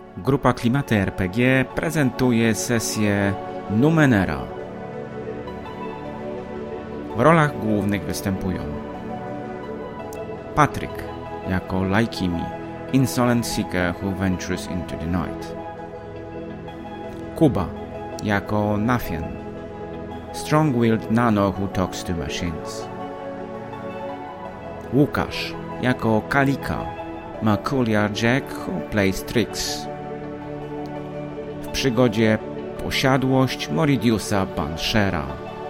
Grupa Klimaty RPG prezentuje sesję Numenera. W rolach głównych występują Patryk jako Laikimi, insolent seeker who ventures into the night. Kuba jako Nathan, strong-willed nano who talks to machines. Łukasz jako Kalika, peculiar Jack who plays tricks. W przygodzie Posiadłość Moridiusa Banshera.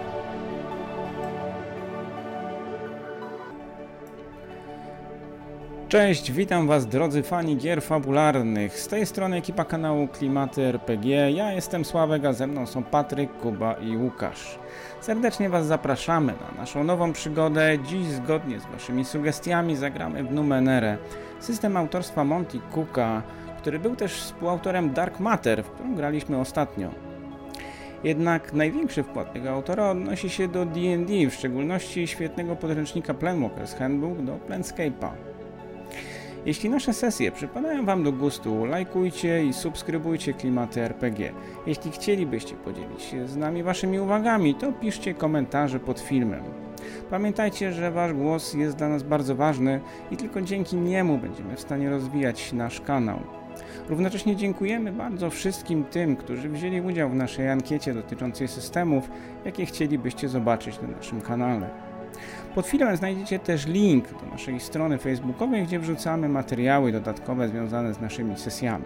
Cześć, witam Was drodzy fani gier fabularnych. Z tej strony ekipa kanału Klimaty RPG. Ja jestem Sławek, a ze mną są Patryk, Kuba i Łukasz. Serdecznie Was zapraszamy na naszą nową przygodę. Dziś zgodnie z Waszymi sugestiami zagramy w Numenerę. System autorstwa Monty Cooka, który był też współautorem Dark Matter, w którą graliśmy ostatnio. Jednak największy wkład tego autora odnosi się do D&D, w szczególności świetnego podręcznika Planewalker's Handbook do Planescape'a. Jeśli nasze sesje przypadają Wam do gustu, lajkujcie i subskrybujcie Klimaty RPG. Jeśli chcielibyście podzielić się z nami Waszymi uwagami, to piszcie komentarze pod filmem. Pamiętajcie, że Wasz głos jest dla nas bardzo ważny i tylko dzięki niemu będziemy w stanie rozwijać nasz kanał. Równocześnie dziękujemy bardzo wszystkim tym, którzy wzięli udział w naszej ankiecie dotyczącej systemów, jakie chcielibyście zobaczyć na naszym kanale. Pod filmem znajdziecie też link do naszej strony facebookowej, gdzie wrzucamy materiały dodatkowe związane z naszymi sesjami.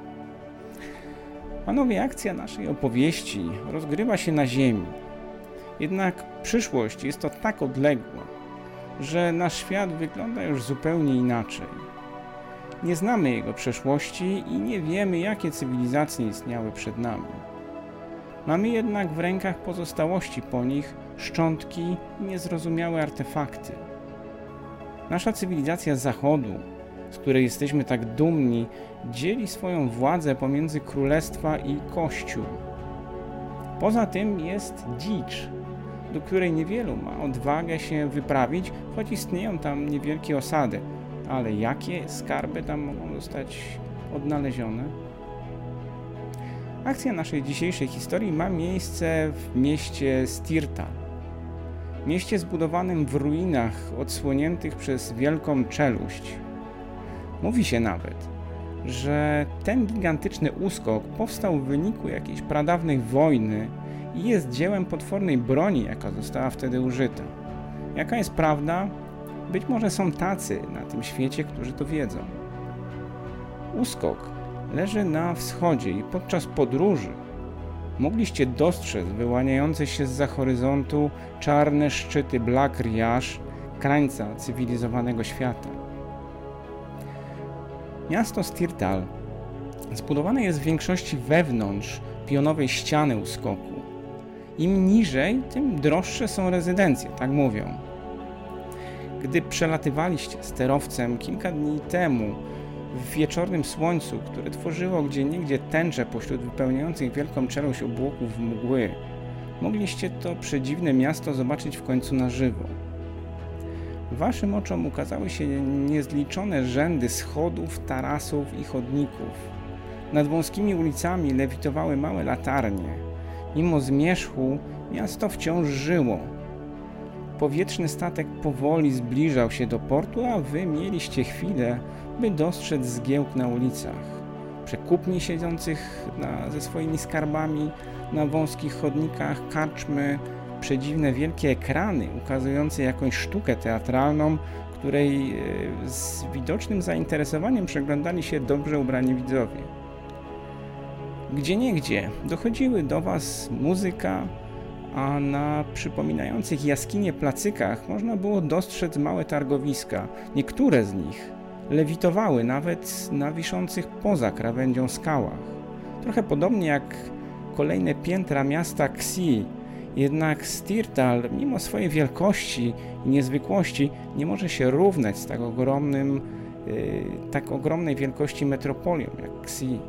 Panowie, akcja naszej opowieści rozgrywa się na Ziemi. Jednak przyszłość jest to tak odległa, że nasz świat wygląda już zupełnie inaczej. Nie znamy jego przeszłości i nie wiemy, jakie cywilizacje istniały przed nami. Mamy jednak w rękach pozostałości po nich, szczątki i niezrozumiałe artefakty. Nasza cywilizacja z Zachodu, z której jesteśmy tak dumni, dzieli swoją władzę pomiędzy królestwa i kościół. Poza tym jest dzicz, do której niewielu ma odwagę się wyprawić, choć istnieją tam niewielkie osady. Ale jakie skarby tam mogą zostać odnalezione? Akcja naszej dzisiejszej historii ma miejsce w mieście Stirtal. Mieście zbudowanym w ruinach odsłoniętych przez wielką czeluść. Mówi się nawet, że ten gigantyczny uskok powstał w wyniku jakiejś pradawnej wojny i jest dziełem potwornej broni, jaka została wtedy użyta. Jaka jest prawda? Być może są tacy na tym świecie, którzy to wiedzą. Uskok leży na wschodzie i podczas podróży mogliście dostrzec wyłaniające się zza horyzontu czarne szczyty Black Riash, krańca cywilizowanego świata. Miasto Stirtal zbudowane jest w większości wewnątrz pionowej ściany uskoku. Im niżej, tym droższe są rezydencje, tak mówią. Gdy przelatywaliście sterowcem kilka dni temu w wieczornym słońcu, które tworzyło gdzieniegdzie tęczę pośród wypełniających wielką czeluść obłoków mgły, mogliście to przedziwne miasto zobaczyć w końcu na żywo. Waszym oczom ukazały się niezliczone rzędy schodów, tarasów i chodników. Nad wąskimi ulicami lewitowały małe latarnie. Mimo zmierzchu miasto wciąż żyło. Powietrzny statek powoli zbliżał się do portu, a wy mieliście chwilę, by dostrzec zgiełk na ulicach. Przekupni siedzących ze swoimi skarbami na wąskich chodnikach, karczmy, przedziwne wielkie ekrany ukazujące jakąś sztukę teatralną, której z widocznym zainteresowaniem przeglądali się dobrze ubrani widzowie. Gdzieniegdzie dochodziły do was muzyka, a na przypominających jaskinie placykach można było dostrzec małe targowiska. Niektóre z nich lewitowały nawet na wiszących poza krawędzią skałach. Trochę podobnie jak kolejne piętra miasta Xi, jednak Stirtal, mimo swojej wielkości i niezwykłości, nie może się równać z tak ogromnej wielkości metropolią jak Xi.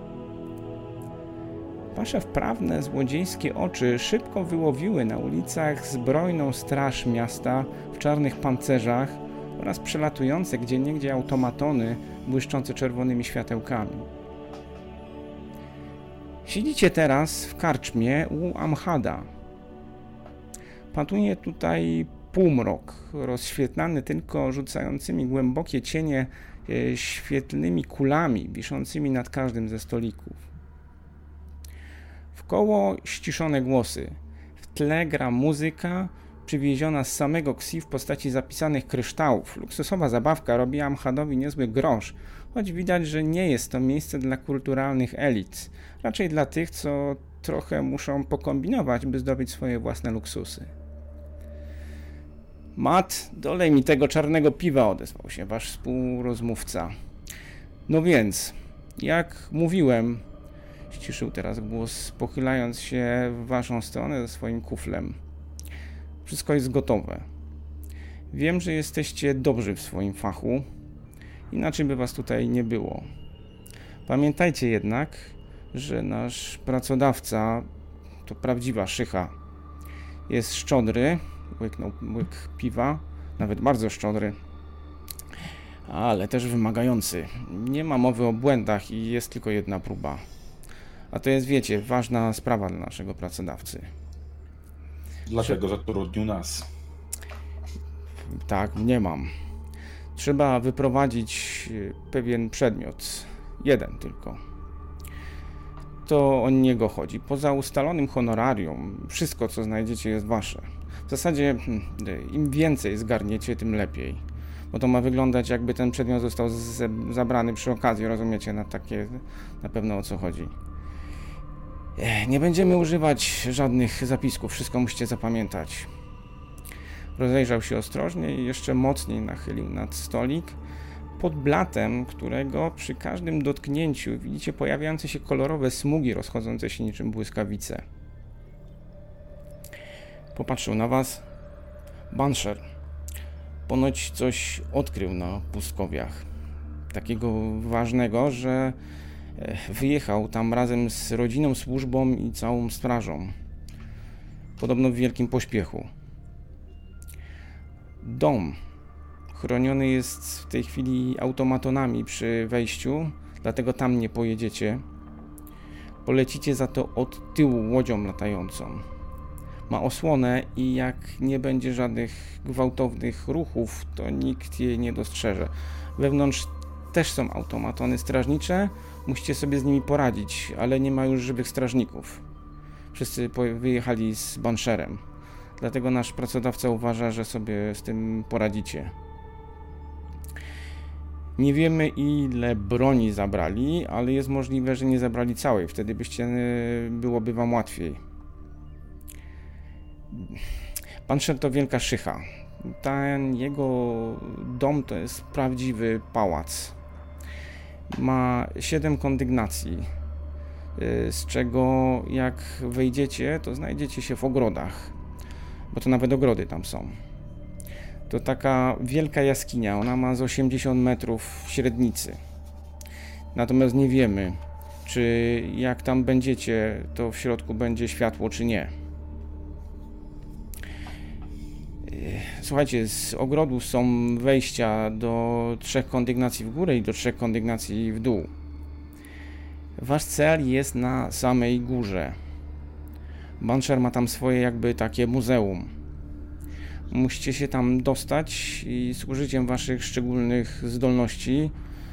Wasze wprawne, złodziejskie oczy szybko wyłowiły na ulicach zbrojną straż miasta w czarnych pancerzach oraz przelatujące gdzieniegdzie automatony błyszczące czerwonymi światełkami. Siedzicie teraz w karczmie u Amhada. Panuje tutaj półmrok, rozświetlany tylko rzucającymi głębokie cienie świetlnymi kulami wiszącymi nad każdym ze stolików. Wkoło ściszone głosy. W tle gra muzyka przywieziona z samego Xi w postaci zapisanych kryształów. Luksusowa zabawka robi Amhadowi niezły grosz, choć widać, że nie jest to miejsce dla kulturalnych elit. Raczej dla tych, co trochę muszą pokombinować, by zdobyć swoje własne luksusy. Matt, dolej mi tego czarnego piwa, odezwał się wasz współrozmówca. No więc, jak mówiłem, ściszył teraz głos, pochylając się w waszą stronę ze swoim kuflem. Wszystko jest gotowe. Wiem, że jesteście dobrzy w swoim fachu, inaczej by was tutaj nie było. Pamiętajcie jednak, że nasz pracodawca to prawdziwa szycha. Jest szczodry, łyknął łyk piwa, nawet bardzo szczodry, ale też wymagający. Nie ma mowy o błędach i jest tylko jedna próba. A to jest, wiecie, ważna sprawa dla naszego pracodawcy. Dlaczego zatrudnił nas? Tak, nie mam. Trzeba wyprowadzić pewien przedmiot. Jeden tylko. To o niego chodzi. Poza ustalonym honorarium, wszystko co znajdziecie jest wasze. W zasadzie im więcej zgarniecie, tym lepiej. Bo to ma wyglądać, jakby ten przedmiot został zabrany przy okazji, rozumiecie? Na pewno o co chodzi. Nie będziemy używać żadnych zapisków, wszystko musicie zapamiętać. Rozejrzał się ostrożnie i jeszcze mocniej nachylił nad stolik, pod blatem którego przy każdym dotknięciu widzicie pojawiające się kolorowe smugi rozchodzące się niczym błyskawice. Popatrzył na was. Bansher ponoć coś odkrył na pustkowiach. Takiego ważnego, że wyjechał tam razem z rodziną, służbą i całą strażą. Podobno w wielkim pośpiechu. Dom chroniony jest w tej chwili automatonami przy wejściu, dlatego tam nie pojedziecie. Polecicie za to od tyłu łodzią latającą. Ma osłonę i jak nie będzie żadnych gwałtownych ruchów, to nikt jej nie dostrzeże. Wewnątrz też są automatony strażnicze, musicie sobie z nimi poradzić, ale nie ma już żywych strażników. Wszyscy wyjechali z Bansherem, dlatego nasz pracodawca uważa, że sobie z tym poradzicie. Nie wiemy, ile broni zabrali, ale jest możliwe, że nie zabrali całej, wtedy byłoby wam łatwiej. Bansher to wielka szycha. Ten jego dom to jest prawdziwy pałac. Ma 7 kondygnacji, z czego jak wejdziecie, to znajdziecie się w ogrodach, bo to nawet ogrody tam są. To taka wielka jaskinia, ona ma z 80 metrów średnicy. Natomiast nie wiemy, czy jak tam będziecie, to w środku będzie światło, czy nie. Słuchajcie, z ogrodu są wejścia do 3 kondygnacji w górę i do 3 kondygnacji w dół. Wasz cel jest na samej górze. Bansher ma tam swoje jakby takie muzeum. Musicie się tam dostać i z użyciem waszych szczególnych zdolności,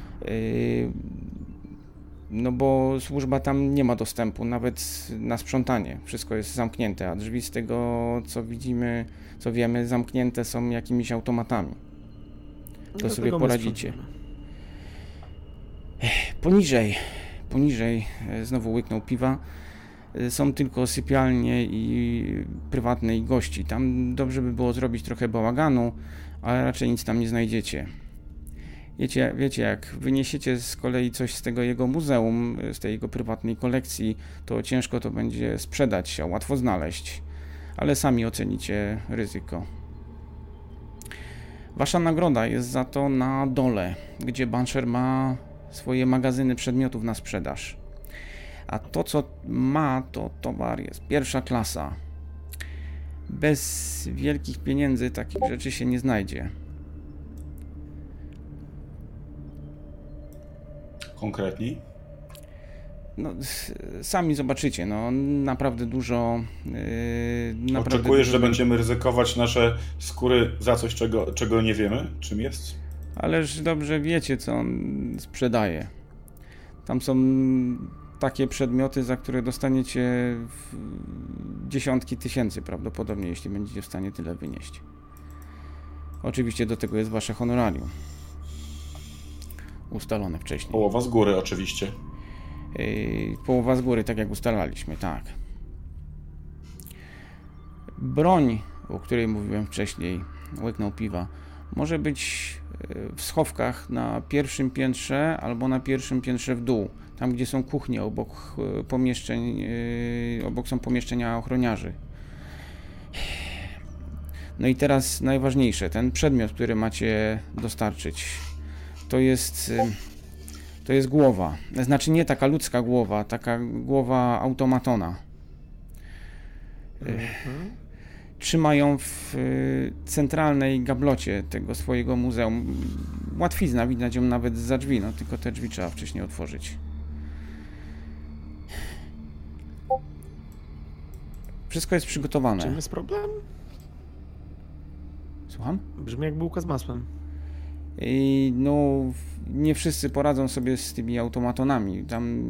no bo służba tam nie ma dostępu, nawet na sprzątanie. Wszystko jest zamknięte, a drzwi z tego, co widzimy, co wiemy, zamknięte są jakimiś automatami. To sobie poradzicie. Poniżej, znowu łyknął piwa, są tylko sypialnie i prywatne i gości. Tam dobrze by było zrobić trochę bałaganu, ale raczej nic tam nie znajdziecie. Wiecie, jak wyniesiecie z kolei coś z tego jego muzeum, z tej jego prywatnej kolekcji, to ciężko to będzie sprzedać, a łatwo znaleźć. Ale sami ocenicie ryzyko. Wasza nagroda jest za to na dole, gdzie Bansher ma swoje magazyny przedmiotów na sprzedaż. A to, co ma, to towar jest pierwsza klasa. Bez wielkich pieniędzy takich rzeczy się nie znajdzie. Konkretniej? No, sami zobaczycie, no naprawdę dużo. Oczekujesz, że będziemy ryzykować nasze skóry za coś, czego nie wiemy, czym jest? Ależ dobrze wiecie, co on sprzedaje. Tam są takie przedmioty, za które dostaniecie dziesiątki tysięcy prawdopodobnie, jeśli będziecie w stanie tyle wynieść. Oczywiście do tego jest wasze honorarium. Ustalone wcześniej. Połowa z góry oczywiście. Połowa z góry, tak jak ustalaliśmy, tak. Broń, o której mówiłem wcześniej, łyknął piwa, może być w schowkach na pierwszym piętrze albo na pierwszym piętrze w dół. Tam, gdzie są kuchnie, obok są pomieszczenia ochroniarzy. No i teraz najważniejsze, ten przedmiot, który macie dostarczyć, to jest głowa. Znaczy nie taka ludzka głowa, taka głowa automatona. Trzymają w centralnej gablocie tego swojego muzeum. Łatwizna, widać ją nawet zza drzwi, no tylko te drzwi trzeba wcześniej otworzyć. Wszystko jest przygotowane. Czym jest problem? Słucham? Brzmi jak bułka z masłem. No, nie wszyscy poradzą sobie z tymi automatonami. Tam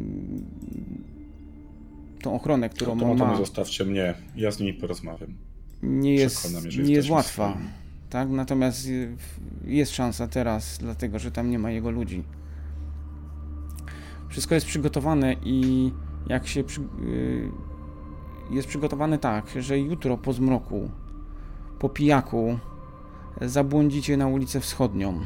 tą ochronę, którą Automatony ma, zostawcie mnie, ja z nimi porozmawiam. nie jest łatwa. Swoim. Tak? Natomiast jest szansa teraz, dlatego że tam nie ma jego ludzi. Wszystko jest przygotowane i jak się jest przygotowane tak, że jutro po zmroku, po pijaku zabłądzicie na ulicę Wschodnią.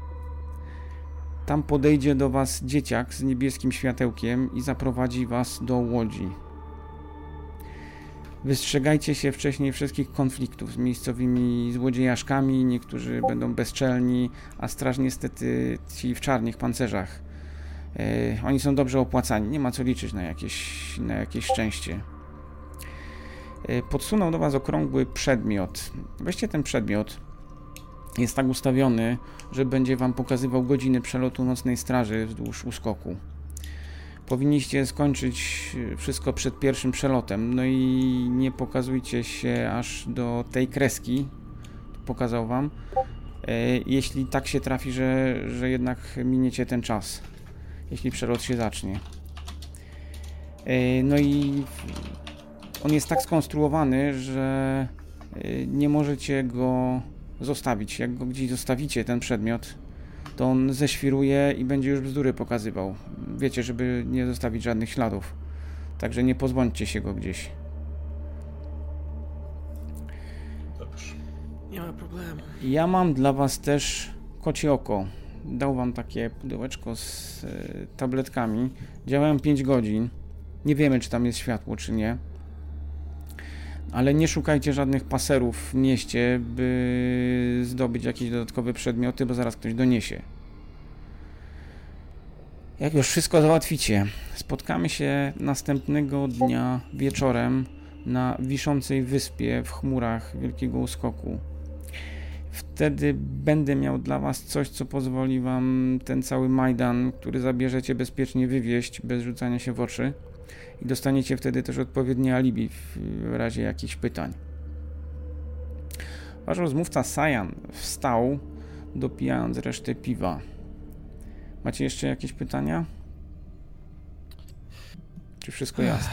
Tam podejdzie do was dzieciak z niebieskim światełkiem i zaprowadzi was do łodzi. Wystrzegajcie się wcześniej wszystkich konfliktów z miejscowymi złodziejaszkami, niektórzy będą bezczelni, a straż niestety ci w czarnych pancerzach. Oni są dobrze opłacani, nie ma co liczyć na jakieś szczęście. Podsunął do was okrągły przedmiot. Weźcie ten przedmiot. Jest tak ustawiony, że będzie wam pokazywał godziny przelotu nocnej straży wzdłuż uskoku. Powinniście skończyć wszystko przed pierwszym przelotem, no i nie pokazujcie się aż do tej kreski, pokazał wam, jeśli tak się trafi, że jednak miniecie ten czas, jeśli przelot się zacznie. No i on jest tak skonstruowany, że nie możecie go zostawić. Jak go gdzieś zostawicie, ten przedmiot, to on zeświruje i będzie już bzdury pokazywał. Wiecie, żeby nie zostawić żadnych śladów. Także nie pozbądźcie się go gdzieś. Dobrze. Nie ma problemu. Ja mam dla was też kocie oko. Dał wam takie pudełeczko z tabletkami. Działają 5 godzin. Nie wiemy, czy tam jest światło, czy nie. Ale nie szukajcie żadnych paserów w mieście, by zdobyć jakieś dodatkowe przedmioty, bo zaraz ktoś doniesie. Jak już wszystko załatwicie, spotkamy się następnego dnia wieczorem na wiszącej wyspie w chmurach Wielkiego Uskoku. Wtedy będę miał dla was coś, co pozwoli wam ten cały Majdan, który zabierzecie, bezpiecznie wywieźć, bez rzucania się w oczy. I dostaniecie wtedy też odpowiednie alibi w razie jakichś pytań. Wasz rozmówca Sajan wstał, dopijając resztę piwa. Macie jeszcze jakieś pytania? Czy wszystko jasne?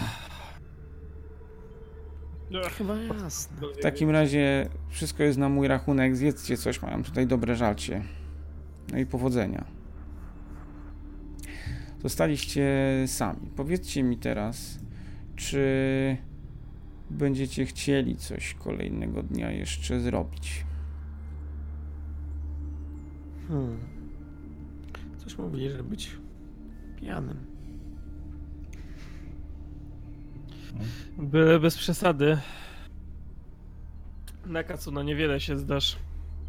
Chyba jasne. W takim razie wszystko jest na mój rachunek. Zjedzcie coś, mają tutaj dobre żarcie. No i powodzenia. Zostaliście sami. Powiedzcie mi teraz, czy będziecie chcieli coś kolejnego dnia jeszcze zrobić? Coś mówili, że być pijanym. Byle bez przesady. Na kacu no niewiele się zdasz.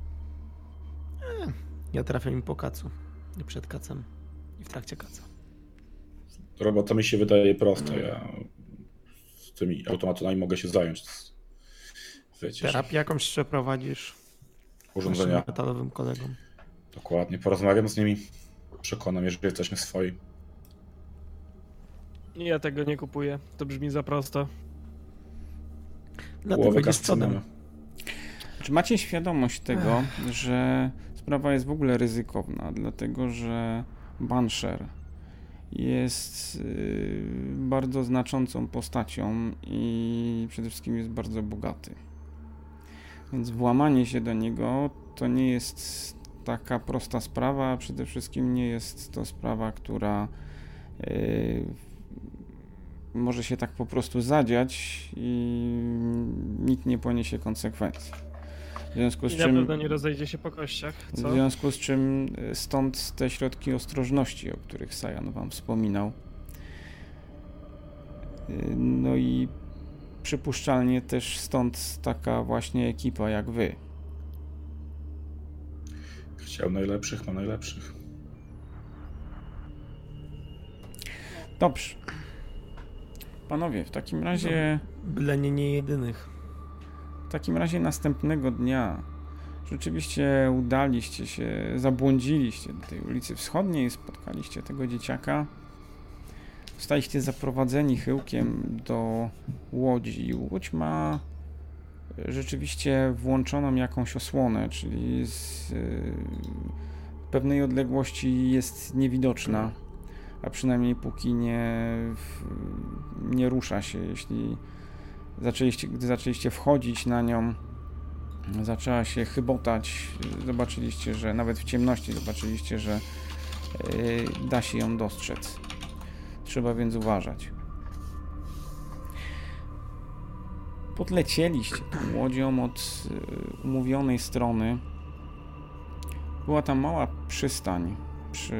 Ja trafię im po kacu. Nie przed kacem. I w trakcie kaca. Robota mi się wydaje prosta. Ja z tymi automatami mogę się zająć. Wiecie, Terapię jakąś przeprowadzisz urządzenia. naszym metalowym kolegom. Dokładnie. Porozmawiam z nimi. Przekonam je, że jesteśmy swoi. Ja tego nie kupuję. To brzmi za prosto. Dlatego Połowę idziesz kasy przodem. mamy. Czy macie świadomość tego, że sprawa jest w ogóle ryzykowna, dlatego że Bansher jest bardzo znaczącą postacią i przede wszystkim jest bardzo bogaty. Więc włamanie się do niego to nie jest taka prosta sprawa, a przede wszystkim nie jest to sprawa, która może się tak po prostu zadziać i nikt nie poniesie konsekwencji. W związku z I na czym, pewno nie rozejdzie się po kościach, w co? związku z czym stąd te środki ostrożności, o których Sajan wam wspominał. No i przypuszczalnie też stąd taka właśnie ekipa jak wy. Chciał najlepszych, ma najlepszych. Dobrze. Panowie, w takim razie Byle nie jedynych. następnego dnia rzeczywiście udaliście się, zabłądziliście do tej ulicy Wschodniej, spotkaliście tego dzieciaka. Zostaliście zaprowadzeni chyłkiem do łodzi. Łódź ma rzeczywiście włączoną jakąś osłonę, czyli z pewnej odległości jest niewidoczna, a przynajmniej póki nie rusza się. Gdy zaczęliście wchodzić na nią, zaczęła się chybotać. Zobaczyliście, że nawet w ciemności że da się ją dostrzec. Trzeba więc uważać. Podlecieliście tą łodzią od umówionej strony. Była tam mała przystań przy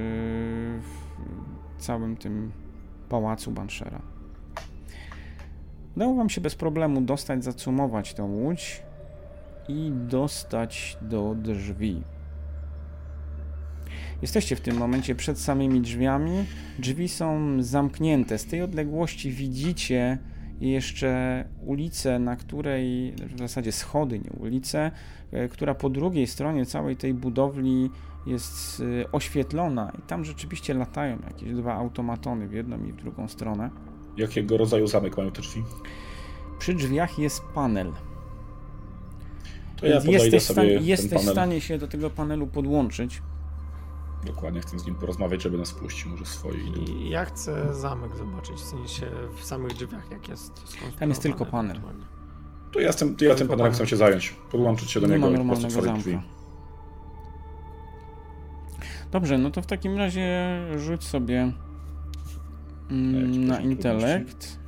całym tym pałacu Banshera. Udało wam się bez problemu dostać, zacumować tą łódź i dostać do drzwi. Jesteście w tym momencie przed samymi drzwiami. Drzwi są zamknięte. Z tej odległości widzicie jeszcze ulicę, na której, w zasadzie schody, nie ulicę, która po drugiej stronie całej tej budowli jest oświetlona i tam rzeczywiście latają jakieś dwa automatony w jedną i w drugą stronę. Jakiego rodzaju zamek mają te drzwi? Przy drzwiach jest panel. To ja podejdę sobie jesteś ten w panel. stanie się do tego panelu podłączyć. Dokładnie, chcę z nim porozmawiać, żeby nas puścił, może swoje idą. I ja chcę zamek zobaczyć, w sensie w samych drzwiach, jak jest skonstruowany. Tam jest tylko panel. ewentualnie. To ja tym panem chcę się zająć. Podłączyć się do Nie niego ma i po prostu normalnego otworzyć drzwi. zamka. Dobrze, no to w takim razie rzuć sobie na poziom intelekt.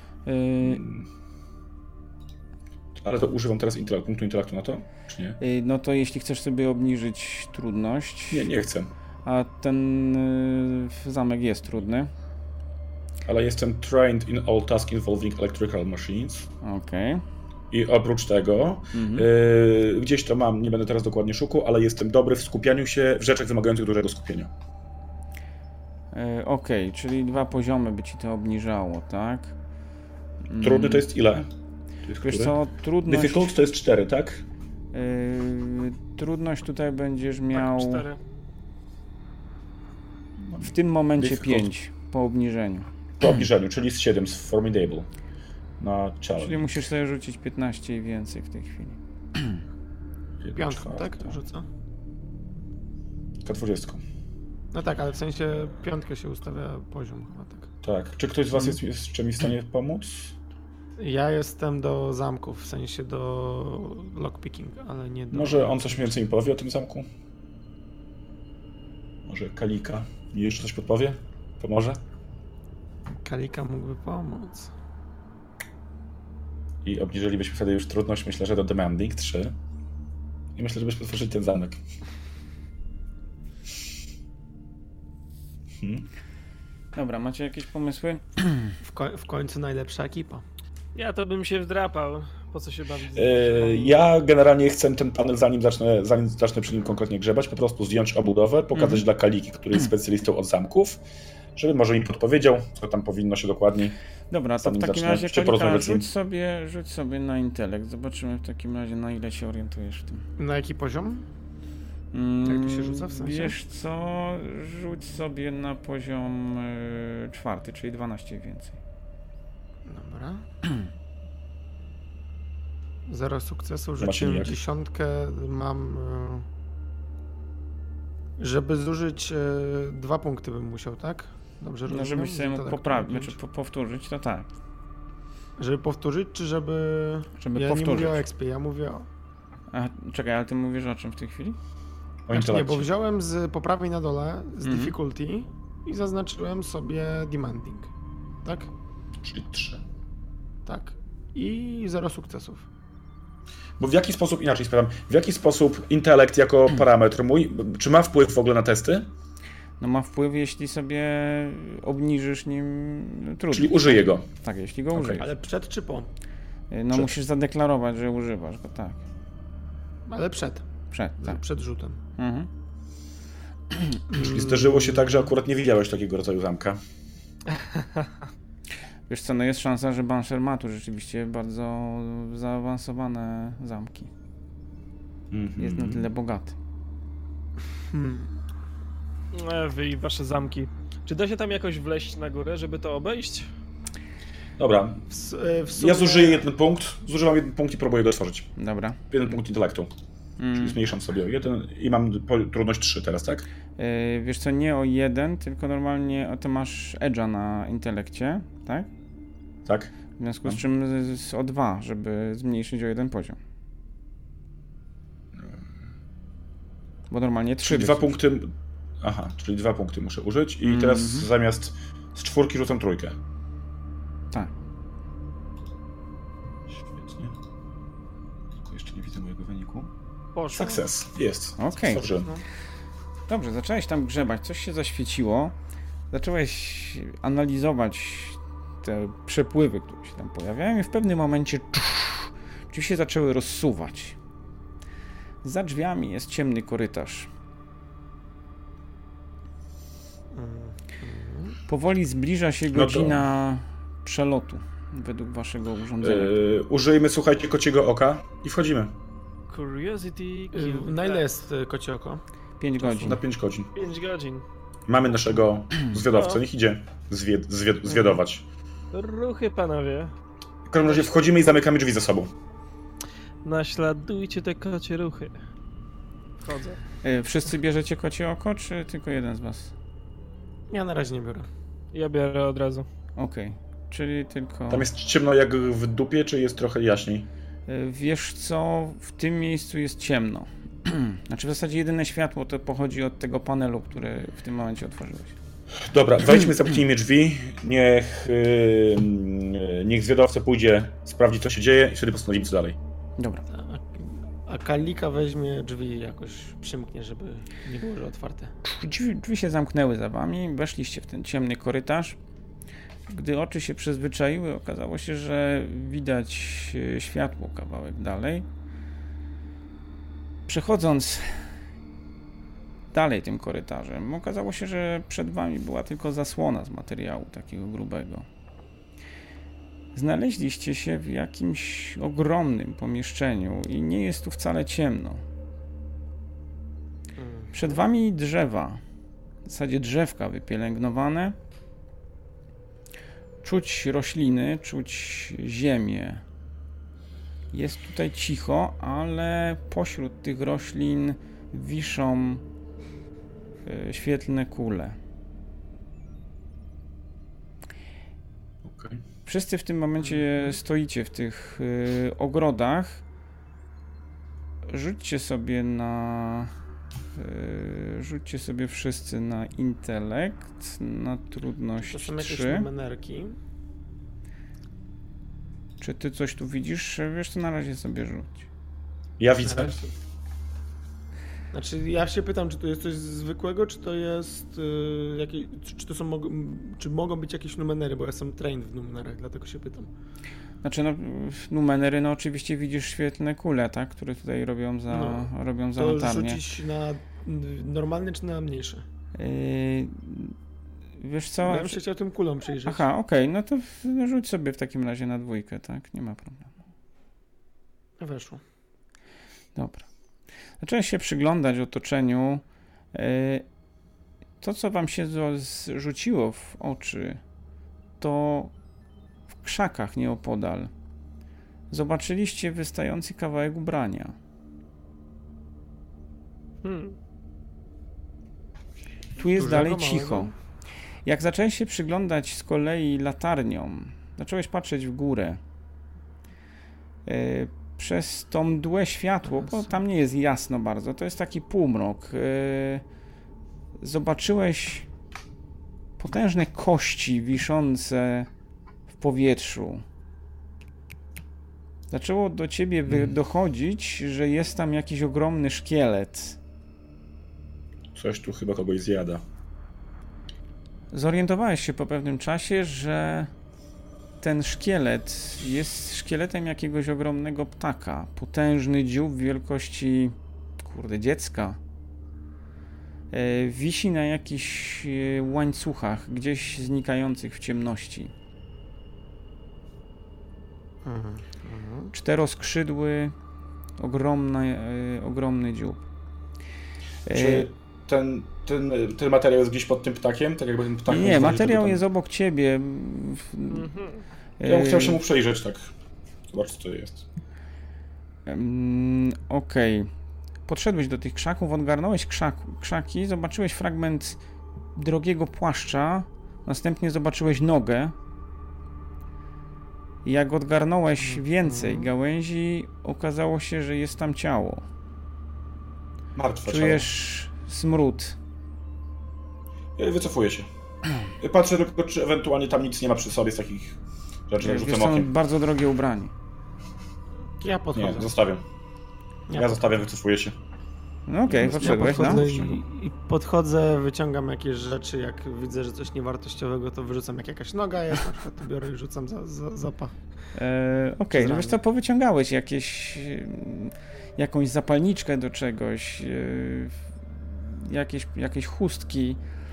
Ale to używam teraz punktu intelektu na to, czy nie? No to jeśli chcesz sobie obniżyć trudność, Nie chcę. a ten zamek jest trudny. Ale jestem trained in all tasks involving electrical machines. Okej. I oprócz tego, gdzieś to mam, nie będę teraz dokładnie szukał, ale jestem dobry w skupianiu się w rzeczach wymagających dużego skupienia. Okej, czyli 2 poziomy by ci to obniżało, tak? Trudny to jest ile? To jest Wiesz który? co, trudność... Difficult to jest 4, tak? Trudność tutaj będziesz miał Tak, 4. w tym momencie Difficult. 5 po obniżeniu. Po obniżeniu, czyli z 7, z Formidable. Na challenge. Czyli musisz sobie rzucić 15 i więcej w tej chwili. 5, tak? Rzucę. K20. No tak, ale w sensie 5 się ustawia poziom chyba tak. Tak. Czy ktoś z was jest czymś w stanie pomóc? Ja jestem do zamków, w sensie do lockpicking, ale nie do... Może on coś więcej mi powie o tym zamku? Może Kalika mi jeszcze coś podpowie? Pomoże? Kalika mógłby pomóc. I obniżylibyśmy wtedy już trudność, myślę, że do Demanding 3. I myślę, żebyśmy otworzyli ten zamek. Dobra, macie jakieś pomysły? W końcu najlepsza ekipa. Ja to bym się wdrapał. Po co się bawić? Ja generalnie chcę ten panel, zanim zacznę przy nim konkretnie grzebać, po prostu zdjąć obudowę, pokazać dla Kaliki, który jest specjalistą od zamków, żeby może mi podpowiedział, co tam powinno się dokładniej. Dobra, to w Zanim takim zacznę razie się Kalika, porozmawiać z nim. rzuć sobie na intelekt. Zobaczymy w takim razie, na ile się orientujesz w tym. Na jaki poziom? Jak to się rzuca w sensie? Wiesz co, rzuć sobie na poziom 4, czyli 12 i więcej. Dobra. 0 sukcesu, Masz rzuciłem jak? 10, mam... Żeby zużyć 2 punkty bym musiał, tak? Dobrze No, rozumiem? żebyś sobie mógł tak poprawić, powiedzieć. znaczy powtórzyć, to tak. Żeby powtórzyć, czy żeby... Żeby ja powtórzyć. nie mówię o expie, ja mówię o... A, czekaj, ale ty mówisz o czym w tej chwili? O Znaczy nie, intelekcie. bo wziąłem po prawej na dole, z Mhm. difficulty i zaznaczyłem sobie demanding. Tak? Czyli 3. Tak. I 0 sukcesów. Bo w jaki sposób, inaczej spytam, w jaki sposób intelekt jako parametr mój, czy ma wpływ w ogóle na testy? No ma wpływ, jeśli sobie obniżysz nim trudność. Czyli użyję go. Tak, jeśli go Okej. użyjesz. Ale przed czy po? No przed. musisz zadeklarować, że używasz go, tak. Ale przed. Tak. Przed rzutem. Mhm. Czyli zdarzyło się tak, że akurat nie widziałeś takiego rodzaju zamka. Wiesz co, no jest szansa, że Bansher ma tu rzeczywiście bardzo zaawansowane zamki. Jest na tyle bogaty. Wy i wasze zamki. Czy da się tam jakoś wleźć na górę, żeby to obejść? Dobra, W sumie... ja zużyję 1 punkt, zużywam 1 punkt i próbuję go otworzyć. Dobra. 1 punkt intelektu. Czyli zmniejszam sobie o 1 i mam trudność 3 teraz, tak? Wiesz co, nie o 1, tylko normalnie to masz edge'a na intelekcie, tak? Tak? W związku z czym o 2, żeby zmniejszyć o 1 poziom. Bo normalnie 3. Czyli 2 punkty... Aha, czyli 2 punkty muszę użyć i teraz zamiast z 4 rzucam 3. Tak. Świetnie. Tylko jeszcze nie widzę mojego wyniku. Poszło. Sukces, jest. Okej. Stworzyłem. Dobrze, zacząłeś tam grzebać, coś się zaświeciło. Zacząłeś analizować te przepływy, które się tam pojawiają i w pewnym momencie drzwi się zaczęły rozsuwać. Za drzwiami jest ciemny korytarz. Powoli zbliża się godzina przelotu według waszego urządzenia. Użyjmy, słuchajcie, kociego oka i wchodzimy. Curiosity kill. Na ile jest kocie oko? 5 godzin. Na 5 godzin. 5 godzin. Mamy naszego zwiadowcę, No. niech idzie zwiadować. Ruchy, panowie. W każdym razie wchodzimy i zamykamy drzwi za sobą. Naśladujcie te kocie ruchy. Wchodzę. Wszyscy bierzecie kocie oko, czy tylko jeden z was? Ja na razie nie biorę. Ja biorę od razu. Okej, czyli tylko... Tam jest ciemno jak w dupie, czy jest trochę jaśniej? Wiesz co, w tym miejscu jest ciemno. Znaczy w zasadzie jedyne światło to pochodzi od tego panelu, który w tym momencie otworzyłeś. Dobra, wejdźmy, zamknijmy drzwi, niech zwiadowca pójdzie, sprawdzi co się dzieje i wtedy postanowimy co dalej. Dobra. A Kalika weźmie drzwi jakoś przymknie, żeby nie było, że otwarte. Drzwi się zamknęły za wami, weszliście w ten ciemny korytarz. Gdy oczy się przyzwyczaiły, okazało się, że widać światło kawałek dalej. Przechodząc dalej tym korytarzem, okazało się, że przed wami była tylko zasłona z materiału takiego grubego. Znaleźliście się w jakimś ogromnym pomieszczeniu i nie jest tu wcale ciemno. Przed wami drzewa, w zasadzie drzewka wypielęgnowane. Czuć rośliny, czuć ziemię. Jest tutaj cicho, ale pośród tych roślin wiszą świetlne kule. Okay. Wszyscy w tym momencie stoicie w tych ogrodach. Rzućcie sobie wszyscy na intelekt, na trudność To są jakieś 3. numenerki. Czy ty coś tu widzisz? Wiesz, to na razie sobie rzuć. Ja widzę. Znaczy, ja się pytam, czy to jest coś zwykłego, czy to jest czy to są czy mogą być jakieś numenery, bo ja jestem trained w numerach, dlatego się pytam. Znaczy, no, numenery, no oczywiście widzisz świetlne kule, tak? Które tutaj robią za To latarnię. rzucić na normalne, czy na mniejsze? Wiesz co? Ja bym się chciał tym kulą przyjrzeć. Aha, okej, no to rzuć sobie w takim razie na 2, tak? Nie ma problemu. Weszło. Dobra. Zacząłeś się przyglądać otoczeniu. To, co wam się rzuciło w oczy, to w krzakach nieopodal zobaczyliście wystający kawałek ubrania. Tu jest Dużego, dalej cicho. małego? Jak zacząłeś się przyglądać z kolei latarnią, zacząłeś patrzeć w górę. Przez tą mdłe światło, bo tam nie jest jasno bardzo, to jest taki półmrok. Zobaczyłeś potężne kości wiszące w powietrzu. Zaczęło do ciebie dochodzić, że jest tam jakiś ogromny szkielet. Coś tu chyba kogoś zjada. Zorientowałeś się po pewnym czasie, że ten szkielet jest szkieletem jakiegoś ogromnego ptaka. Potężny dziób wielkości, dziecka. Wisi na jakichś łańcuchach, gdzieś znikających w ciemności. Czteroskrzydły, ogromny dziób. Czy ten materiał jest gdzieś pod tym ptakiem? Tak jakby ten ptak... Nie, materiał jest obok ciebie. Ja chciał się mu przejrzeć, tak. Zobacz, co to jest. Okej. Podszedłeś do tych krzaków, odgarnąłeś krzaki, zobaczyłeś fragment drogiego płaszcza, następnie zobaczyłeś nogę. Jak odgarnąłeś więcej gałęzi, okazało się, że jest tam ciało. Martwe Czujesz smród. Wycofuję się. Patrzę tylko, czy ewentualnie tam nic nie ma przy sobie z takich rzeczy, jak rzucam okiem. Bardzo drogie ubranie. Ja podchodzę. Nie, zostawiam. Ja zostawiam, wycofuję się. No okej, podszedłeś, ja i podchodzę, wyciągam jakieś rzeczy, jak widzę, że coś niewartościowego, to wyrzucam, jak jakaś noga jest, na przykład to biorę i rzucam za zapach. Okej, no wiesz co, powyciągałeś jakąś zapalniczkę do czegoś, jakieś chustki.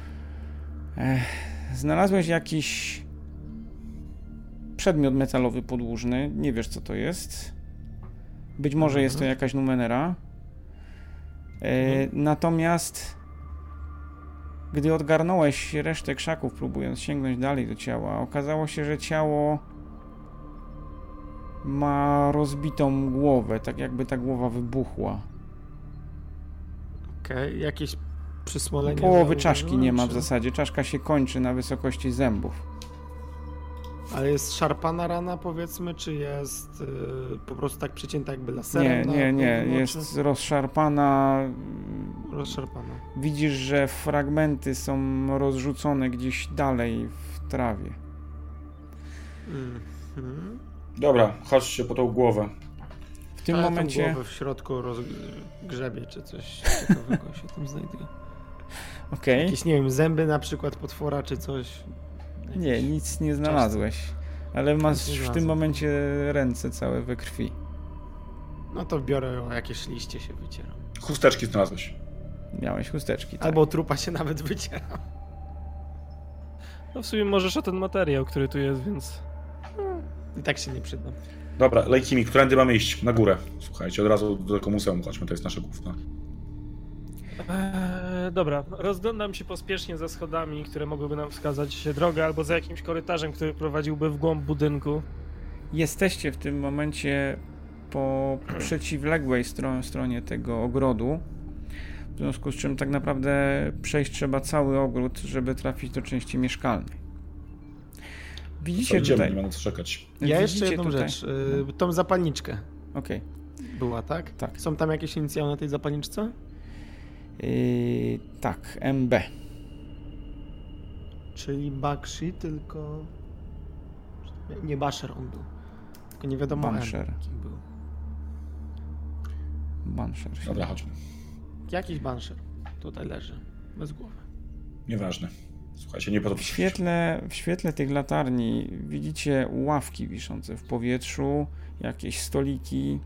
Znalazłeś jakiś przedmiot metalowy podłużny, nie wiesz co to jest. Być może jest to jakaś numenera. Natomiast gdy odgarnąłeś resztę krzaków, próbując sięgnąć dalej do ciała, okazało się, że ciało ma rozbitą głowę, tak jakby ta głowa wybuchła. Okej, jakieś przysmolenie. Połowy czaszki nie ma w zasadzie, czaszka się kończy na wysokości zębów. Ale jest szarpana rana, powiedzmy, czy jest po prostu tak przycięta jakby laserem? Nie, jest rozszarpana. Rozszarpana. Widzisz, że fragmenty są rozrzucone gdzieś dalej w trawie. Dobra, chodźcie po tą głowę. W tym momencie... głowę w środku rozgrzebie, czy coś ciekawego się tam znajduje. Okej. Jakieś, nie wiem, zęby na przykład potwora, czy coś. Nie, nic nie znalazłeś. Ale masz w tym momencie ręce całe we krwi. No to biorę jakieś liście, się wycieram. Chusteczki znalazłeś. Miałeś chusteczki, tak. Albo trupa się nawet wycieram. No w sumie możesz o ten materiał, który tu jest, więc... I tak się nie przydam. Dobra, Lejkimi, którędy mamy iść? Na górę. Słuchajcie, od razu do tego muzeum chodźmy, to jest nasza główna. Dobra, rozglądam się pospiesznie za schodami, które mogłyby nam wskazać drogę, albo za jakimś korytarzem, który prowadziłby w głąb budynku. Jesteście w tym momencie po przeciwległej stronie tego ogrodu, w związku z czym tak naprawdę przejść trzeba cały ogród, żeby trafić do części mieszkalnej. Widzicie idziemy, tutaj... nie ma na co czekać. Ja jeszcze jedną rzecz, tą zapalniczkę. Okej. Była, tak? Tak. Są tam jakieś inicjały na tej zapalniczce? Tak, MB. Czyli Bakshi, tylko... Nie Basher on był. Tylko nie wiadomo Bansher. kim był. Bansher. Dobra, chodźmy. Jakiś Bansher tutaj leży, bez głowy. Nieważne. Słuchajcie, nie po to W świetle tych latarni widzicie ławki wiszące w powietrzu, jakieś stoliki.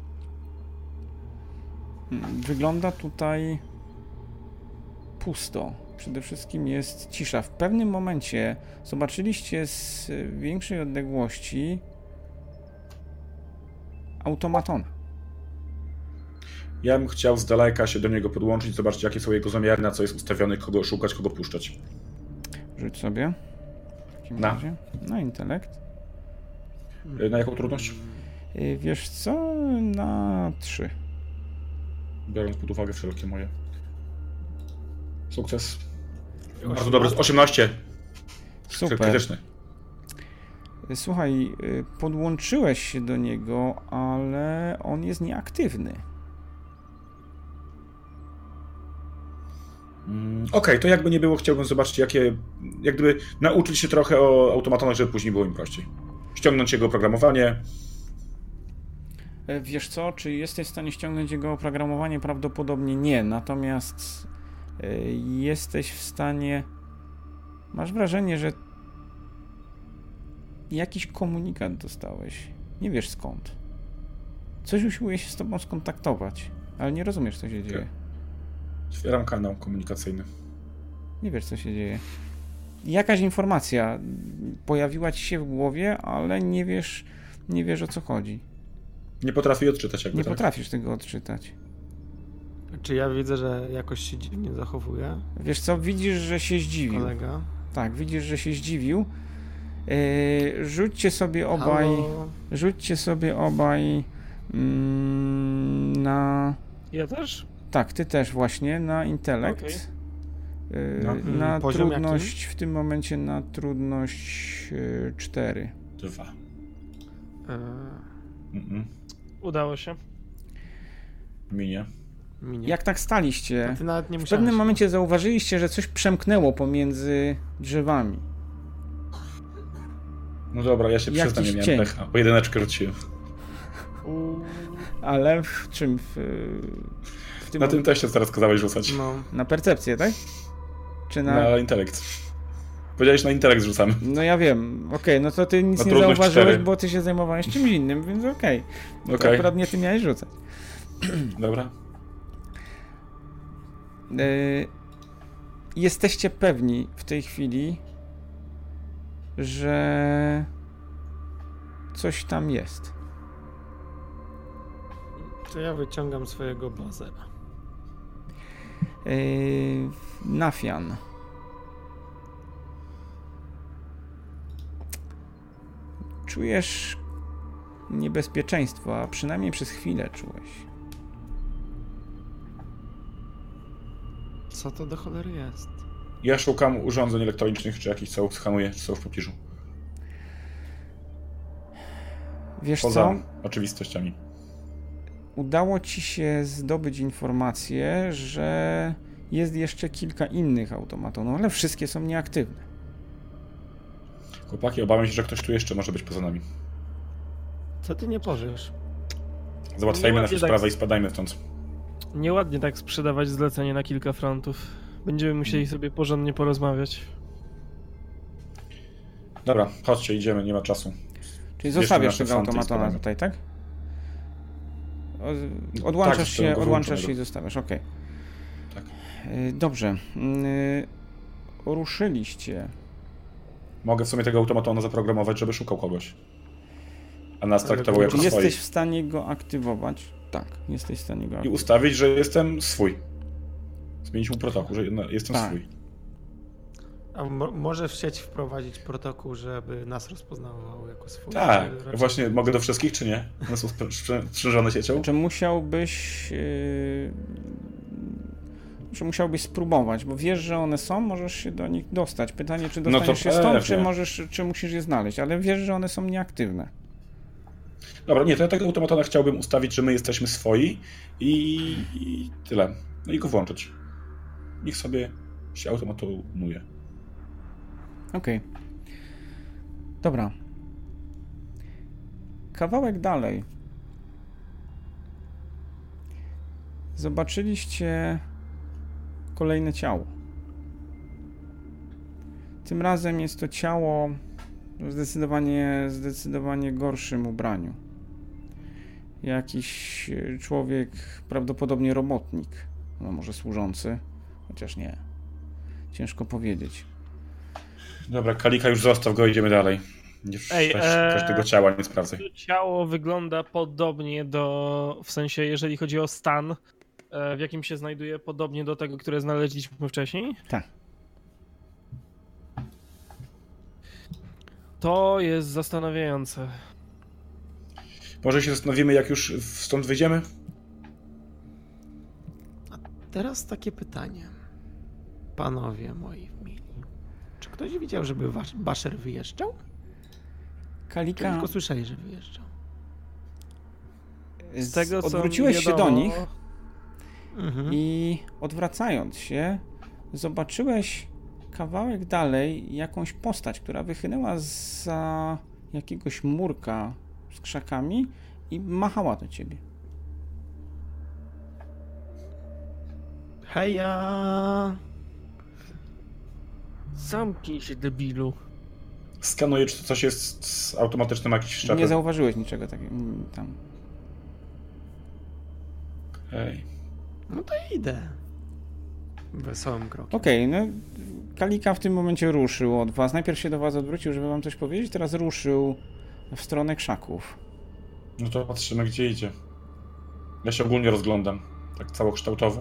Wygląda tutaj pusto. Przede wszystkim jest cisza. W pewnym momencie zobaczyliście z większej odległości automatona. Ja bym chciał z daleka się do niego podłączyć, zobaczyć jakie są jego zamiary, na co jest ustawiony, kogo szukać, kogo puszczać. Rzuć sobie. Na intelekt. Na jaką trudność? Wiesz co? Na 3. Biorąc pod uwagę wszelkie moje. Sukces. Bardzo dobry. 18. Super. Krytyczny. Słuchaj, podłączyłeś się do niego, ale on jest nieaktywny. Okej, to jakby nie było, chciałbym zobaczyć jak gdyby nauczyć się trochę o automatonach, żeby później było im prościej. Ściągnąć jego oprogramowanie. Wiesz co, czy jesteś w stanie ściągnąć jego oprogramowanie? Prawdopodobnie nie, natomiast jesteś w stanie... Masz wrażenie, że jakiś komunikat dostałeś. Nie wiesz skąd. Coś usiłuje się z tobą skontaktować, ale nie rozumiesz, co się dzieje. Otwieram kanał komunikacyjny. Nie wiesz, co się dzieje. Jakaś informacja pojawiła ci się w głowie, ale nie wiesz o co chodzi. Nie potrafię odczytać jakby. Nie tak? potrafisz tego odczytać. Czy ja widzę, że jakoś się dziwnie zachowuje? Wiesz co, widzisz, że się zdziwił. Kolega? Tak, widzisz, że się zdziwił. Rzućcie sobie obaj. Halo? Rzućcie sobie obaj na... Ja też? Tak, ty też właśnie, na intelekt. Okay. Na Poziom trudność, w tym momencie na trudność 4. 2. Udało się. Minie. Minie. Jak tak staliście, Ty nawet nie w musiałeś. pewnym momencie zauważyliście, że coś przemknęło pomiędzy drzewami. No dobra, ja się Jakiś przyznam, nie cień. miałem pecha, bo 1 rzuciłem. Ale w czym? W tym Na tym teście teraz kazałeś rzucać. No. Na percepcję, tak? Czy na... Na intelekt. Powiedziałeś, na intelekt rzucamy. No ja wiem, okej, no to ty nic Na nie trudność zauważyłeś, 4. bo ty się zajmowałeś czymś innym, więc okej. No to akurat nie ty miałeś rzucać. Dobra. Jesteście pewni w tej chwili, że coś tam jest. To ja wyciągam swojego blazera. Nafian. Czujesz niebezpieczeństwo, a przynajmniej przez chwilę czułeś. Co to do cholery jest? Ja szukam urządzeń elektronicznych, czy jakichś co skanuję, czy są w pobliżu. Wiesz Poza co? oczywistościami. Udało ci się zdobyć informację, że jest jeszcze kilka innych automatonów, ale wszystkie są nieaktywne. Chłopaki, obawiam się, że ktoś tu jeszcze może być poza nami. Co ty nie powiesz? Załatwiajmy Nie naszą ładnie sprawę tak. i spadajmy stąd. Nieładnie tak sprzedawać zlecenie na kilka frontów. Będziemy musieli sobie porządnie porozmawiać. Dobra, chodźcie, idziemy, nie ma czasu. Czyli Zbierzmy zostawiasz nasze tego fronty i automatona spadamy. tutaj, tak? Odłączasz Tak, się, zostawiam go odłączasz się i wyłączonego. zostawiasz, okej. Tak. Dobrze. Ruszyliście. Mogę w sumie tego automatona zaprogramować, żeby szukał kogoś. A nas Ale traktował czy jako Czy jesteś swoich. w stanie go aktywować? Tak, jesteś w stanie go I aktywować. ustawić, że jestem swój. Zmienić mu protokół, że jestem Tak. swój. A może w sieć wprowadzić protokół, żeby nas rozpoznawał jako swój? Tak, Czy raczej- właśnie mogę do wszystkich, czy nie? One są sprzężone siecią? Czy musiałbyś... Czy musiałbyś spróbować, bo wiesz, że one są, możesz się do nich dostać. Pytanie, czy No to dostaniesz się stąd, czy, pewnie. czy musisz je znaleźć, ale wiesz, że one są nieaktywne. Dobra, nie, to ja tego automatona chciałbym ustawić, że my jesteśmy swoi i tyle. No i go włączyć. Niech sobie się automatonuje. Okej. Dobra. Kawałek dalej. Zobaczyliście kolejne ciało. Tym razem jest to ciało w zdecydowanie gorszym ubraniu. Jakiś człowiek, prawdopodobnie robotnik. No może służący, chociaż nie. Ciężko powiedzieć. Dobra, Kalika już zostaw go, idziemy dalej. Już Ej, każdego ciała nie sprawdzaj. To ciało wygląda podobnie w sensie, jeżeli chodzi o stan, w jakim się znajduje, podobnie do tego, które znaleźliśmy wcześniej? Tak. To jest zastanawiające. Może się zastanowimy, jak już stąd wyjdziemy? Teraz takie pytanie. Panowie moi mili. Czy ktoś widział, żeby Basher wyjeżdżał? Czy Kalika, tylko słyszeli, że wyjeżdżał? Z tego, co odwróciłeś się wiadomo, do nich Mhm. i odwracając się, zobaczyłeś kawałek dalej jakąś postać, która wychynęła zza jakiegoś murka z krzakami i machała do ciebie. Heja! Zamknij się, debilu. Skanuję, czy to coś jest z automatycznym jakiś wszczepem. Nie zauważyłeś niczego takiego tam. Okej. No to idę. Wesołym krokiem. Okej, no Kalika w tym momencie ruszył od was. Najpierw się do was odwrócił, żeby wam coś powiedzieć, teraz ruszył w stronę krzaków. No to patrzymy, gdzie idzie. Ja się ogólnie rozglądam, tak całokształtowo.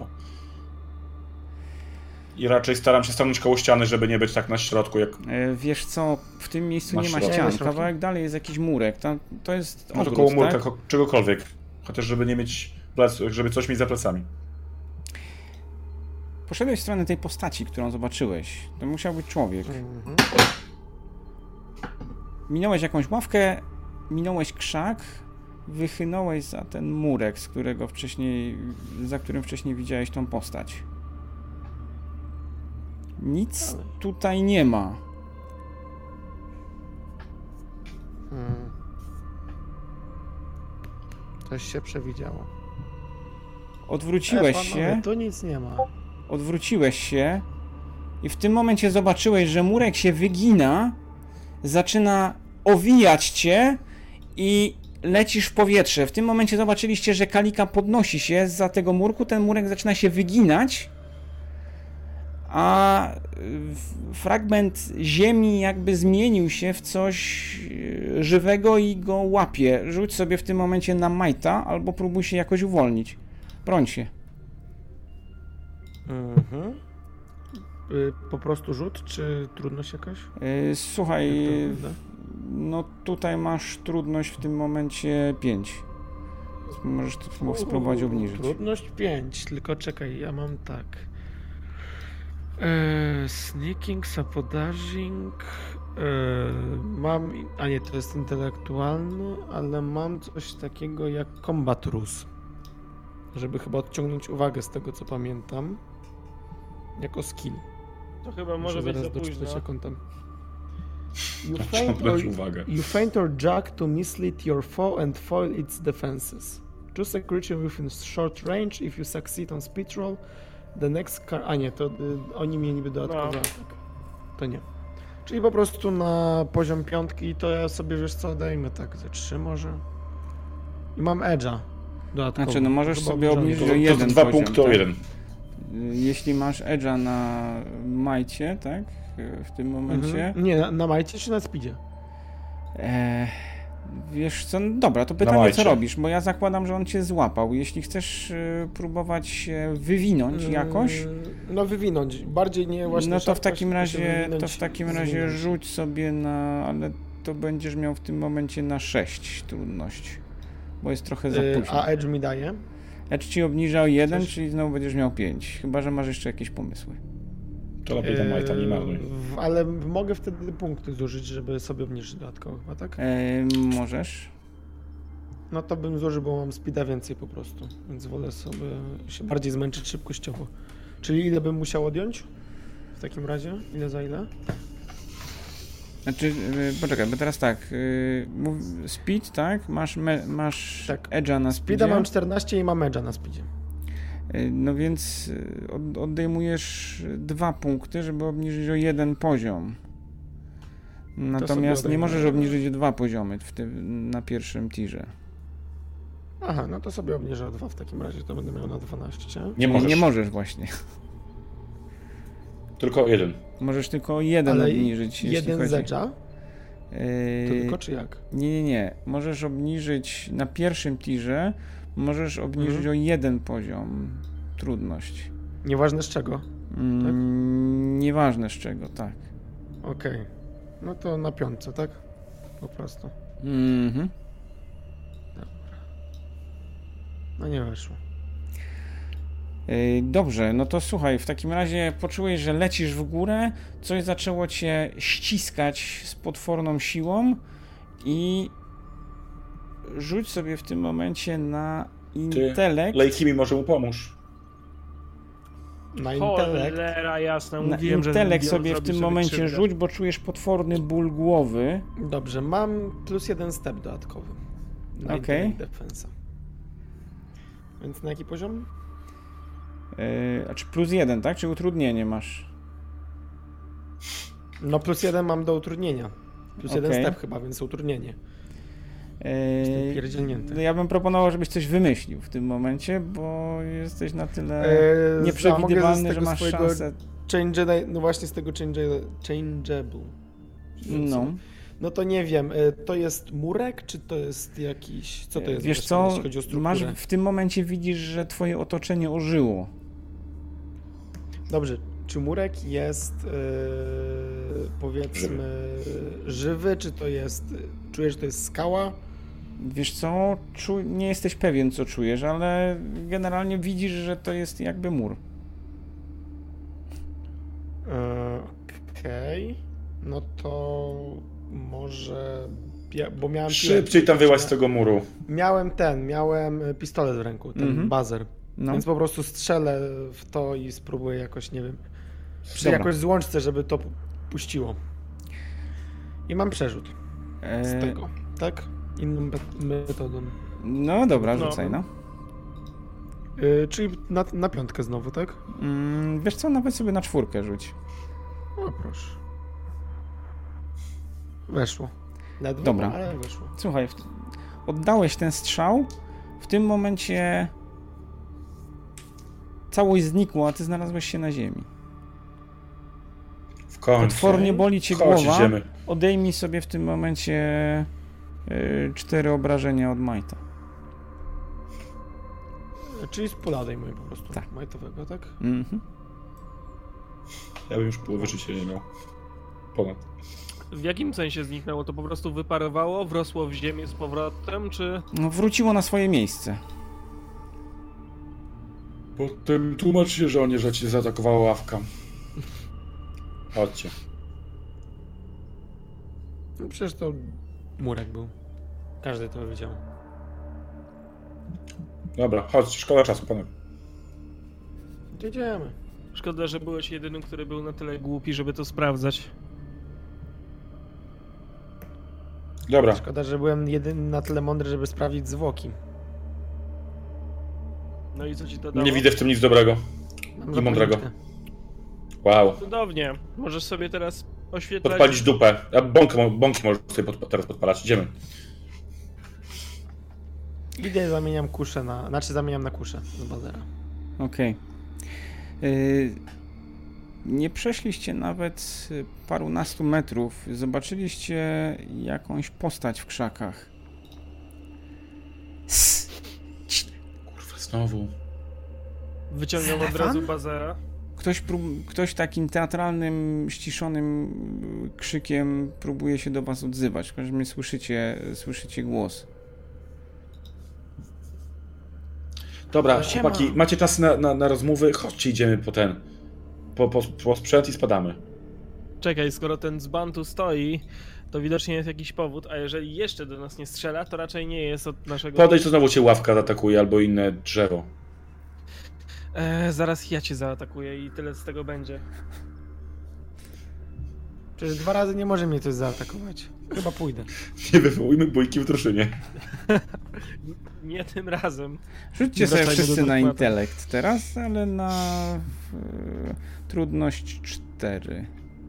I raczej staram się stanąć koło ściany, żeby nie być tak na środku, jak... Wiesz co, w tym miejscu Na nie ma środku. ścian. Nie ma środka. Kawałek dalej jest jakiś murek. Tam, to jest No to ogród, koło murka, tak? czegokolwiek. Chociaż żeby nie mieć żeby coś mieć za plecami. Poszedłeś w stronę tej postaci, którą zobaczyłeś. To musiał być człowiek. Mhm. Minąłeś jakąś ławkę, minąłeś krzak, wychynąłeś za ten murek, za którym wcześniej widziałeś tą postać. Nic tutaj nie ma. Coś się przewidziało. Odwróciłeś Panowie, się. tu nic nie ma. Odwróciłeś się i w tym momencie zobaczyłeś, że murek się wygina, zaczyna owijać cię i lecisz w powietrze. W tym momencie zobaczyliście, że Kalika podnosi się zza tego murku, ten murek zaczyna się wyginać, a fragment ziemi jakby zmienił się w coś żywego i go łapie. Rzuć sobie w tym momencie na majta albo próbuj się jakoś uwolnić. Broń się. Mhm. Po prostu rzut, czy trudność jakaś? Słuchaj, Jak to wygląda? no tutaj masz trudność w tym momencie 5. Możesz to spróbować obniżyć. Trudność 5, tylko czekaj, ja mam tak. Sneaking, sabotaging. Mam. A nie, to jest intelektualny, ale mam coś takiego jak combat ruse. Żeby chyba odciągnąć uwagę z tego, co pamiętam. Jako skill. To chyba może Muszę być za zaraz doczytać, późno. jak on tam. Ciągnąć uwagę. You feint or jug to mislead your foe and foil its defenses. Choose a creature within short range. If you succeed on speed roll, the next A nie, to oni mieli niby dodatkowy No. atak. To nie. Czyli po prostu na poziom 5 to ja sobie, wiesz co, dajmy tak ze 3 może. I mam edge'a dodatkowo. Znaczy, no możesz Chyba sobie obniżony. obniżyć To o jeden 2 poziom, punkty o tak? 1. Jeśli masz edge'a na majcie, tak? W tym momencie. Nie, na majcie czy na speedzie? Wiesz co, no dobra, to pytanie majcie. co robisz, bo ja zakładam, że on cię złapał. Jeśli chcesz próbować się wywinąć jakoś, No wywinąć, bardziej nie właśnie no to w szarpać, takim tylko się razie, wywinąć, zwinąć. rzuć sobie na, ale to będziesz miał w tym momencie na 6 trudność, bo jest trochę za późno. A edge mi daje? Edge ci obniża o 1, Coś- czyli znowu będziesz miał 5, chyba że masz jeszcze jakieś pomysły. To lepiej tam majta nie marnuj. Ale mogę wtedy punkty zużyć, żeby sobie obniżyć dodatkowo chyba, tak? Możesz. No to bym zużył, bo mam speeda więcej po prostu, więc wolę sobie się bardziej zmęczyć szybkościowo. Czyli ile bym musiał odjąć? W takim razie? Ile za ile? Znaczy, poczekaj, bo teraz tak, speed, tak? Masz Tak. edge'a na Speeda speedzie. mam 14 i mam edge'a na speedzie. No więc odejmujesz 2 punkty, żeby obniżyć o 1 poziom. Natomiast sobie nie możesz odejmuję. obniżyć o 2 poziomy na pierwszym tirze. Aha, no to sobie obniżę o 2 w takim razie, to będę miał na 12. Nie możesz właśnie. Tylko 1. Możesz tylko o 1 Ale obniżyć. jeśli jeden z chodzi. edge'a? Tylko czy jak? Nie. Możesz obniżyć na pierwszym tirze, możesz obniżyć o 1 poziom. trudność. Nieważne z czego? Tak? Nieważne z czego, tak. Okej. No to na 5, tak? Po prostu. Mhm. No nie weszło. Dobrze, no to słuchaj, w takim razie poczułeś, że lecisz w górę, coś zaczęło cię ściskać z potworną siłą i rzuć sobie w tym momencie na intelekt. Lejkimi może mu pomóż. Na intelekt. Cholera jasna, Na mówiłem, że intelekt ten sobie w zrobi tym sobie momencie krzywdę. rzuć, bo czujesz potworny ból głowy. Dobrze, mam +1 step dodatkowy. Na Okej. intelekt defensa. Więc na jaki poziom? A czy +1, tak? Czy utrudnienie masz? No +1 mam do utrudnienia. +1 Okej. step chyba, więc utrudnienie. Jestem pierdzielnięty. No ja bym proponował, żebyś coś wymyślił w tym momencie, bo jesteś na tyle A mogę nieprzewidywalny, z że tego masz swojego szansę. No właśnie z tego changeable. No. No to nie wiem, to jest murek, czy to jest jakiś... Co to jest? Wiesz właśnie, co, jeśli chodzi o strukturę? masz w tym momencie widzisz, że twoje otoczenie ożyło. Dobrze, czy murek jest powiedzmy żywy, czy to jest... Czujesz, że to jest skała? Wiesz co, nie jesteś pewien, co czujesz, ale generalnie widzisz, że to jest jakby mur. Okej. No to może... bo miałem... Szybciej tam wyłaź z tego muru. Miałem pistolet w ręku, ten buzzer. No. Więc po prostu strzelę w to i spróbuję jakoś, nie wiem, Dobra. jakoś złączce, żeby to puściło. I mam przerzut z tego, tak? Inną metodą. No dobra, rzucaj, no. Czyli na 5 znowu, tak? Wiesz co, nawet sobie na 4 rzuć. O proszę. Weszło. Ledwo, Dobra. ale weszło. Słuchaj, oddałeś ten strzał, w tym momencie całość znikła, a ty znalazłeś się na ziemi. W końcu. Potwornie boli cię Chodź, głowa. idziemy. Odejmij sobie w tym momencie 4 obrażenia od Majta. Czyli z pula odejmuję po prostu. Tak. Majtowego, tak? Mhm. Ja bym już połowy życia nie miał. Ponad. W jakim sensie zniknęło? To po prostu wyparowało, wrosło w ziemię z powrotem, czy... No, wróciło na swoje miejsce. Potem tłumacz się żonie, że cię zaatakowała ławka. Chodźcie. No przecież to murek był. Każdy to wiedział. Dobra, chodźcie, szkoda czasu, panowie. Jedziemy. Szkoda, że byłeś jedynym, który był na tyle głupi, żeby to sprawdzać. Dobra, Szkoda, że byłem jedyny na tyle mądry, żeby sprawdzić zwłoki. No i co ci to dało? nie widzę w tym nic dobrego. Mam I mądrego. zapalniczkę. Wow. Cudownie. Możesz sobie teraz oświetlać... Podpalić dupę. A bąki możesz sobie teraz podpalać. Idziemy. Idę, zamieniam kuszę na... Znaczy zamieniam na kuszę z bazera. Okej. Nie przeszliście nawet parunastu metrów. Zobaczyliście jakąś postać w krzakach. Kurwa, znowu. Wyciągam od razu bazera. Ktoś takim teatralnym, ściszonym krzykiem próbuje się do was odzywać. W każdym razie słyszycie głos. Dobra, No siema. chłopaki, macie czas na rozmowy? Chodźcie, idziemy po ten. Po sprzęt i spadamy. Czekaj, skoro ten dzban tu stoi, to widocznie jest jakiś powód, a jeżeli jeszcze do nas nie strzela, to raczej nie jest od naszego... Podejdź, to znowu cię ławka zaatakuje albo inne drzewo. Zaraz ja cię zaatakuję i tyle z tego będzie. Przecież 2 razy nie może mnie coś zaatakować. Chyba pójdę. Nie wywołujmy bójki w drużynie. Nie tym razem. Rzućcie sobie Wracajmy wszyscy do na dokładu. intelekt teraz, ale na trudność 4.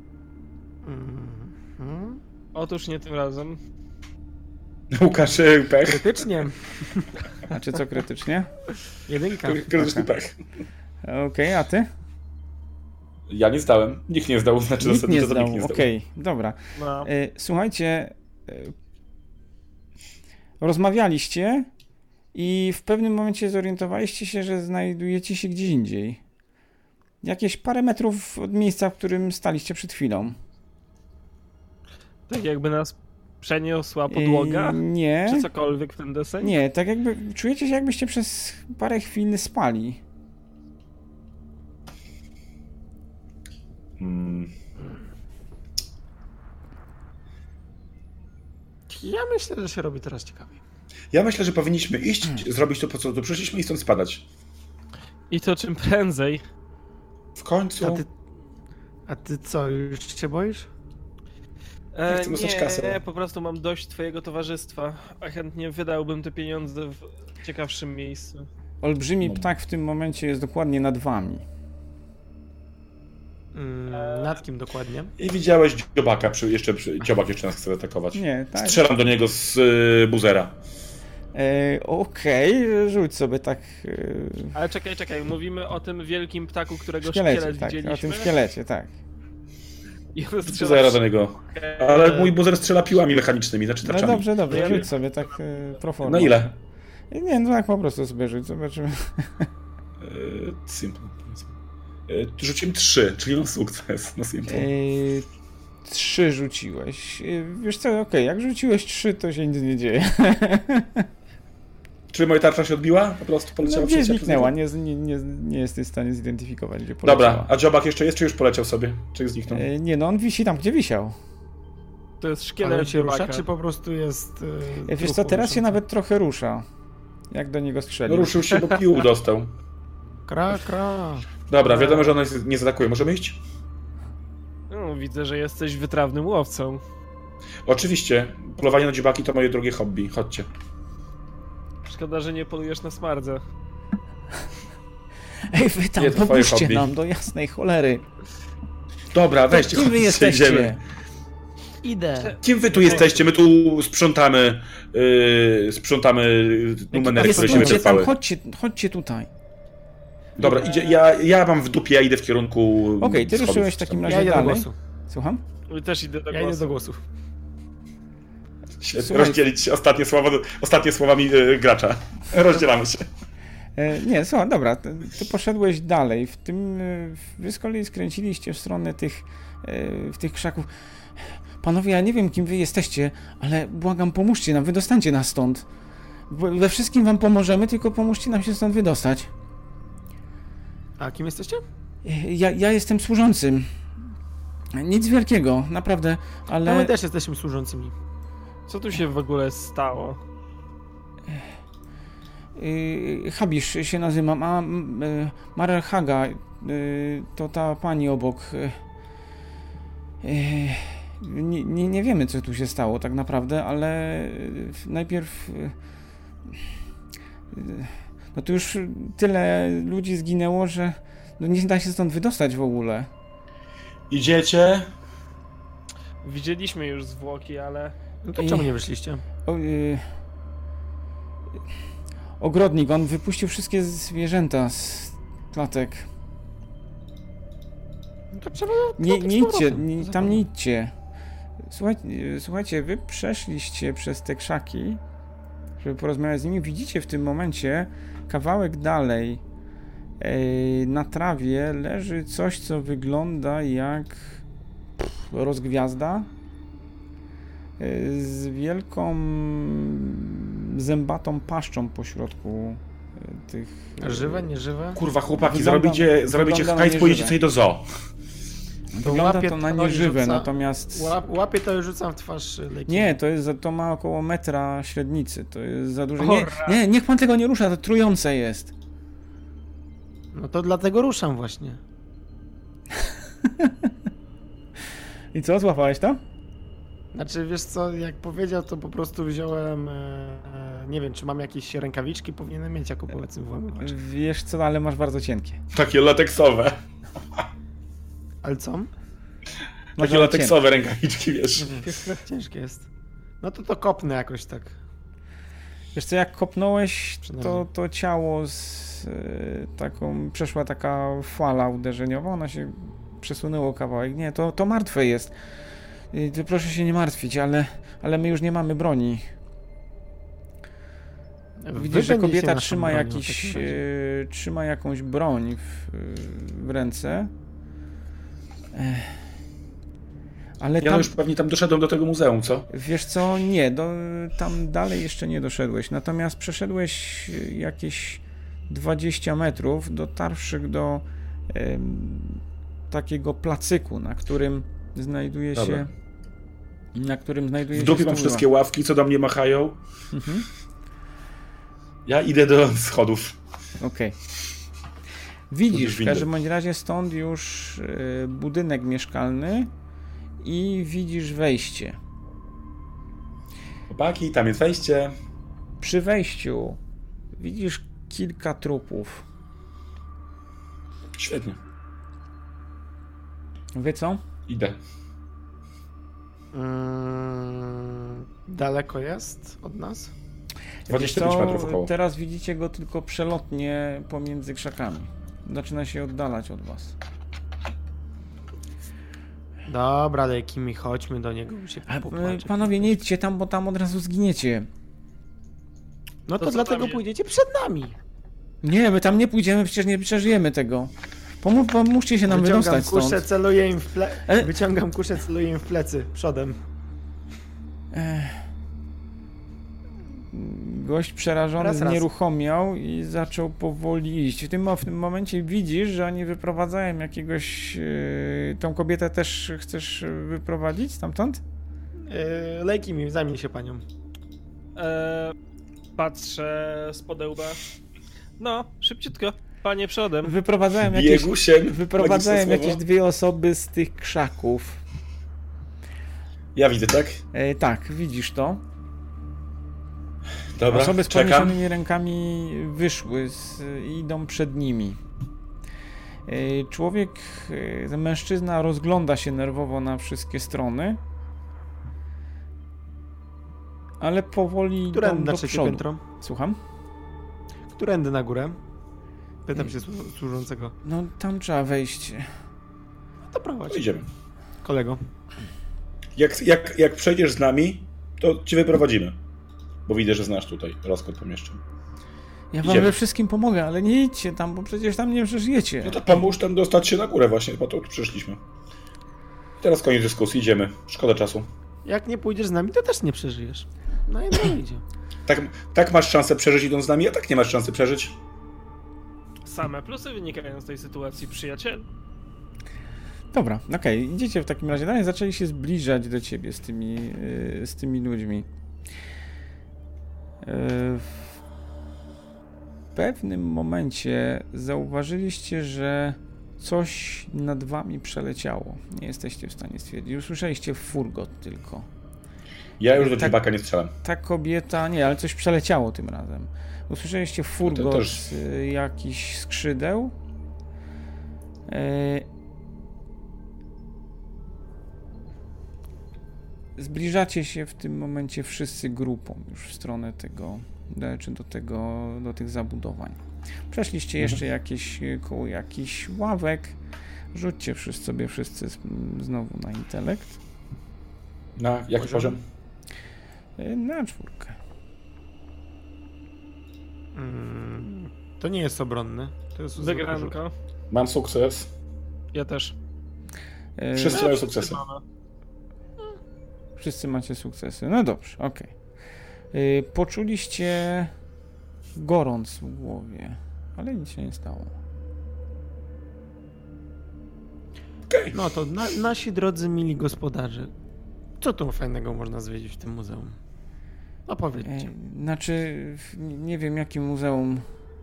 Mhm. Otóż nie tym razem. Łukasz, pech. Krytycznie. A czy co krytycznie? 1. Krytyczny pech. Okej, a ty? Ja nie zdałem. Nikt nie zdał, znaczy Nikt zasadniczo nie to zdał. nikt nie zdał. Okej, dobra. No. Słuchajcie, rozmawialiście i w pewnym momencie zorientowaliście się, że znajdujecie się gdzieś indziej. Jakieś parę metrów od miejsca, w którym staliście przed chwilą. Tak jakby nas przeniosła podłoga? Nie. Czy cokolwiek w ten deseń? Nie, tak jakby czujecie się, jakbyście przez parę chwil spali. Ja myślę, że się robi teraz ciekawiej. Ja myślę, że powinniśmy iść, zrobić to, po co tu przyszliśmy i stąd spadać. I to czym prędzej. W końcu... A ty co, już się boisz? chcę dostać kasę. Nie, po prostu mam dość twojego towarzystwa, a chętnie wydałbym te pieniądze w ciekawszym miejscu. Olbrzymi ptak w tym momencie jest dokładnie nad wami. Nad kim dokładnie? I widziałeś dziobaka, dziobak jeszcze nas chce atakować. Nie, tak. Strzelam do niego z buzera. Okej, rzuć sobie tak... Ale czekaj, mówimy o tym wielkim ptaku, którego szkielet widzieliśmy. tak, o tym szkielecie, tak. I on Z buzera do niego. Ale mój buzer strzela piłami mechanicznymi, znaczy No tarczami. dobrze, rzuć sobie tak pro forma. Na ile? Nie, no tak po prostu sobie rzuć, zobaczymy. Simple. Rzuciłem 3, czyli mam sukces na Simple. 3 rzuciłeś. Wiesz co, okej, jak rzuciłeś 3, to się nic nie dzieje. Czy moja tarcza się odbiła? Po prostu poleciała Gdzie przez zniknęła, nie jesteś w stanie zidentyfikować, gdzie poleciała. Dobra, a dziobak jeszcze jest, czy już poleciał sobie? Czy zniknął? Nie, no on wisi tam, gdzie wisiał. To jest Ale szkielet się rusza, dziobaka. czy po prostu jest... Wiesz co, teraz się nawet trochę rusza. Jak do niego strzelił. No ruszył się, bo piłu dostał. Kra. Dobra, wiadomo, że on nie zaatakuje. Możemy iść? No, widzę, że jesteś wytrawnym łowcą. Oczywiście. Polowanie na dziobaki to moje drugie hobby. Chodźcie. Szkoda, że nie polujesz na smardze. Ej, wy tam, Nie, to twoje pomóżcie hobby. nam, do jasnej cholery. Dobra, weźcie, Kim wy chodźcie, jesteście? idziemy. Idę. Kim wy tu jesteście? My tu sprzątamy numery, które się Stójcie tam, wyczerpały. chodźcie tutaj. Dobra, idzie, ja mam w dupie, ja idę w kierunku Okej, ty schodów. ruszyłeś w takim razie Ja idę do dalej. głosu. Słucham? Też idę do Ja idę do głosu. Słuchaj. Rozdzielić się ostatnie słowami gracza. Rozdzielamy się. Nie, słuchaj, dobra, ty poszedłeś dalej. Wy z kolei skręciliście w stronę tych krzaków. Panowie, ja nie wiem, kim wy jesteście, ale błagam, pomóżcie nam, wydostańcie nas stąd. We wszystkim wam pomożemy, tylko pomóżcie nam się stąd wydostać. A kim jesteście? Ja jestem służącym. Nic wielkiego, naprawdę, ale... No my też jesteśmy służącymi. Co tu się w ogóle stało? Habisz się nazywam, a Marel Haga to ta pani obok. Nie wiemy, co tu się stało tak naprawdę, ale najpierw no to już tyle ludzi zginęło, że no nie da się stąd wydostać w ogóle. Idziecie? Widzieliśmy już zwłoki, ale... No to czemu nie wyszliście? Ogrodnik, on wypuścił wszystkie zwierzęta z klatek. No to trzeba... Nie idźcie, tam nie idźcie. Słuchajcie, wy przeszliście przez te krzaki, żeby porozmawiać z nimi. Widzicie w tym momencie kawałek dalej na trawie leży coś, co wygląda jak rozgwiazda z wielką zębatą paszczą po środku tych... Żywe, nieżywe? Kurwa, chłopaki, Wygląda zarobicie na hajs, pojedziecie nieżywe. sobie do zoo. Wygląda to na nieżywe, rzuca, natomiast... Łapie to i rzucam w twarz leki. Nie, to ma około metra średnicy, to jest za duże. Nie, niech pan tego nie rusza, to trujące jest. No to dlatego ruszam właśnie. I co, złapałeś to? Znaczy, wiesz co, jak powiedział, to po prostu wziąłem, nie wiem, czy mam jakieś rękawiczki, powinienem mieć jako powiedzmy włamywacz. Wiesz co, ale masz bardzo cienkie. Takie lateksowe. Ale co? Masz Takie lateksowe rękawiczki, wiesz. Ciężkie jest. No to kopnę jakoś tak. Wiesz co, jak kopnąłeś, Przynajmniej. to ciało przeszła taka fala uderzeniowa, ona się przesunęło kawałek. Nie, to martwe jest. Proszę się nie martwić, ale my już nie mamy broni. Widzisz, że kobieta trzyma jakąś broń w ręce. Ale Ja już pewnie tam doszedłem do tego muzeum, co? Wiesz co, nie, tam dalej jeszcze nie doszedłeś, natomiast przeszedłeś jakieś 20 metrów, dotarłszy do takiego placyku, na którym znajduje się... W dupie mam wszystkie ławki, co do mnie machają. Ja idę do schodów. Okej. Widzisz w każdym bądź razie stąd już budynek mieszkalny i widzisz wejście. Chłopaki, tam jest wejście. Przy wejściu widzisz kilka trupów. Świetnie. Wie co? Idę. Daleko jest od nas? 25 metrów około. Teraz widzicie go tylko przelotnie pomiędzy krzakami. Zaczyna się oddalać od was. Dobra, Lekimi, chodźmy do niego. Panowie, nie idźcie tam, bo tam od razu zginiecie. No to dlatego pójdziecie przed nami. Nie, my tam nie pójdziemy, przecież nie przeżyjemy tego. Pomóżcie się nam wydostać stąd. Wyciągam kuszę, celuję im w plecy, przodem. Gość przerażony znieruchomiał i zaczął powoli iść. W tym momencie widzisz, że oni wyprowadzają jakiegoś... Tą kobietę też chcesz wyprowadzić stamtąd? Lekimi, zajmij się panią. Patrzę z podełba. No, szybciutko. Panie przodem. Wyprowadzają jakieś 2 osoby z tych krzaków. Ja widzę, tak? Tak, widzisz to. Dobra, osoby z podniesionymi rękami wyszły i idą przed nimi. Mężczyzna rozgląda się nerwowo na wszystkie strony, ale powoli idą do przodu. Piętro? Słucham? Którędy na górę? Pytam się służącego. No tam trzeba wejść. No to prowadź. Idziemy. Kolego. Jak przejdziesz z nami, to cię wyprowadzimy. Bo widzę, że znasz tutaj rozkład pomieszczeń. Ja wam we wszystkim pomogę, ale nie idźcie tam, bo przecież tam nie przeżyjecie. No to pomóż tam dostać się na górę właśnie, po to tu przyszliśmy. Teraz koniec dyskusji, idziemy. Szkoda czasu. Jak nie pójdziesz z nami, to też nie przeżyjesz. No i no idzie. Tak masz szansę przeżyć idąc z nami, a tak nie masz szansy przeżyć. Same plusy wynikają z tej sytuacji, przyjaciel. Dobra, okej, idziecie w takim razie dalej, zaczęli się zbliżać do ciebie z tymi ludźmi. W pewnym momencie zauważyliście, że coś nad wami przeleciało. Nie jesteście w stanie stwierdzić. Usłyszeliście furgot tylko. Ja już do dziebaka nie strzelam. Ta kobieta... Nie, ale coś przeleciało tym razem. Usłyszeliście furgot z jakichś skrzydeł. Zbliżacie się w tym momencie wszyscy grupą już w stronę tego, czy do tych zabudowań. Przeszliście jeszcze koło jakichś ławek. Rzućcie sobie wszyscy znowu na intelekt. Na jaki poziom? Na 4. To nie jest obronny. To jest wygranko. Mam sukces. Ja też. Wszyscy mają sukcesy. Wszyscy macie sukcesy. No dobrze, okej. Poczuliście gorąc w głowie, ale nic się nie stało. Okay. No to nasi drodzy mili gospodarze, co tu fajnego można zwiedzić w tym muzeum? Opowiedzcie. Znaczy, nie wiem jakie muzeum.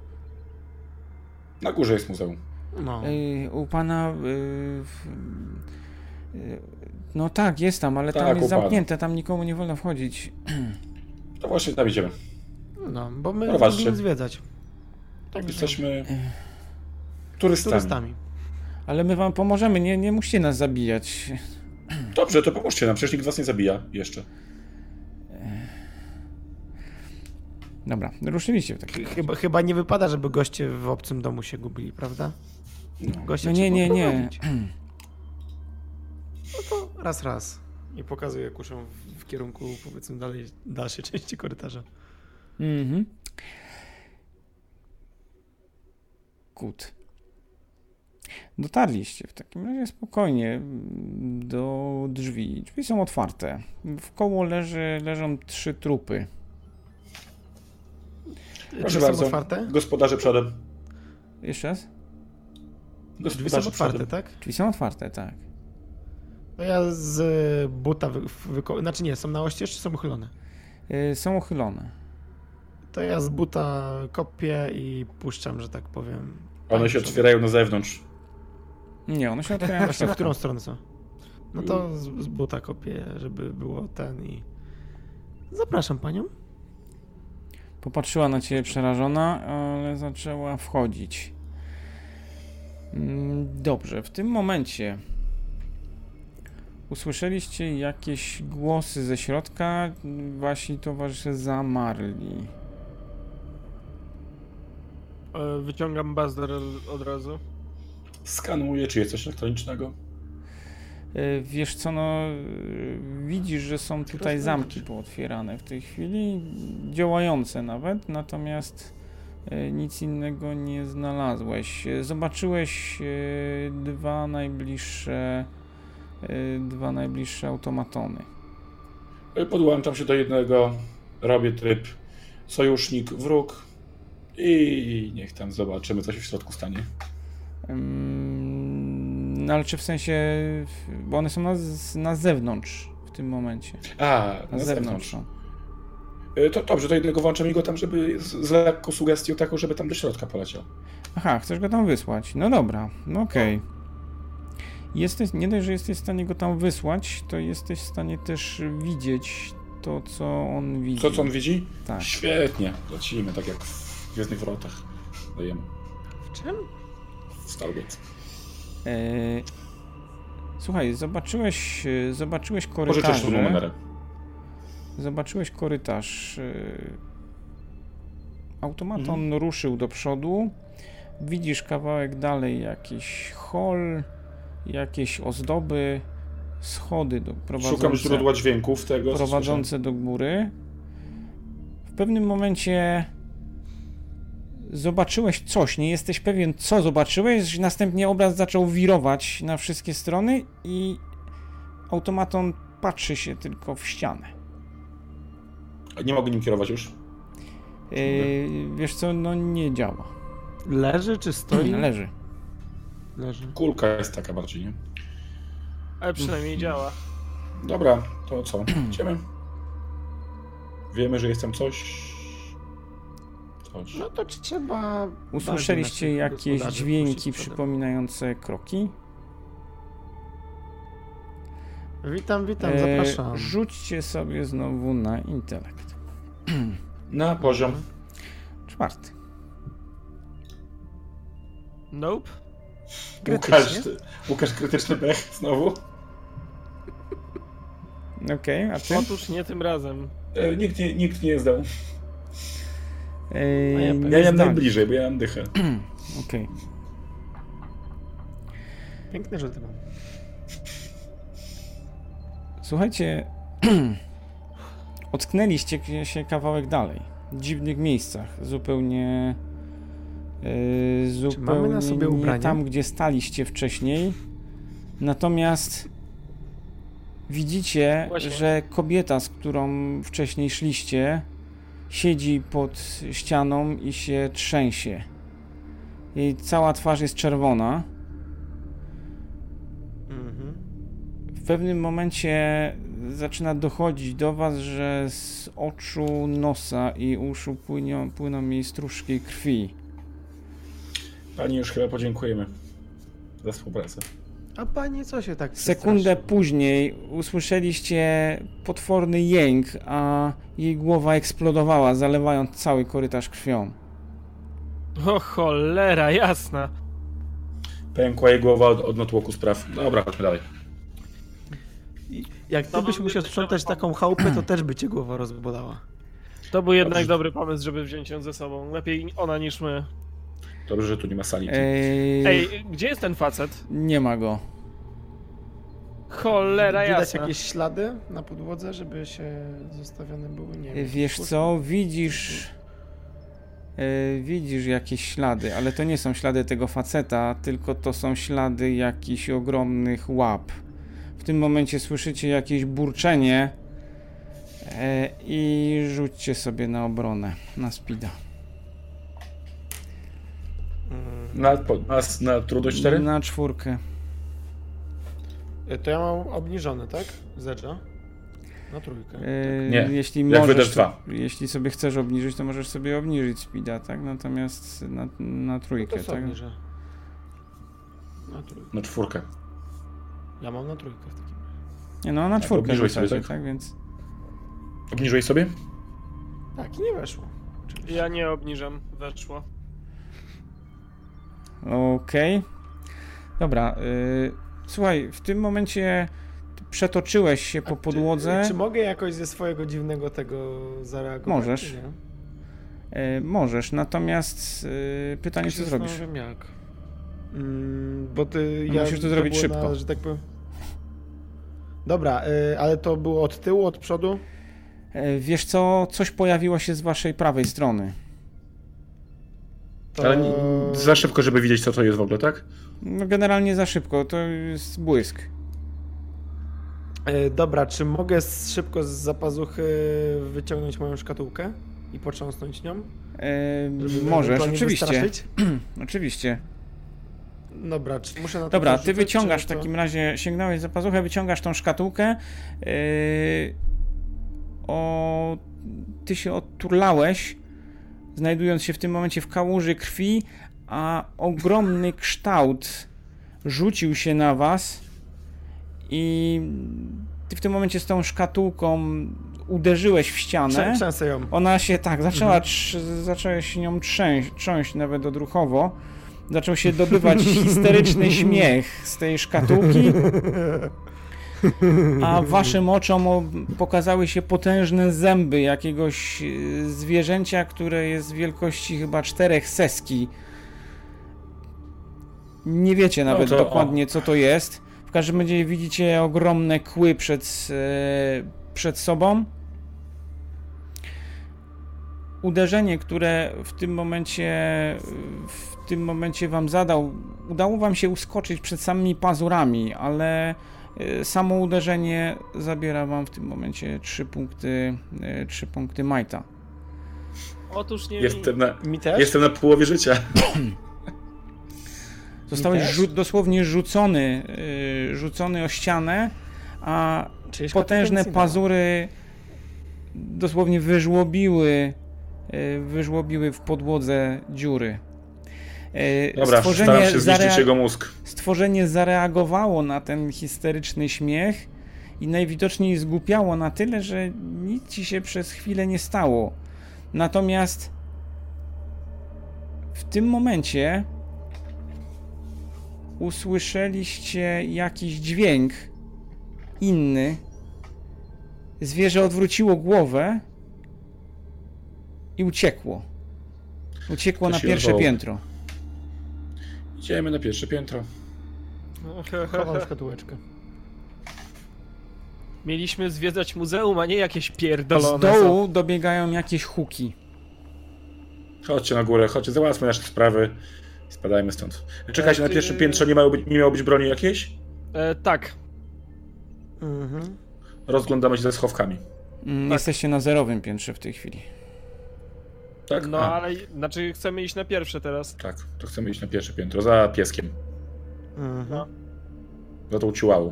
Na górze jest muzeum. No. U pana... No tak, jest tam, ale tam jest zamknięte, tam nikomu nie wolno wchodzić. To właśnie tam idziemy. No, bo my lubimy zwiedzać. Tak, jesteśmy turystami. Ale my wam pomożemy, nie musicie nas zabijać. Dobrze, to pomóżcie nam, przecież nikt was nie zabija jeszcze. Dobra, ruszyliście w takim razie. Chyba nie wypada, żeby goście w obcym domu się gubili, prawda? Goście nie. No to raz. I pokazuję kuszą w kierunku, powiedzmy, dalszej części korytarza. Gut. Dotarliście w takim razie spokojnie do drzwi. Drzwi są otwarte. Wkoło leżą 3 trupy. Proszę Są bardzo, otwarte? gospodarze przodem. Jeszcze raz? Drzwi są otwarte, tak? Drzwi są otwarte, tak. To ja z buta znaczy nie, są na oścież czy są uchylone? Są uchylone. To ja z buta kopię i puszczam, że tak powiem. One się otwierają na zewnątrz. Nie, one się otwierają w Właśnie w środku. którą stronę są? No to z buta kopię, żeby było i... Zapraszam panią. Popatrzyła na ciebie przerażona, ale zaczęła wchodzić. Dobrze, w tym momencie usłyszeliście jakieś głosy ze środka. Wasi towarzysze zamarli. Wyciągam bazder od razu. Skanuję, czy jest coś elektronicznego. Wiesz co, no widzisz, że są tutaj zamki pootwierane w tej chwili, działające nawet, natomiast nic innego nie znalazłeś. Zobaczyłeś dwa najbliższe automatony. Podłączam się do jednego, robię tryb sojusznik, wróg i niech tam zobaczymy, co się w środku stanie. No ale czy w sensie, bo one są na zewnątrz w tym momencie. Na zewnątrz. Są. To dobrze, to jednego włączam i go tam, żeby z lekką sugestią taką, żeby tam do środka poleciał. Aha, chcesz go tam wysłać. No dobra, no okej. Nie dość, że jesteś w stanie go tam wysłać, to jesteś w stanie też widzieć to, co on widzi. Co on widzi? Tak. Świetnie, lecimy, tak jak w Gwiezdnych Wrotach. Dajemy. W czym? W Stargate. Słuchaj, zobaczyłeś korytarze. Pożyczę szturmu numerem. Zobaczyłeś korytarz. Automaton ruszył do przodu. Widzisz kawałek dalej jakiś hol, jakieś ozdoby, schody Szukam źródła dźwięków tego. prowadzące do góry. W pewnym momencie zobaczyłeś coś, nie jesteś pewien, co zobaczyłeś, następnie obraz zaczął wirować na wszystkie strony i automaton patrzy się tylko w ścianę. Nie mogę nim kierować już? Wiesz co, no nie działa. Leży czy stoi? Leży. Leży. Kulka jest taka bardziej, nie? Ale przynajmniej działa. Dobra, to co? Idziemy. Wiemy, że jestem coś. No to czy trzeba... Usłyszeliście jakieś dźwięki przypominające kroki? Witam, zapraszam. Rzućcie sobie znowu na intelekt. Na poziom. 4. Nope. Łukasz krytyczny pech znowu. Okej, a ty? Otóż nie tym razem. Nikt nie zdał. Ja miałem najbliżej, bo ja mam dychę. Okej. Piękne rzuty mam. Słuchajcie, ocknęliście się kawałek dalej. W dziwnych miejscach. Zupełnie mamy na sobie nie ubrania? tam, gdzie staliście wcześniej. Natomiast widzicie, Właśnie. że kobieta, z którą wcześniej szliście, siedzi pod ścianą i się trzęsie. Jej cała twarz jest czerwona. W pewnym momencie zaczyna dochodzić do was, że z oczu, nosa i uszu płyną jej stróżki krwi. Pani już chyba podziękujemy za współpracę. A pani co się tak Sekundę przestraszy? później usłyszeliście potworny jęk, a jej głowa eksplodowała, zalewając cały korytarz krwią. O cholera, jasna. Pękła jej głowa od natłoku spraw. Dobra, chodźmy dalej. Jak ty byś musiał sprzątać taką chałupę, to też by cię głowa rozbolała. To był jednak dobry pomysł, żeby wziąć ją ze sobą. Lepiej ona niż my. Dobrze, że tu nie ma sali. Ej, gdzie jest ten facet? Nie ma go. Cholera, Widać jasna. jakieś ślady na podłodze, żeby się zostawione były? Nie wiem. Wiesz co, widzisz Widzisz jakieś ślady, ale to nie są ślady tego faceta, tylko to są ślady jakichś ogromnych łap. W tym momencie słyszycie jakieś burczenie i rzućcie sobie na obronę, na speeda. Na trudność 4? Na 4. To ja mam obniżone, tak? Zedża? Na 3. Nie, Jeśli jak możesz, wydasz 2. jeśli sobie chcesz obniżyć, to możesz sobie obniżyć speeda, tak? Natomiast na 3, No to tak? obniżę. Na 3. Na 4. Ja mam na 3 w takim razie. Nie, no na 4 obniżyłeś sobie, rzucacie, tak? tak? Więc... Obniżyłeś sobie? Tak, i nie weszło. Oczywiście. Ja nie obniżam, weszło. Okej. Dobra, słuchaj, w tym momencie przetoczyłeś się po podłodze. Czy mogę jakoś ze swojego dziwnego tego zareagować? Możesz. Nie? Możesz, natomiast pytanie, co zrobisz? Nie wiem jak. Bo ty... No musisz to zrobić było szybko. że tak powiem... Dobra, ale to było od tyłu, od przodu? Wiesz co, coś pojawiło się z waszej prawej strony. To... Ale za szybko, żeby widzieć, co to jest w ogóle, tak? No generalnie za szybko, to jest błysk. Dobra, czy mogę szybko z zapazuchy wyciągnąć moją szkatułkę i potrząsnąć nią? Możesz, ewentualnie oczywiście. wystraszyć? Oczywiście. Dobra, czy muszę na to Dobra, coś ty rzucać, wyciągasz w czy to- takim razie, sięgnąłeś za pazuchę, wyciągasz tą szkatułkę. Ty się odturlałeś, znajdując się w tym momencie w kałuży krwi, a ogromny kształt rzucił się na was i ty w tym momencie z tą szkatułką uderzyłeś w ścianę. Trzęsę ją. Ona się tak, zacząłeś się nią trząść nawet odruchowo. Zaczął się dobywać histeryczny śmiech z tej szkatułki, a waszym oczom pokazały się potężne zęby jakiegoś zwierzęcia, które jest wielkości chyba 4 seski. Nie wiecie nawet dokładnie, co to jest. W każdym razie widzicie ogromne kły przed sobą. Uderzenie, które w tym momencie wam zadał, udało wam się uskoczyć przed samymi pazurami, ale samo uderzenie zabiera wam w tym momencie 3 punkty majta. Otóż nie... Mi też? Jestem na połowie życia. Zostałeś dosłownie rzucony o ścianę, a Czyli potężne szkatułka nic nie dała. pazury dosłownie wyżłobiły w podłodze dziury. Dobra, staram się zniszczyć jego mózg. Stworzenie zareagowało na ten histeryczny śmiech i najwidoczniej zgłupiało na tyle, że nic ci się przez chwilę nie stało. Natomiast w tym momencie usłyszeliście jakiś dźwięk inny. Zwierzę odwróciło głowę i uciekło. Uciekło na pierwsze piętro. Idziemy na pierwsze piętro. Chowam szkatułeczkę. Mieliśmy zwiedzać muzeum, a nie jakieś Z pierdolone. dołu dobiegają jakieś huki. Chodźcie na górę, chodźcie, załatwmy nasze sprawy i spadajmy stąd. Czekajcie, na pierwsze piętrze nie miało być broni jakiejś? Tak. Mhm. Rozglądamy się ze schowkami. Jesteście na 0 piętrze w tej chwili. Tak? No ale, znaczy chcemy iść na pierwsze teraz. Tak, to chcemy iść na pierwsze piętro, za pieskiem. Mhm. Za tą ciułałą.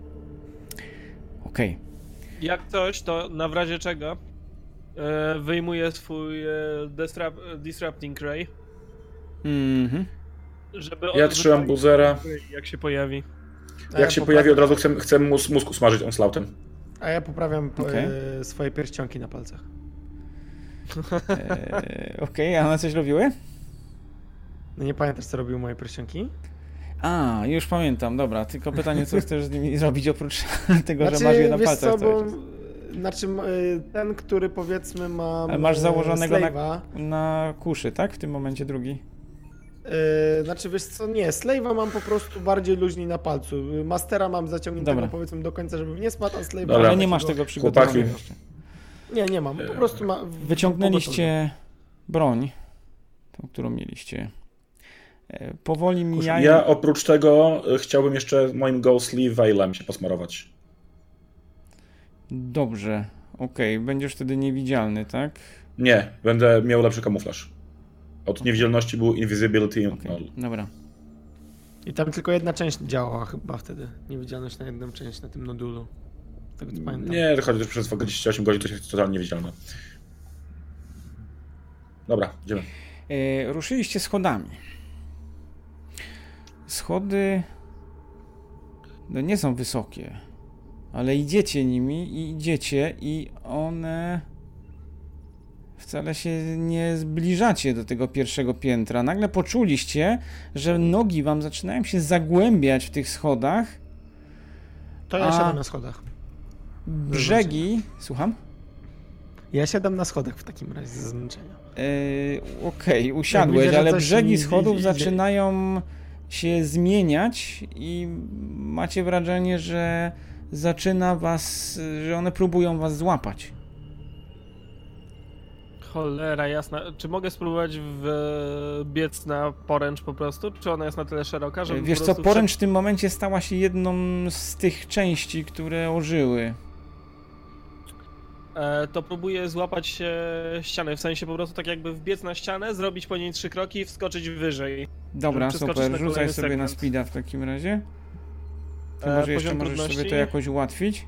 Okej. Jak coś, to na w razie czego wyjmuję swój Disrupting Ray, Mhm. żeby Ja trzymam buzera. jak się pojawi. Jak się pojawi, od razu chcę mózg usmażyć onslaughtem. A ja poprawiam Okej. swoje pierścionki na palcach. Okej, a one coś robiły? No nie pamiętasz, co robiły moje pierścionki? A, już pamiętam, dobra. Tylko pytanie, co chcesz z nimi zrobić oprócz tego, że masz je na wiesz palcach co, cały czas. Znaczy, ten, który powiedzmy ma... Ale masz założonego Slave'a. na kuszy, tak? W tym momencie drugi. Znaczy, wiesz co, nie, Slave'a mam po prostu bardziej luźniej na palcu. Mastera mam zaciągniętego Dobra. powiedzmy do końca, żeby nie spadł, a Slave'a... Dobra. Ale nie masz tego przygotowanego Chłopaki. jeszcze. Nie mam, po prostu ma... Wyciągnęliście broń Tą, którą mieliście. Powoli mijają... Ja oprócz tego chciałbym jeszcze moim Ghostly Veilem się posmarować. Dobrze, okej. Będziesz wtedy niewidzialny, tak? Nie, będę miał lepszy kamuflaż. Od niewidzialności był Invisibility. Okay. Dobra. I tam tylko jedna część działała chyba wtedy. Niewidzialność na jedną część na tym nodulu. Z tego co pamiętam. Nie, chodzi też przez 28 godzin to jest totalnie niewidzialne. Dobra, idziemy. Ruszyliście schodami. Schody no nie są wysokie, ale idziecie nimi i idziecie i one wcale się nie zbliżacie do tego pierwszego piętra. Nagle poczuliście, że nogi wam zaczynają się zagłębiać w tych schodach. To ja siadam na schodach. Brzegi... Słucham? Ja siadam na schodach w takim razie ze zmęczenia. Okej, usiadłeś, widzę, ale coś brzegi schodów idzie. zaczynają się zmieniać i macie wrażenie, że zaczyna was, że one próbują was złapać. Cholera jasna. Czy mogę spróbować biec na poręcz po prostu? Czy ona jest na tyle szeroka, żeby Wiesz po co, prostu poręcz w tym momencie stała się jedną z tych części, które ożyły. To próbuję złapać się ściany, w sensie po prostu tak jakby wbiec na ścianę, zrobić po niej 3 kroki i wskoczyć wyżej. Dobra, przeskoczyć super, na rzucaj kolejny sobie na segment. speeda w takim razie. Chyba, że jeszcze poziom możesz sobie trudności? to jakoś ułatwić.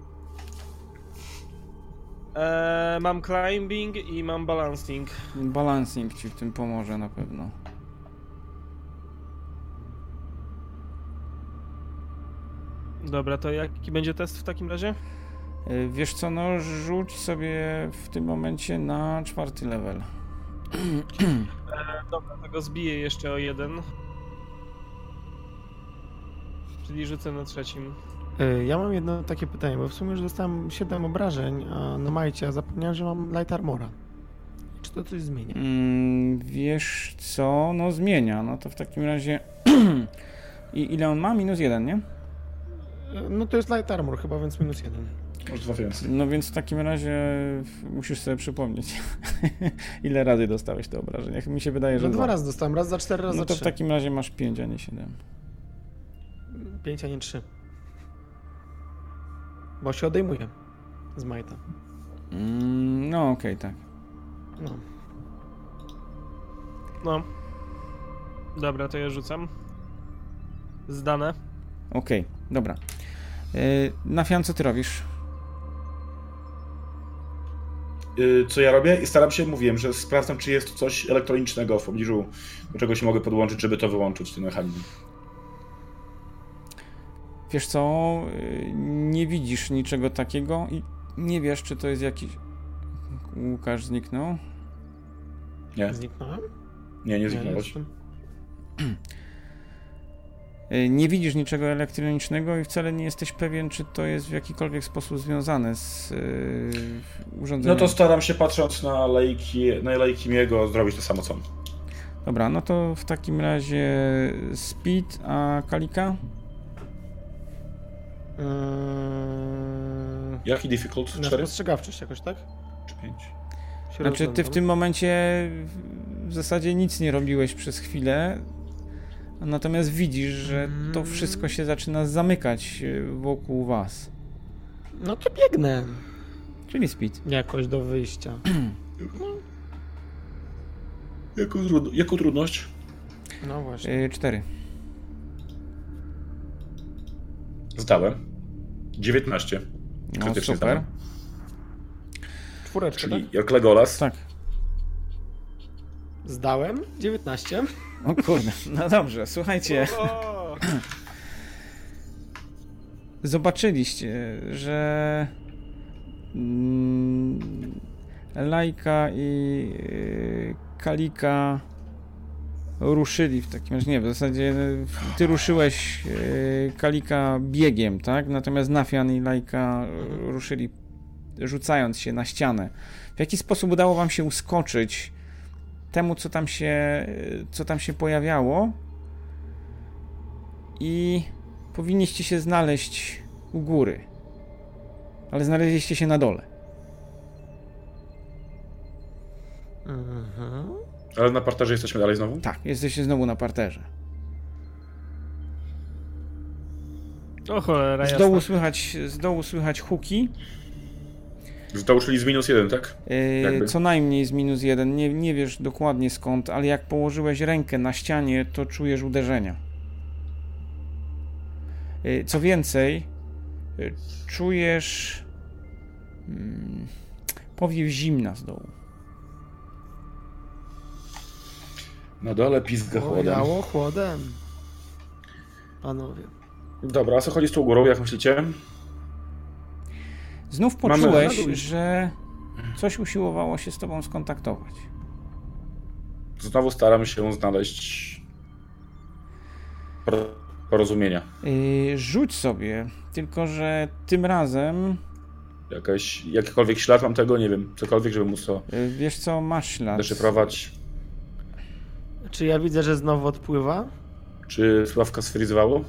Mam climbing i mam balancing. Balancing ci w tym pomoże na pewno. Dobra, to jaki będzie test w takim razie? Wiesz co, no rzuć sobie w tym momencie na 4. level. Dobra, to go zbiję jeszcze o 1. Czyli rzucę na 3. Ja mam jedno takie pytanie, bo w sumie już dostałem 7 obrażeń na majcie, a zapomniałem, że mam light armora. Czy to coś zmienia? Wiesz co, no zmienia, no to w takim razie... I ile on ma? -1, nie? No to jest light armor chyba, więc -1. Może 2 więcej. No więc w takim razie musisz sobie przypomnieć, ile razy dostałeś te obrażenia. Mi się wydaje, że No 2 2. razy dostałem, raz za 4, raz No za to 3. w takim razie masz 5, a nie 7. 5, a nie 3. Bo się odejmuje z majta. No okej, tak. No. No. Dobra, to ja rzucam. Zdane. Okej, dobra. Nafian, co ty robisz? Co ja robię? I staram się, mówiłem, że sprawdzam, czy jest coś elektronicznego w pobliżu, do czego się mogę podłączyć, żeby to wyłączyć, ten mechanizm. Wiesz co, nie widzisz niczego takiego i nie wiesz, czy to jest jakiś... Łukasz zniknął? Nie, Zniknąłem? nie zniknąłeś. jestem. Nie widzisz niczego elektronicznego i wcale nie jesteś pewien, czy to jest w jakikolwiek sposób związane z urządzeniem. No to staram się, patrząc na lejki jego, zrobić to samo co on. Dobra, no to w takim razie Speed, a Kalika? Jaki difficult? Na 4 spostrzegawczość jakoś, tak? czy 5? Znaczy ty w tym momencie w zasadzie nic nie robiłeś przez chwilę, natomiast widzisz, że to wszystko się zaczyna zamykać wokół was. No to biegnę. Czyli Speed. Jakoś do wyjścia. Jaką trudność? No właśnie. 4. Zdałem. 19. No Krytycznie super. zdałem. 4, Czyli tak? jak Legolas. Tak. Zdałem. 19. O kurde, no dobrze, słuchajcie. Zobaczyliście, że Lajka i Kalika ruszyli w takim razie, nie, w zasadzie ty ruszyłeś Kalika biegiem, tak? Natomiast Nafian i Lajka ruszyli rzucając się na ścianę. W jaki sposób udało wam się uskoczyć temu, co tam się pojawiało i powinniście się znaleźć u góry, ale znaleźliście się na dole. Ale na parterze jesteśmy dalej znowu? Tak, jesteście znowu na parterze. O cholera, Z dołu słychać huki. Z dołu, czyli z -1, tak? Jakby. Co najmniej z -1. Nie wiesz dokładnie skąd, ale jak położyłeś rękę na ścianie, to czujesz uderzenia. Co więcej, czujesz powiew zimna z dołu. Na dole pizga chłodem. Owiało chłodem. Panowie. Dobra, a co chodzi z tą górą, jak myślicie? Znów poczułeś, że coś usiłowało się z tobą skontaktować. Znowu staram się znaleźć porozumienia. Rzuć sobie, tylko że tym razem... Jakikolwiek ślad mam tego, nie wiem, cokolwiek, żeby móc to Wiesz co, masz ślad. deszyfrować. Czy ja widzę, że znowu odpływa? Czy Sławka sfrizowało?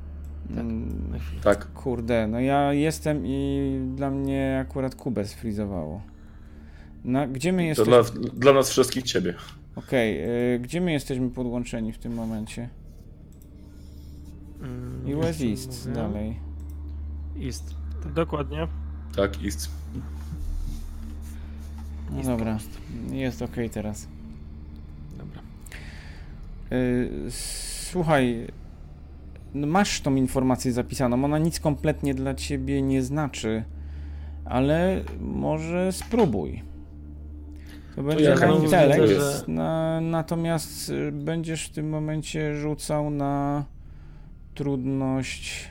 Tak. Kurde, no ja jestem i dla mnie akurat Kubę sfrizowało. Gdzie my To jesteśmy? dla nas wszystkich ciebie. Okej, gdzie my jesteśmy podłączeni w tym momencie? US East dalej. East. Dokładnie. Tak, ist. No dobra, jest okej teraz. Dobra. Słuchaj, no masz tą informację zapisaną, ona nic kompletnie dla ciebie nie znaczy, ale może spróbuj. To będzie jaka na intelekt, jest? natomiast będziesz w tym momencie rzucał na trudność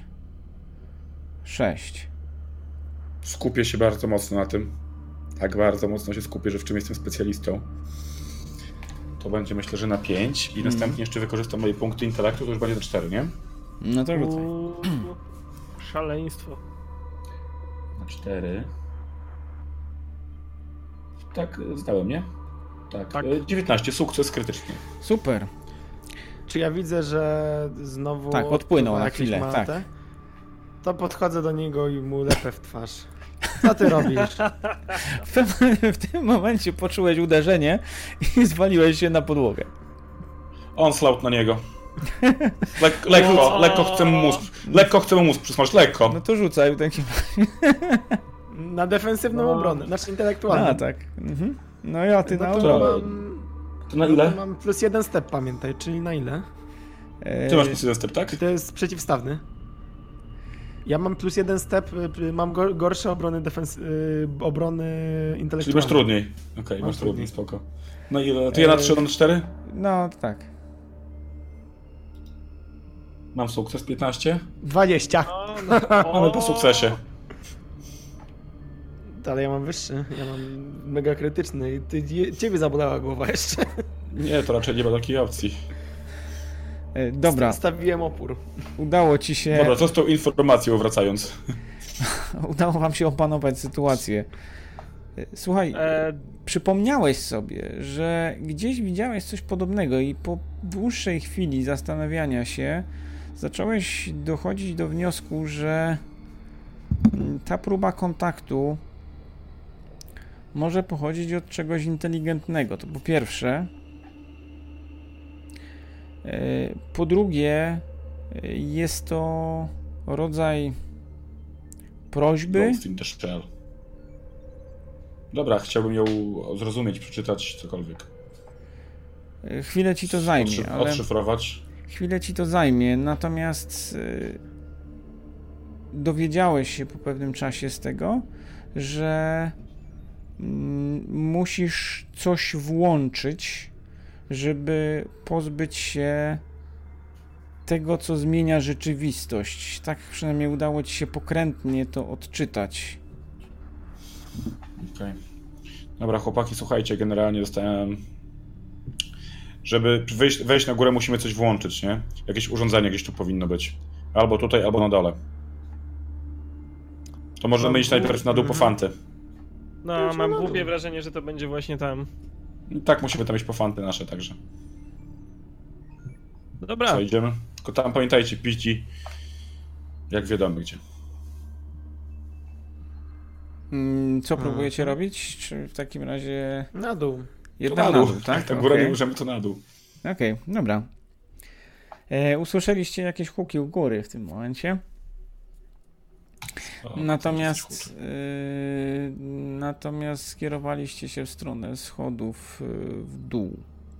6. Skupię się bardzo mocno na tym. Tak bardzo mocno się skupię, że w czym jestem specjalistą. To będzie, myślę, że na 5 i następnie jeszcze wykorzystam moje punkty intelektu, to już będzie na 4, nie? No to rzucaj. Szaleństwo. Na 4. Tak, zdałem, nie? Tak. 19, sukces krytyczny. Super. Czy ja widzę, że znowu... Tak, odpłynął na jakieś chwilę, manatę? tak. To podchodzę do niego i mu lepę w twarz. Co ty robisz? W tym momencie poczułeś uderzenie i zwaliłeś się na podłogę. Onslaught na niego. Lekko chcę mu mózg przysmażyć, lekko. No to rzucaj w takim Na defensywną obronę, znaczy intelektualną. A, tak. Mhm. No ja ty No na to obronę. To na ile? Mam plus 1 step, pamiętaj, czyli na ile? Ty masz plus 1 step, tak? Czy to jest przeciwstawny? Ja mam plus 1 step, mam gorsze obrony obrony intelektualnej. Czyli masz trudniej. Okej, Mam masz trudniej, trudniej. spoko. No ile? To ja na 3, na 4? No tak. Mam sukces, 15. 20. Mamy po sukcesie. Ale ja mam wyższy, ja mam mega krytyczny i ciebie zabolała głowa jeszcze. Nie, to raczej nie ma takiej opcji. Dobra, Stawiłem opór. udało ci się. Dobra, co z tą informacją wracając? Udało wam się opanować sytuację. Słuchaj, przypomniałeś sobie, że gdzieś widziałeś coś podobnego i po dłuższej chwili zastanawiania się zacząłeś dochodzić do wniosku, że ta próba kontaktu może pochodzić od czegoś inteligentnego. To po pierwsze. Po drugie, jest to rodzaj prośby. Ghost in the Shell. Dobra, chciałbym ją zrozumieć, przeczytać cokolwiek. Chwilę ci to zajmie, ale Odszyfrować. chwilę ci to zajmie, natomiast dowiedziałeś się po pewnym czasie z tego, że musisz coś włączyć, żeby pozbyć się tego, co zmienia rzeczywistość. Tak przynajmniej udało ci się pokrętnie to odczytać. Okej. Dobra, chłopaki, słuchajcie, generalnie dostałem... Żeby wejść na górę, musimy coś włączyć, nie? Jakieś urządzenie gdzieś tu powinno być. Albo tutaj, albo na dole. To możemy iść najpierw na dół po fanty. No, mam głupie wrażenie, że to będzie właśnie tam. I tak musimy tam iść po fanty nasze, także. Dobra. Co, idziemy? Tylko tam pamiętajcie, piździ jak wiadomo gdzie. Co próbujecie robić? Czy w takim razie Na dół. Jedna na dół, tak? Ta góra nie możemy, to na dół. Okej, dobra. Usłyszeliście jakieś huki u góry w tym momencie. Natomiast skierowaliście się w stronę schodów w dół.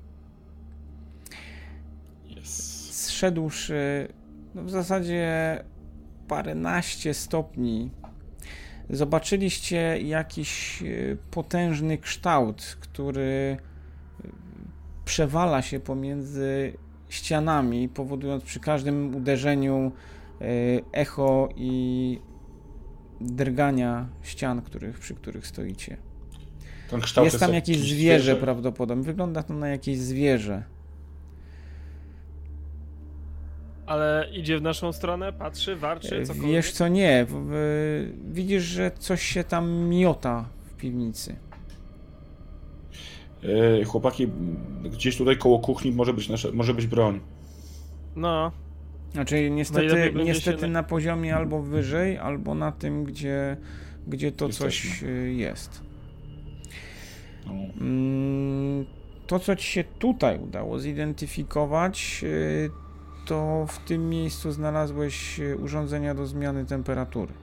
Zszedłszy w zasadzie paręnaście stopni, zobaczyliście jakiś potężny kształt, który przewala się pomiędzy ścianami, powodując przy każdym uderzeniu echo i drgania ścian, przy których stoicie. Ten kształt jest tam jakieś zwierzę prawdopodobnie. Wygląda to na jakieś zwierzę. Ale idzie w naszą stronę, patrzy, warczy, cokolwiek? Wiesz co, nie. Widzisz, że coś się tam miota w piwnicy. Chłopaki, gdzieś tutaj koło kuchni może być broń. No. Znaczy niestety na poziomie albo wyżej, albo na tym, gdzie to coś jest. No. To, co ci się tutaj udało zidentyfikować, to w tym miejscu znalazłeś urządzenia do zmiany temperatury.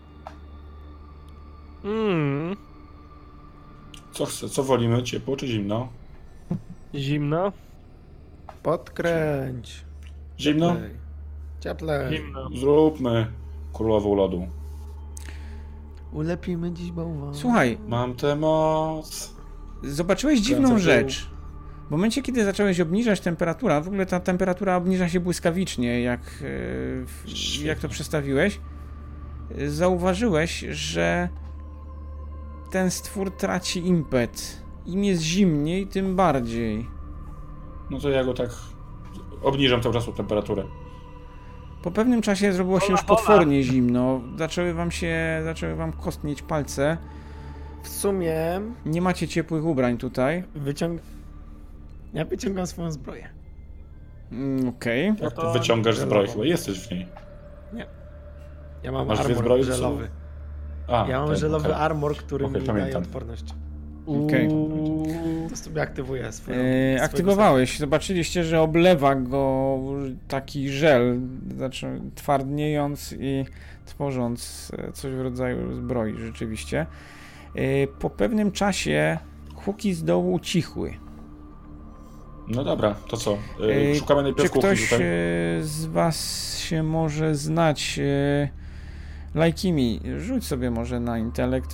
Co wolimy? Ciepło czy zimno? Zimno. Podkręć. Zimno? Cieplej. Zimno. Zróbmy królową lodu. Ulepimy dziś bałwan. Słuchaj. Mam tę moc. Zobaczyłeś dziwną rzecz. W momencie, kiedy zacząłeś obniżać temperaturę, w ogóle ta temperatura obniża się błyskawicznie, jak to przestawiłeś, zauważyłeś, że ten stwór traci impet. Im jest zimniej, tym bardziej. No to ja go tak obniżam cały czas temperaturę. Po pewnym czasie zrobiło się już potwornie zimno. Zaczęły wam kostnieć palce. W sumie... Nie macie ciepłych ubrań tutaj. Ja wyciągam swoją zbroję. Okej. Jak to wyciągasz zbroję? Chyba jesteś w niej. Nie. Ja mam Masz armor żelowy. Ja mam żelowy armor, który mi daje odporność. Okej. To sobie aktywuję aktywowałeś. Zobaczyliście, że oblewa go taki żel, twardniejąc i tworząc coś w rodzaju zbroi rzeczywiście. Po pewnym czasie huki z dołu ucichły. No dobra, to co? Szukamy najpierw kuchni. Czy ktoś tutaj? z was się może znać Lajkimi? Rzuć sobie może na intelekt.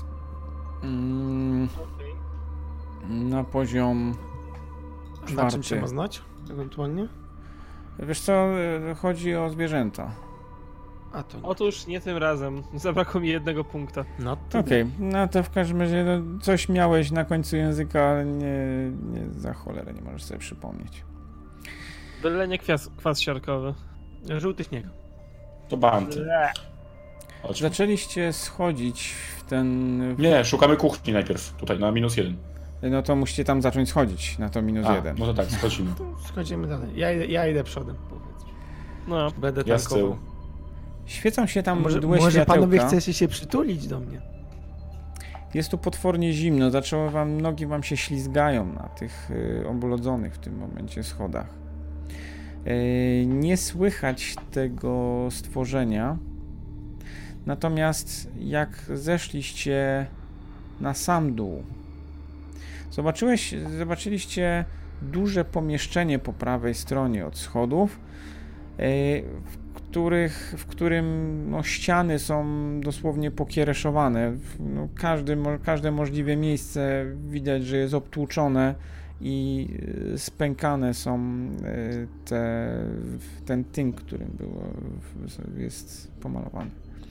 Na poziom 4. Na czym się ma znać? Ewentualnie? Wiesz co, chodzi o zwierzęta. A to nie. Otóż nie tym razem. Zabrakło mi 1 punkta. No to Okej, no to w każdym razie coś miałeś na końcu języka, ale nie za cholerę nie możesz sobie przypomnieć. Wylenie kwas siarkowy. Żółty śnieg. To banty. Zaczęliście schodzić w ten... Nie, szukamy kuchni najpierw, tutaj na -1. No to musicie tam zacząć schodzić na to -1. No to tak, schodzimy. Schodzimy dalej. Ja idę przodem, powiedzmy. No. Będę Ja z tyłu. Świecą się tam mdłe Może światełka. panowie chcecie się przytulić do mnie? Jest tu potwornie zimno, nogi wam się ślizgają na tych oblodzonych w tym momencie schodach. Nie słychać tego stworzenia, natomiast jak zeszliście na sam dół, zobaczyliście duże pomieszczenie po prawej stronie od schodów, w którym ściany są dosłownie pokiereszowane. Każde możliwe miejsce widać, że jest obtłuczone i spękane są ten tynk, którym jest pomalowany.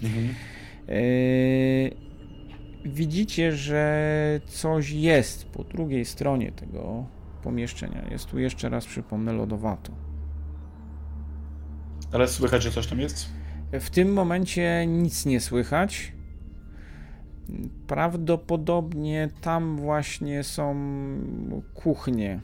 Widzicie, że coś jest po drugiej stronie tego pomieszczenia. Jest tu, jeszcze raz przypomnę, lodowato. Ale słychać, że coś tam jest? W tym momencie nic nie słychać. Prawdopodobnie tam właśnie są kuchnie.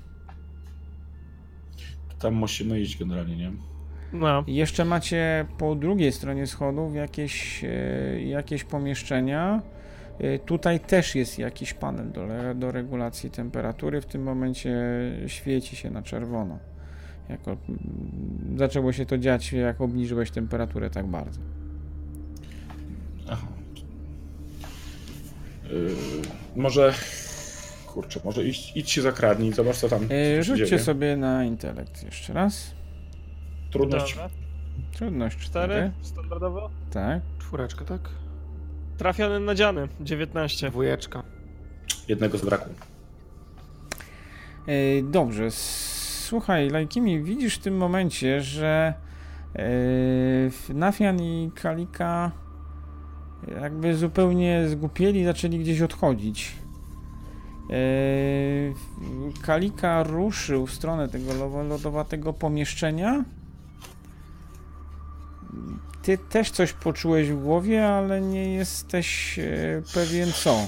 Tam musimy iść generalnie, nie? No. Jeszcze macie po drugiej stronie schodów jakieś pomieszczenia. Tutaj też jest jakiś panel do regulacji temperatury. W tym momencie świeci się na czerwono. Zaczęło się to dziać, jak obniżyłeś temperaturę tak bardzo. Aha. Może idź się zakradnij, zobacz co tam się Rzućcie dzieje. sobie na intelekt jeszcze raz. Trudność. Dobra. Trudność 4, standardowo. Tak. 4, tak? Trafiony nadziany, 19. 2. Jednego zabrakło. Dobrze. Słuchaj, Lajkimi, widzisz w tym momencie, że Nafian i Kalika jakby zupełnie zgłupieli, zaczęli gdzieś odchodzić. Kalika ruszył w stronę tego lodowatego pomieszczenia. Ty też coś poczułeś w głowie, ale nie jesteś pewien co.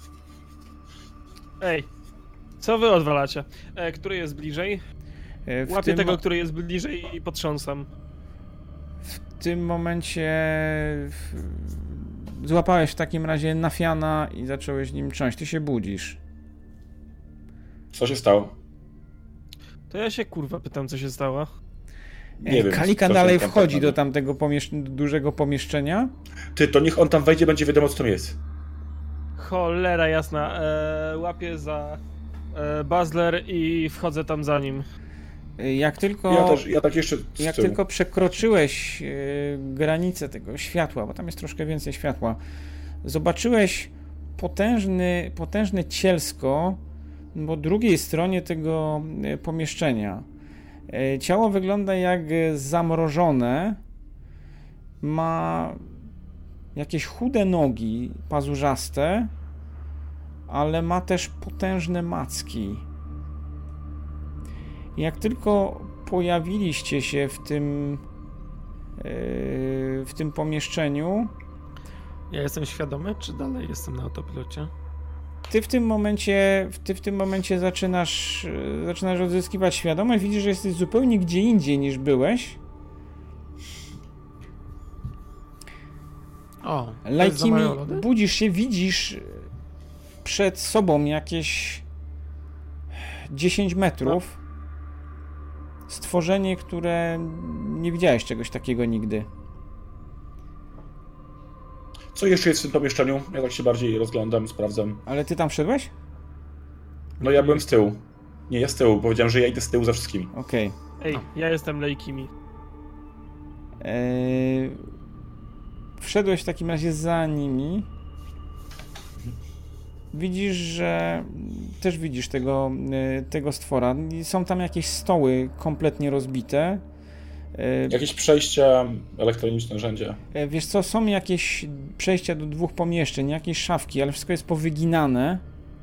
Ej, co wy odwalacie? Który jest bliżej? Łapię tego, który jest bliżej i potrząsam. W tym momencie złapałeś w takim razie Nafiana i zacząłeś nim trząść. Ty się budzisz. Co się stało? To ja się kurwa pytam, co się stało. Nie wiem. Kalika co dalej się wchodzi tam do tamtego dużego pomieszczenia. Ty, to niech on tam wejdzie, będzie wiadomo co tam jest. Cholera jasna. Łapię za Bazler i wchodzę tam za nim. Jak tylko, Ja tak jeszcze jak tylko przekroczyłeś granicę tego światła, bo tam jest troszkę więcej światła, zobaczyłeś potężne cielsko po drugiej stronie tego pomieszczenia. Ciało wygląda jak zamrożone, ma jakieś chude nogi, pazurzaste, ale ma też potężne macki. Jak tylko pojawiliście się w tym pomieszczeniu, Ja jestem świadomy, czy dalej jestem na autopilocie? ty w tym momencie zaczynasz odzyskiwać świadomość, widzisz, że jesteś zupełnie gdzie indziej niż byłeś. O, Lajkimi, budzisz się, widzisz przed sobą jakieś 10 metrów stworzenie, które nie widziałeś czegoś takiego nigdy. Co jeszcze jest w tym pomieszczeniu? Ja tak się bardziej rozglądam, sprawdzam. Ale ty tam wszedłeś? No ja byłem z tyłu. Nie, ja z tyłu. Powiedziałem, że ja idę z tyłu za wszystkimi. Okej. Ej, ja jestem Lejkimi. Wszedłeś w takim razie za nimi. Widzisz, że też widzisz tego stwora. Są tam jakieś stoły kompletnie rozbite. Jakieś przejścia, elektroniczne narzędzia. Wiesz co, są jakieś przejścia do 2 pomieszczeń, jakieś szafki, ale wszystko jest powyginane.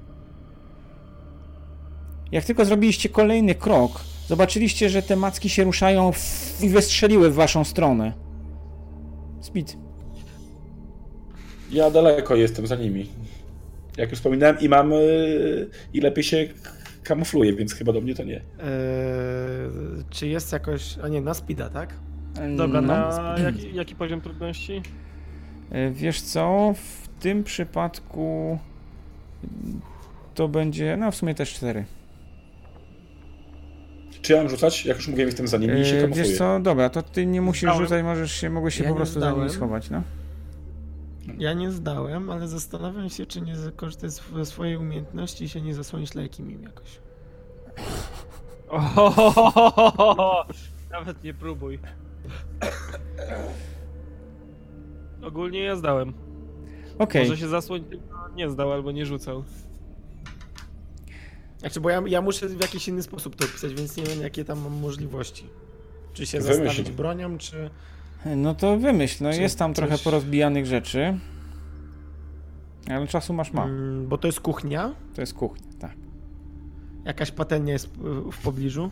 Jak tylko zrobiliście kolejny krok, zobaczyliście, że te macki się ruszają i wystrzeliły w waszą stronę. Speed. Ja daleko jestem za nimi. Jak już wspominałem i lepiej się kamufluję, więc chyba do mnie to nie. Czy jest jakoś... A nie, na speeda, tak? Dobra, na jaki poziom trudności? Wiesz co, w tym przypadku to będzie, no w sumie też 4. Czy ja mam rzucać? Jak już mówiłem, jestem za nimi i się kamufluję. Wiesz co, dobra, to ty nie musisz Zdałem. rzucać, mogłeś się Ja po nie prostu za nimi zdałem. schować, no. Ja nie zdałem, ale zastanawiam się, czy nie korzystać ze swojej umiejętności i się nie zasłonić lejkim jakoś. Ohohohoho! Nawet nie próbuj. Ogólnie ja zdałem. Okej. Może się zasłoń, tylko nie zdał albo nie rzucał. Znaczy, bo ja muszę w jakiś inny sposób to opisać, więc nie wiem, jakie tam mam możliwości. Czy się Wymyśl. zastawić bronią, czy... No to wymyśl, no Czy jest tam coś- trochę porozbijanych rzeczy. Ale czasu masz mało. Bo to jest kuchnia? To jest kuchnia, tak. Jakaś patelnia jest w pobliżu?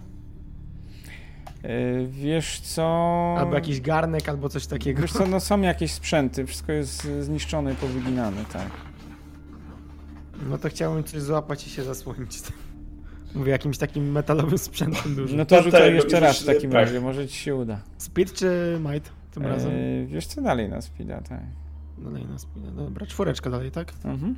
Wiesz co... Albo jakiś garnek, albo coś takiego. Wiesz co, no są jakieś sprzęty, wszystko jest zniszczone i powyginane, tak. No to chciałbym coś złapać i się zasłonić. Mówię jakimś takim metalowym sprzętem dużym. No to No rzucaj tak, jeszcze no raz w już- takim tak. razie, może ci się uda. Speed czy might tym razem? Wiesz co, dalej na speeda, tak. dalej na spójne. Dobra, 4 dalej, tak? Mhm.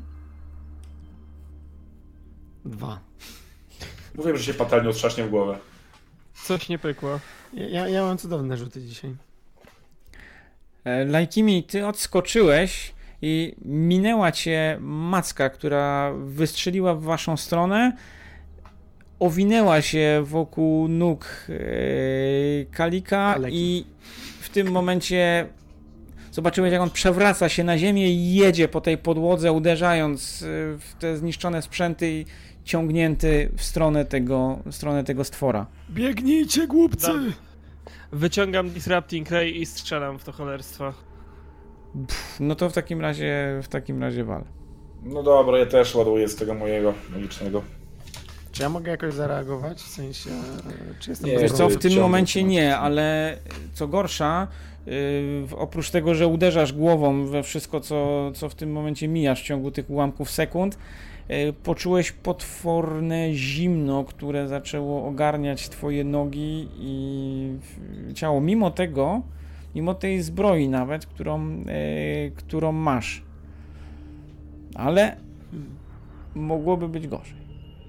2. Mówiłem, że się patelnią trzaśnie w głowę. Coś nie pykło. Ja mam cudowne rzuty dzisiaj. Lajkimi, ty odskoczyłeś i minęła cię macka, która wystrzeliła w waszą stronę, owinęła się wokół nóg Kalika i w tym momencie zobaczyłeś, jak on przewraca się na ziemię i jedzie po tej podłodze, uderzając w te zniszczone sprzęty i ciągnięty w stronę tego stwora. Biegnijcie, głupcy! Wyciągam Disrupting Ray i strzelam w to cholerstwo. No to w takim razie wal. No dobra, ja też ładuję z tego mojego magicznego. Czy ja mogę jakoś zareagować? W sensie, czy jestem Nie, Wiesz co, w tym ciągle momencie automatycznie. nie, ale co gorsza, oprócz tego, że uderzasz głową we wszystko, co w tym momencie mijasz w ciągu tych ułamków sekund, poczułeś potworne zimno, które zaczęło ogarniać twoje nogi i ciało. Mimo tego, mimo tej zbroi nawet, którą masz. Ale mogłoby być gorzej.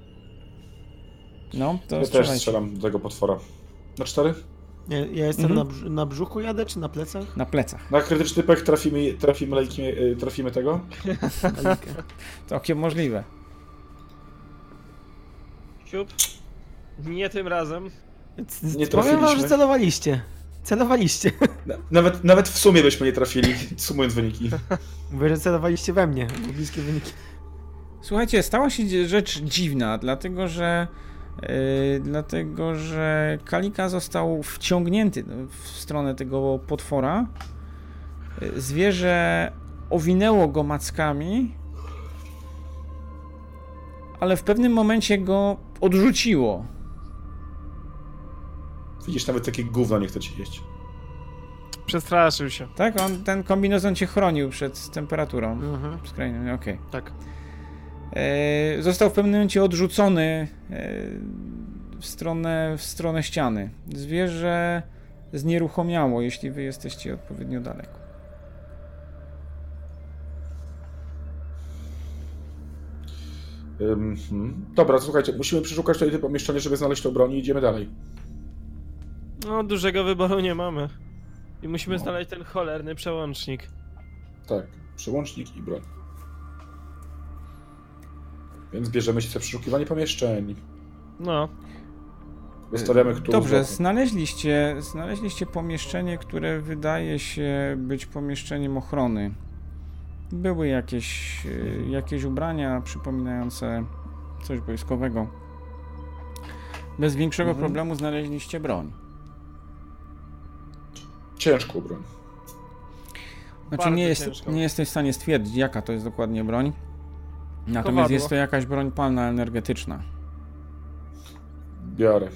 No, to Ja też strzelajcie. strzelam do tego potwora. Na 4? Ja jestem na brzuchu jadę, czy na plecach? Na plecach. Na krytyczny pech trafimy tego? Całkiem możliwe. Siup. Nie tym razem. Nie Powiem wam, że trafiliśmy. celowaliście. Nawet w sumie byśmy nie trafili, sumując wyniki. Mówię, że celowaliście we mnie, bo bliskie wyniki. Słuchajcie, stała się rzecz dziwna, dlatego że Kalika został wciągnięty w stronę tego potwora. Zwierzę owinęło go mackami, ale w pewnym momencie go odrzuciło. Widzisz, nawet takie gówno nie chce ci jeść. Przestraszył się. Tak? Ten kombinezon cię chronił przed temperaturą. Mhm. Skrajną, okej. Tak. Został w pewnym momencie odrzucony w stronę ściany. Zwierzę znieruchomiało, jeśli wy jesteście odpowiednio daleko. Dobra, słuchajcie, musimy przeszukać tutaj te pomieszczenie, żeby znaleźć tą broń i idziemy dalej. No, dużego wyboru nie mamy. I musimy znaleźć ten cholerny przełącznik. Tak, przełącznik i broń. Więc bierzemy się za przeszukiwanie pomieszczeń. No. Wystawiamy kto. Dobrze, znaleźliście pomieszczenie, które wydaje się być pomieszczeniem ochrony. Były jakieś ubrania przypominające coś wojskowego. Bez większego problemu znaleźliście broń. Ciężką broń. Znaczy Bardzo ciężko. nie jesteś w stanie stwierdzić, jaka to jest dokładnie broń. Natomiast Kowadło. jest to jakaś broń palna energetyczna. Biorę.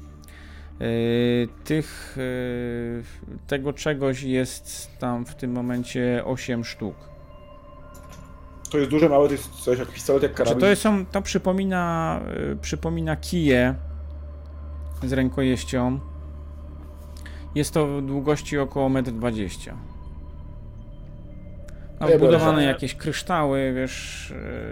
Tego czegoś jest tam w tym momencie 8 sztuk. To jest duże, małe, to jest coś jak pistolet, jak karabin. To przypomina kije z rękojeścią. Jest to w długości około 1,20 m. Obudowane jakieś kryształy, wiesz,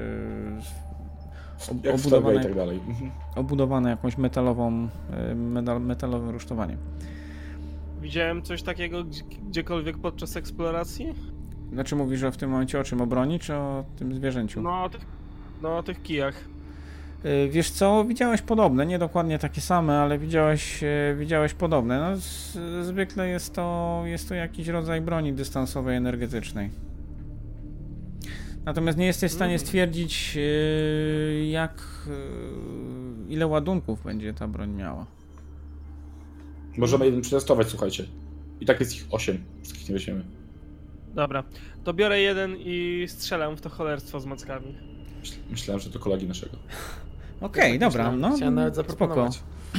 jak obudowane i tak dalej. Obudowane jakąś metalowym rusztowaniem. Widziałem coś takiego gdziekolwiek podczas eksploracji? Znaczy mówisz, że w tym momencie o czym? O broni, czy o tym zwierzęciu? No, o tych kijach. Wiesz co, widziałeś podobne, nie dokładnie takie same, ale widziałeś podobne. No, zwykle jest to jakiś rodzaj broni dystansowej, energetycznej. Natomiast nie jesteś w stanie stwierdzić, ile ładunków będzie ta broń miała. Możemy jeden przetestować, słuchajcie. I tak jest ich 8, wszystkich nie weźmiemy. Dobra, to biorę jeden i strzelam w to cholerstwo z mackami. Myślałem, że to kolegi naszego. Okej, dobra, no Chciałem nawet spoko. zaproponować.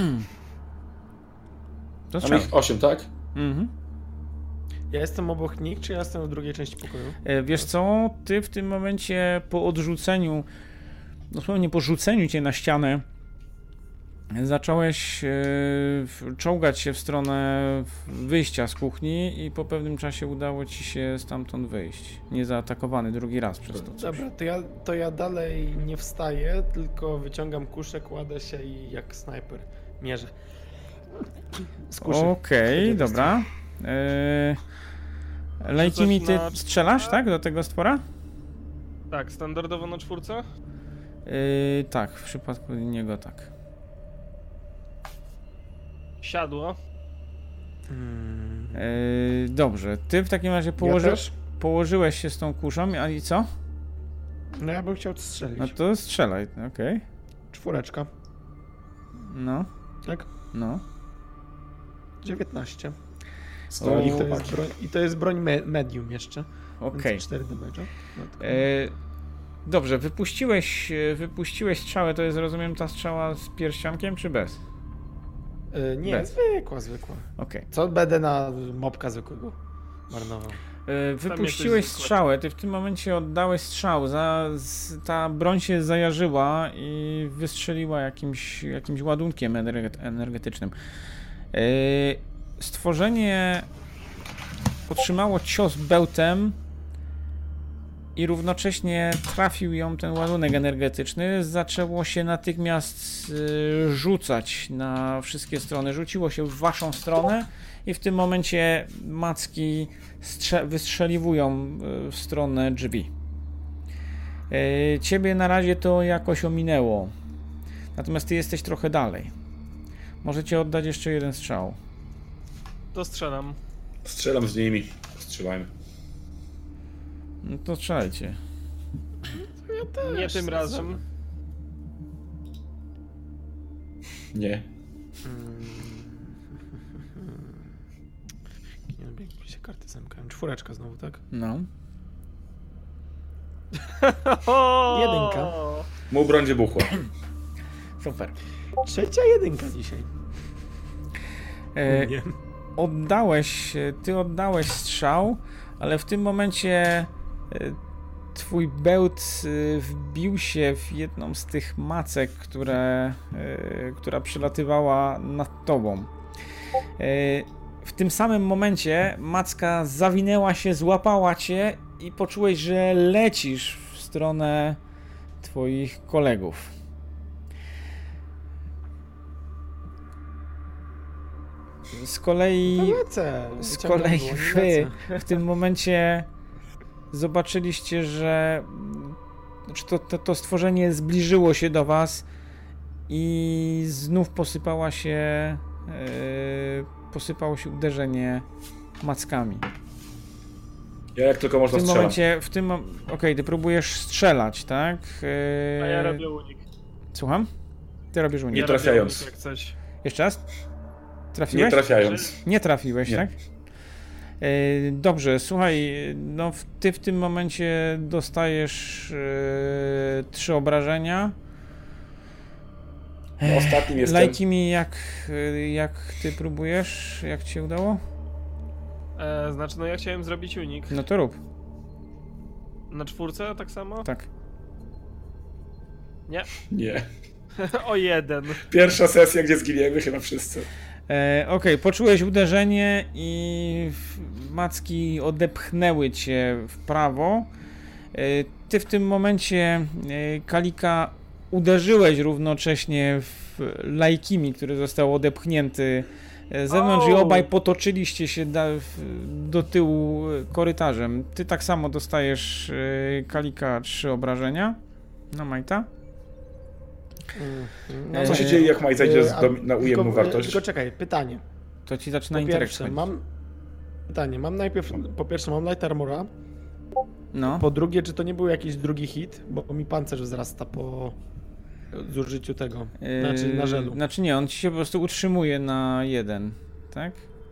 To Mamy strzel. ich 8, tak? Mhm. Ja jestem obok nich, czy ja jestem w drugiej części pokoju? Wiesz co, ty w tym momencie po odrzuceniu, dosłownie po rzuceniu cię na ścianę, zacząłeś czołgać się w stronę wyjścia z kuchni i po pewnym czasie udało ci się stamtąd wyjść. Niezaatakowany drugi raz przez to coś. Dobra, to ja dalej nie wstaję, tylko wyciągam kuszę, kładę się i jak snajper mierzę. Z kuszy. Okej, dobra. Lejkimi, ty na- strzelasz, tak? Do tego stwora? Tak, standardowo na 4? Tak, w przypadku niego tak. Siadło. Dobrze, ty w takim razie położyłeś się z tą kuszą, a i co? No ja bym chciał strzelić. No to strzelaj, okej. 4, No, tak? no. 19. Stoi To chłopak. jest I to jest broń medium jeszcze. Okej. 4 damage'a. Dobrze, wypuściłeś strzałę, to jest, rozumiem, ta strzała z pierścionkiem, czy bez? Nie, Bez. zwykła. Okej. Co będę na mopka zwykłego marnował? Wypuściłeś coś strzałę, ty w tym momencie oddałeś strzał, ta broń się zajarzyła i wystrzeliła jakimś ładunkiem energetycznym. Stworzenie otrzymało cios bełtem i równocześnie trafił ją ten ładunek energetyczny, zaczęło się natychmiast rzucać na wszystkie strony, rzuciło się w waszą stronę i w tym momencie macki wystrzeliwują w stronę drzwi. Ciebie na razie to jakoś ominęło, natomiast ty jesteś trochę dalej. Możecie oddać jeszcze jeden strzał. To strzelam. Strzelam z nimi. Strzelajmy. No to strzelajcie. Nie tym razem. Nie. Nie lubię, jak się karty zamykają. 4 znowu, tak? No. Jedynka. Mu broń wybuchła. Super. 3. jedynka dzisiaj. Nie. Ty oddałeś strzał, ale w tym momencie twój bełt wbił się w jedną z tych macek, która przylatywała nad tobą. W tym samym momencie macka zawinęła się, złapała cię i poczułeś, że lecisz w stronę twoich kolegów. Z kolei wy w tym momencie zobaczyliście, że to stworzenie zbliżyło się do was i znów posypało się uderzenie mackami. Ja jak tylko można strzelam. Okej, ty próbujesz strzelać, tak? A ja robię unik. Słucham? Ty robisz unik. Nie trafiając. Robię unik, jak coś. Jeszcze raz? Trafiłeś? Nie trafiając. Nie trafiłeś, Nie. tak? Dobrze, słuchaj, no ty w tym momencie dostajesz 3 obrażenia. Ostatnim jestem. Lajkimi, jak ty próbujesz? Jak ci się udało? Znaczy, no ja chciałem zrobić unik. No to rób. Na 4 tak samo? Tak. Nie. Nie. O 1. Pierwsza sesja, gdzie zginiemy chyba wszyscy. Okej, poczułeś uderzenie i macki odepchnęły cię w prawo. Ty w tym momencie, Kalika, uderzyłeś równocześnie w Lajkimi, który został odepchnięty z zewnątrz i obaj potoczyliście się do tyłu korytarzem. Ty tak samo dostajesz, Kalika, 3 obrażenia na Majta. Co się dzieje, jak Maj zajdzie na ujemną wartość? Tylko czekaj, pytanie. To ci zaczyna Po intereks. pierwsze, mam najpierw, po pierwsze mam light armora, No. po drugie, czy to nie był jakiś drugi hit, bo mi pancerz wzrasta po zużyciu tego, znaczy na żelu. Znaczy nie, on ci się po prostu utrzymuje na 1, tak?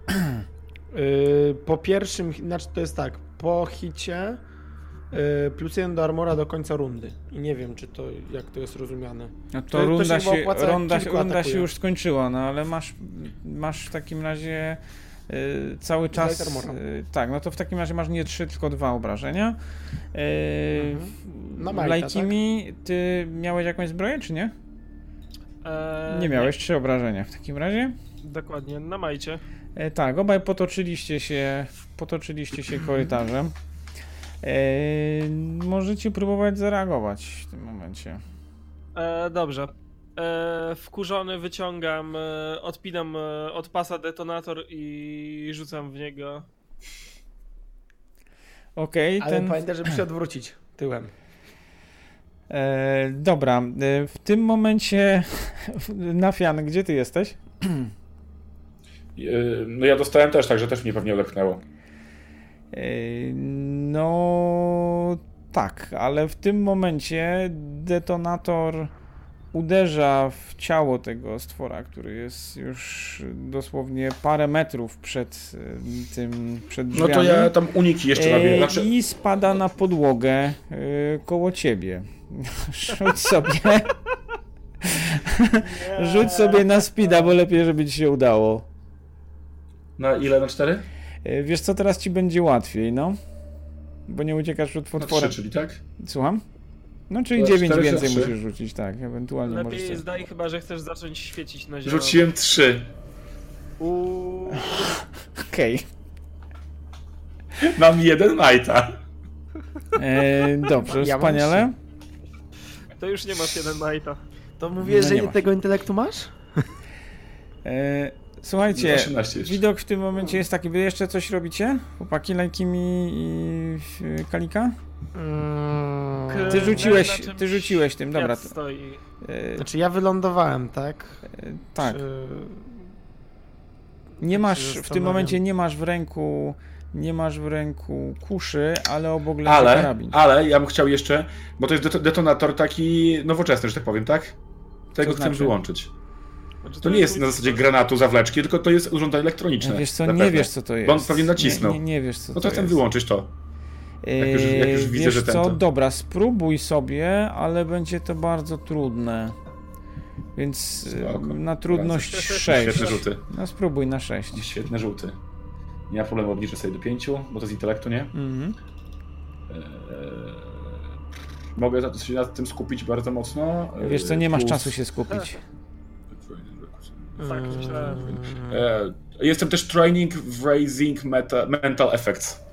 Po pierwszym, znaczy to jest tak, po hicie plus 1 do armora do końca rundy. I nie wiem, czy to, jak to jest rozumiane. No to To runda się chyba opłaca, jak kilku się atakuje. już skończyła, no ale masz w takim razie cały czas... Light armora. Tak, no to w takim razie masz nie 3, tylko 2 obrażenia. Na Majta, Lajkimi, ty miałeś jakąś zbroję, czy nie? Nie miałeś 3 obrażenia w takim razie? Dokładnie, na majcie. Tak, obaj potoczyliście się korytarzem. Możecie próbować zareagować w tym momencie. Dobrze. Wkurzony wyciągam, odpinam od pasa detonator i rzucam w niego. Okej, Ale pamiętaj, żeby się odwrócić tyłem. Dobra, w tym momencie Nafian, gdzie ty jesteś? No ja dostałem też, także też mnie pewnie odepchnęło. No tak, ale w tym momencie detonator uderza w ciało tego stwora, który jest już dosłownie parę metrów przed drzwiami. No to ja tam uniki jeszcze robię. Znaczy... I spada na podłogę koło ciebie. Rzuć sobie na speeda, bo lepiej, żeby ci się udało. Na ile? Na 4? Wiesz co, teraz ci będzie łatwiej, no. Bo nie uciekasz przed Na potworem. 3, czyli tak? Słucham? No, czyli To 9 4 więcej 3. musisz rzucić, tak. Ewentualnie Lepiej możesz... zdaj, chyba że chcesz zacząć świecić na zielono. Rzuciłem 3. Okej. Mam 1 majta. Dobrze, Ja mam wspaniale. To już nie masz 1 majta. To mówię, No że nie masz. tego intelektu masz? Słuchajcie, 18 jeszcze. widok w tym momencie jest taki. Wy jeszcze coś robicie? Chłopaki, Lajkimi i Kalika? Ty rzuciłeś tym, dobra. Kwiat stoi. Znaczy ja wylądowałem, tak? Tak. Czy... Nie tak masz, się w tym zastanawiam. momencie nie masz w ręku kuszy, ale obok leży karabin. Ale ja bym chciał jeszcze, bo to jest detonator taki nowoczesny, że tak powiem, tak? Tego Co chcę znaczy? wyłączyć. Znaczy, To nie jest na zasadzie granatu, zawleczki, tylko to jest urządzenie elektroniczne. Wiesz co, zapewne. nie wiesz co to jest. Bo on pewnie nacisnął. Nie wiesz co No to to chcę jest. wyłączyć to. Jak już widzę, wiesz że ten co, to. dobra, spróbuj sobie, ale będzie to bardzo trudne. Więc Spoko. na trudność 6. Świetne rzuty. No spróbuj na 6. Świetne rzuty. Nie ma problemu, obniżę sobie do 5, bo to z intelektu, nie? Mhm. Mogę się nad tym skupić bardzo mocno. Wiesz co, nie masz Plus- czasu się skupić. Tak, myślałem. Jestem też training w raising mental effects.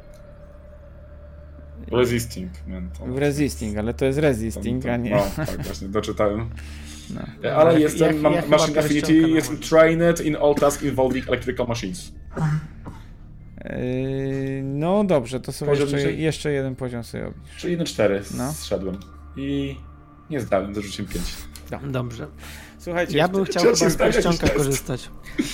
Resisting mental. W resisting, ale to jest resisting, a nie... No, tak właśnie, doczytałem. No. Ale jestem, mam ja chyba machine affinity, pierścionka jestem nałożę. trained in all tasks involving electrical machines. No dobrze, to sobie Poziom jeszcze, niżej? jeszcze jeden poziom sobie obniż. Czyli 1-4 No. zszedłem. I nie zdałem, dorzuciłem 5. Dobrze. Słuchajcie, Ja bym chciał Trzeba chyba się z zdać jakiś pierścionka test. korzystać.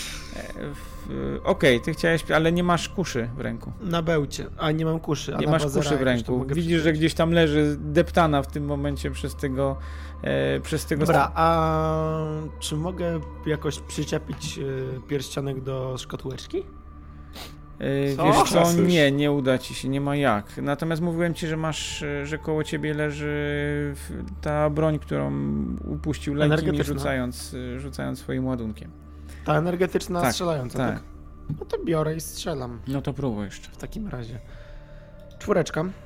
Okej, ty chciałeś, ale nie masz kuszy w ręku. Na bełcie, a nie mam kuszy. A Nie na masz bazera kuszy w jakoś to ręku. mogę Widzisz, że przykryć. gdzieś tam leży deptana w tym momencie przez tego... Dobra, a czy mogę jakoś przyczepić pierścionek do szkotłeczki? Co? Wiesz co, Klasysz. nie uda ci się, nie ma jak. Natomiast mówiłem ci, że masz, że koło ciebie leży ta broń, którą upuścił Lajkimi, Energetyczna. rzucając swoim ładunkiem. Ta energetyczna Tak, strzelająca, tak. tak? No to biorę i strzelam No to próbuj jeszcze. w takim razie. 4.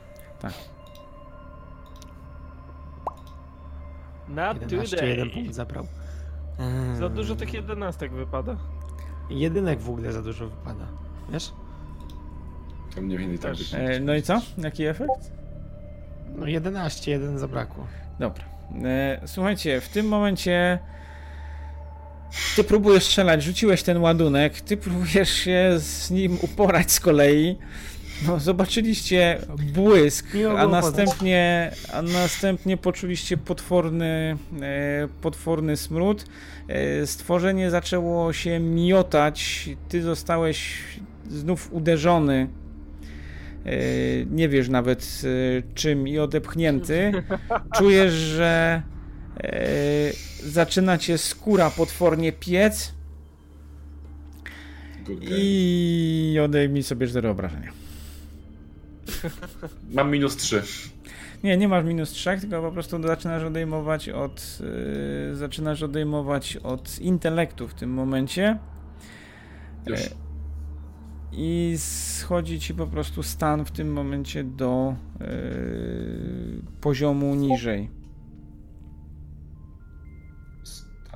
Not 11, today. 1 punkt zabrał. Za dużo tych 11 wypada. Jedynek w ogóle za dużo wypada. Wiesz? To mniej więcej tak Też. być. No i co? Jaki efekt? No 11, 1 zabrakło. Dobra. Słuchajcie, w tym momencie ty próbujesz strzelać, rzuciłeś ten ładunek, ty próbujesz się z nim uporać z kolei. No, zobaczyliście błysk, Miło a było następnie poczuliście potworny smród. Stworzenie zaczęło się miotać, ty zostałeś znów uderzony. Nie wiesz nawet czym i odepchnięty. Czujesz, że zaczyna cię skóra potwornie piec Good game. i odejmij sobie 4 obrażenia. Mam -3. Nie masz -3, tylko po prostu zaczynasz odejmować od intelektu w tym momencie. Już. I schodzi ci po prostu stan w tym momencie do poziomu niżej.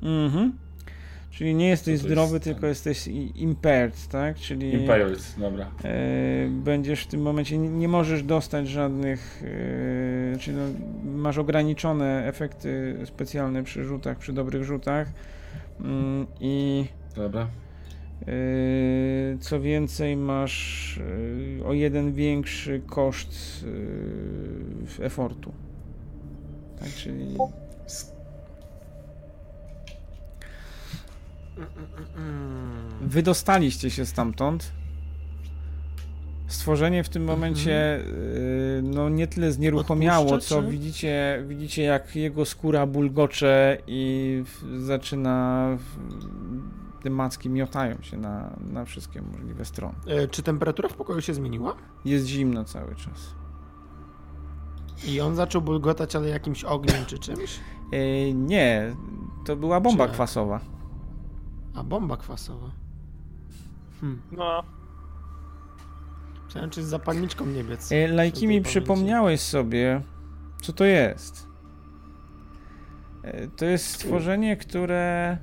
Mhm. Czyli nie jesteś To zdrowy, jest tylko jesteś impaired, tak? Czyli Imperials, dobra. będziesz w tym momencie, nie możesz dostać żadnych, czyli no, masz ograniczone efekty specjalne przy rzutach, przy dobrych rzutach i Dobra. co więcej masz o 1 większy koszt efortu. Tak, czyli wydostaliście się stamtąd. Stworzenie w tym momencie no nie tyle znieruchomiało, Odpuszcza, co czy? widzicie jak jego skóra bulgocze i zaczyna te macki miotają się na wszystkie możliwe strony. Czy temperatura w pokoju się zmieniła? Jest zimno cały czas. I on zaczął bulgotać, ale jakimś ogniem czy czymś? Nie, to była bomba Czy- kwasowa. A bomba kwasowa. No, Myślałem, czy z zapalniczką niebiec. Lajkimi Świętej przypomniałeś sobie, co to jest. To jest stworzenie, które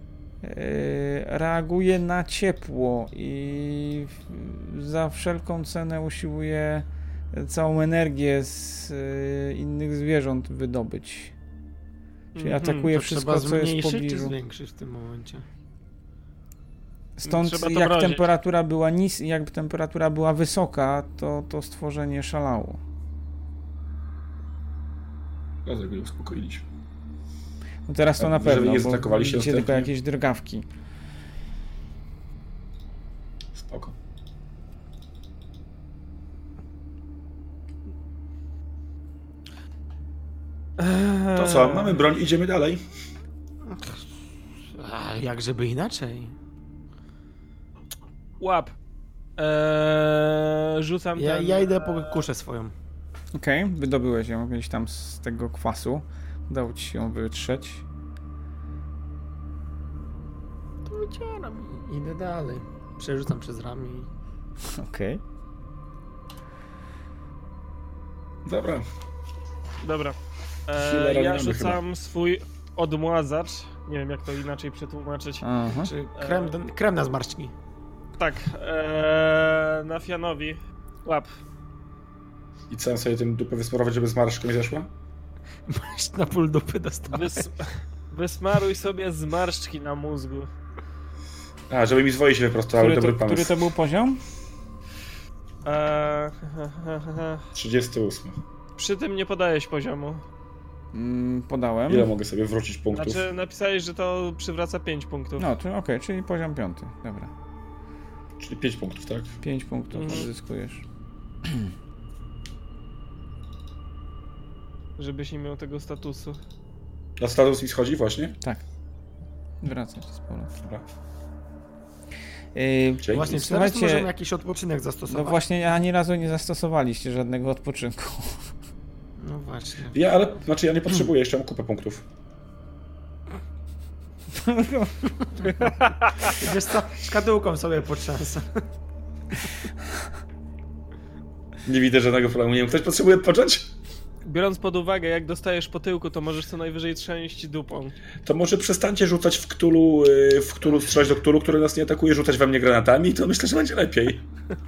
reaguje na ciepło i za wszelką cenę usiłuje całą energię z innych zwierząt wydobyć. Czyli atakuje To wszystko, trzeba co jest w zmniejszyć czy pobliżu. zwiększyć w tym momencie? Stąd Trzeba to jak mrozić. temperatura była jak temperatura była wysoka, to stworzenie szalało. Dlatego je uspokoiliśmy. No teraz to A na żeby pewno, nie bo zaatakowali się widzicie tylko następnie? jakieś drgawki. Spoko. To co, mamy broń, idziemy dalej. A jak żeby inaczej? Łap. Rzucam Ja, ten... ja idę po kuszę swoją. Okej, wydobyłeś ją gdzieś tam z tego kwasu. Udało ci się ją wytrzeć. To wycieram i idę dalej. Przerzucam przez ramię. Okej. Dobra. Dobra. Healera nie Ja mamy rzucam swój odmładzacz. Nie wiem, jak to inaczej przetłumaczyć. Aha. Czy krem na zmarszczki. Tak, na Fianowi. Łap. I co, sobie tym dupę wysmarować, żeby zmarszczką mi zeszła? Masz na pół dupy dostałeś. Wysmaruj sobie zmarszczki na mózgu. A, żeby mi zwoje się wyprostowały, dobry Który pomysł. to był poziom? 38. Przy tym nie podajesz poziomu. Podałem. Ile mogę sobie wrócić punktów? Znaczy napisałeś, że to przywraca 5 punktów. No, to okej, czyli poziom 5. Dobra. Czyli 5 punktów, tak? 5 punktów Mhm. odzyskujesz. Żebyś nie miał tego statusu. Na status mi schodzi właśnie? Tak. Wracać z powrotem. Dobra. Yy, Właśnie, czy teraz słuchajcie, możemy jakiś odpoczynek no zastosować? właśnie ani razu nie zastosowaliście żadnego odpoczynku. No właśnie. Ja nie potrzebuję, jeszcze mam kupę punktów. Wiesz co, szkatułką sobie potrzęsę. Nie widzę żadnego problemu. Nie wiem, ktoś potrzebuje odpocząć? Biorąc pod uwagę, jak dostajesz po tyłku, to możesz co najwyżej trzęść dupą. To może przestańcie rzucać w Cthulhu, strzelać do Cthulhu, który nas nie atakuje, rzucać we mnie granatami, to myślę, że będzie lepiej.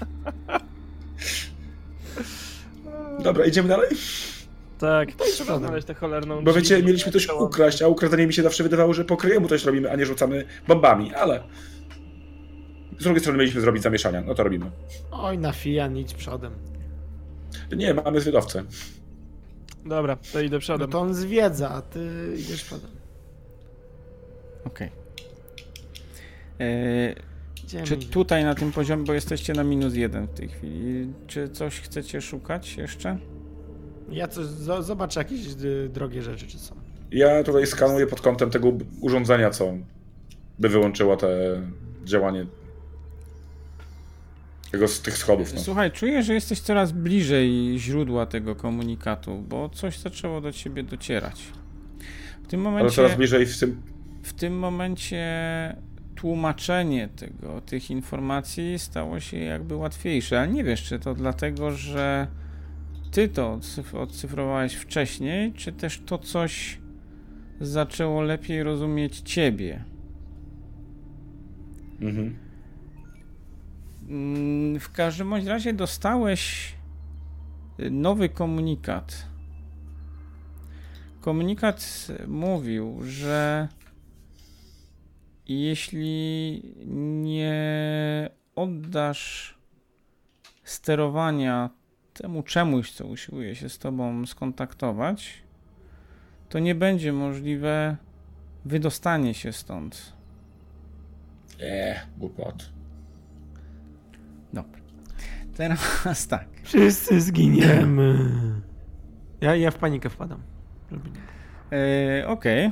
Dobra, idziemy dalej? Tak, To idź trzeba przodem. znaleźć tę cholerną Bo wiecie, dźwignię. mieliśmy coś ukraść, a ukradanie mi się zawsze wydawało, że po kryjemu coś robimy, a nie rzucamy bombami, ale... Z drugiej strony mieliśmy zrobić zamieszania, no to robimy. Oj, na Fijan, idź przodem. Nie, mamy zwiadowcę. Dobra, to idę No przodem. to on zwiedza, a ty idziesz przodem. Okej. Idziemy, Czy idziemy. tutaj na tym poziomie, bo jesteście na -1 w tej chwili, czy coś chcecie szukać jeszcze? Ja coś, zobaczę jakieś drogie rzeczy, czy są. Ja tutaj skanuję pod kątem tego urządzenia, co by wyłączyło te działanie tych schodów. No. Słuchaj, czuję, że jesteś coraz bliżej źródła tego komunikatu, bo coś zaczęło do ciebie docierać. W tym Ale momencie, coraz bliżej w tym momencie tłumaczenie tych informacji stało się jakby łatwiejsze, ale nie wiesz, czy to dlatego, że ty to odcyfrowałeś wcześniej, czy też to coś zaczęło lepiej rozumieć ciebie. W każdym bądź razie dostałeś nowy komunikat. Komunikat mówił, że jeśli nie oddasz sterowania temu czemuś, co usiłuje się z tobą skontaktować, to nie będzie możliwe wydostanie się stąd. Głupot. Dobra. Teraz tak. Wszyscy zginiemy. Ja w panikę wpadam. Okej.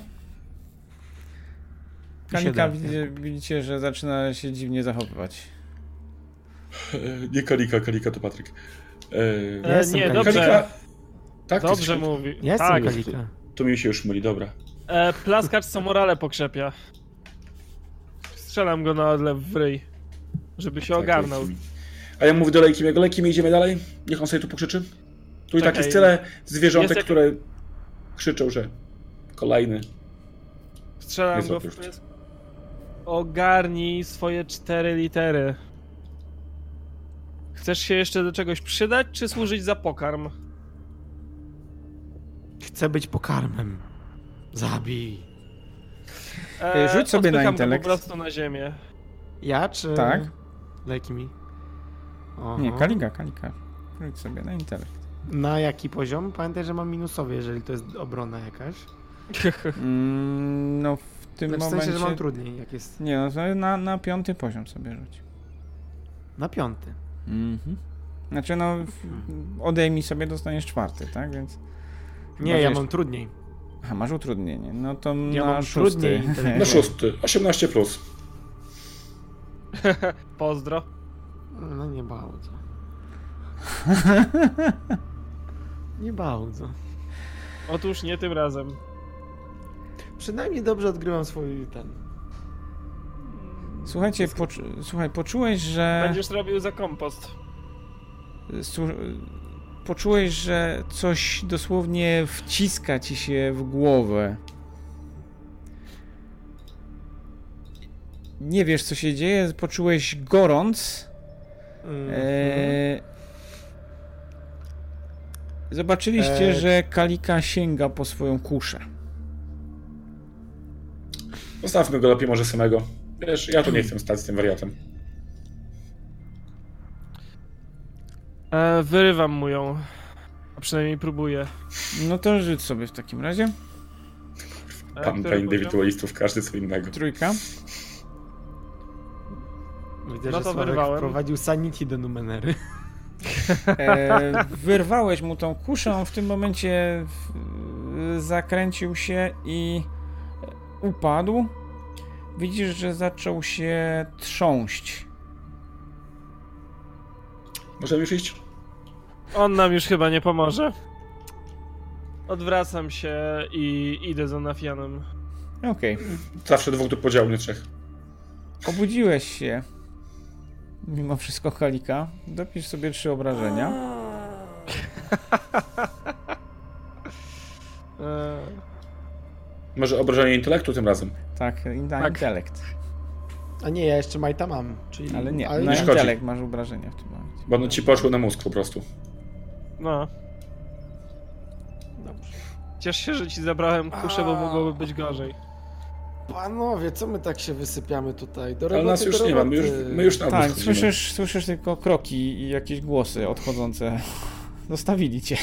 Kalika, da. widzicie, że zaczyna się dziwnie zachowywać. Nie Kalika to Patryk. Ja jestem nie, Kalika. dobrze. Tak, ty Dobrze jesteś- mówi. Ja jestem tak. Kalika. To mi się już myli, dobra. Plaskacz co morale pokrzepia. Strzelam go na odlew w ryj, żeby się ogarnął. Lejkimi. A ja mówię do Lejkimiego, Lejkimi, idziemy dalej? Niech on sobie tu pokrzyczy. Tu i tak Czekaj. jest tyle zwierzątek, Jest jak- które krzyczą, że kolejny. Strzelam Jest go w opuszcz. pysk. Ogarnij swoje 4 litery. Chcesz się jeszcze do czegoś przydać, czy służyć za pokarm? Chcę być pokarmem. Zabij. Rzuć sobie na odpycham intelekt. Go po prostu na ziemię. Ja czy... Tak. Lejki mi. Oho. Nie, Kalika. Rzuć sobie na intelekt. Na jaki poziom? Pamiętaj, że mam minusowy, jeżeli to jest obrona jakaś. No w tym Znaczy, w momencie... sensie, że mam trudniej, jak jest Nie, no to na 5. poziom sobie rzuć. na 5. Znaczy no, odejmij sobie, dostaniesz 4, tak? Więc... Nie, Masz ja jeszcze- mam trudniej. Aha, masz utrudnienie. No to Ja na mam 6. trudniej intelekt. Na 6, 18 plus. Pozdro. No nie bardzo. Nie bardzo. Otóż nie tym razem. Przynajmniej dobrze odgrywam swój ten. Słuchajcie, słuchaj, poczułeś, że... Będziesz robił za kompost. Poczułeś, że coś dosłownie wciska ci się w głowę. Nie wiesz, co się dzieje, poczułeś gorąc. Zobaczyliście, że Kalika sięga po swoją kuszę. Zostawmy go lepiej może samego. Wiesz, ja tu nie chcę stać z tym wariatem. Wyrywam mu ją. A przynajmniej próbuję. No to rzuć sobie w takim razie. Pan Który dla poziom? indywidualistów, każdy co innego. 3. Widzę, No że to Sławek wyrwałem. wprowadził sanity do numenery. Wyrwałeś mu tą kuszę, on w tym momencie zakręcił się i upadł. Widzisz, że zaczął się trząść. Możemy już iść? On nam już chyba nie pomoże. Odwracam się i idę za Nafianem. Okej. Zawsze 2 do podziału, nie 3. Obudziłeś się. Mimo wszystko, Kalika. Dopisz sobie 3 obrażenia. Może obrażenie intelektu tym razem? Tak, na Tak. intelekt. A nie, ja jeszcze Majta mam. Czyli... Ale nie, ale na nie szkodzi. intelekt masz obrażenia w tym momencie. Bo one ci poszły na mózg po prostu. No. Dobrze. Ciesz się, że ci zabrałem kuszę, bo mogłoby być gorzej. Panowie, co my tak się wysypiamy tutaj? Do Ale roboty, nas już do nie ma, roboty. my już na Tak, odwrót chodzimy. słyszysz tylko kroki i jakieś głosy odchodzące. Zostawili cię.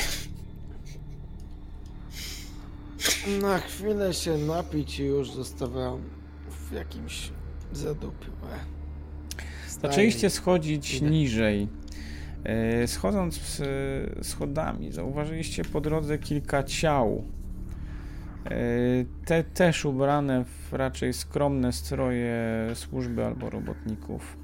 Na chwilę się napić i już zostawiam w jakimś zadupiu. Zaczęliście schodzić Idę. niżej. Schodząc schodami, zauważyliście po drodze kilka ciał. Te też ubrane w raczej skromne stroje służby albo robotników.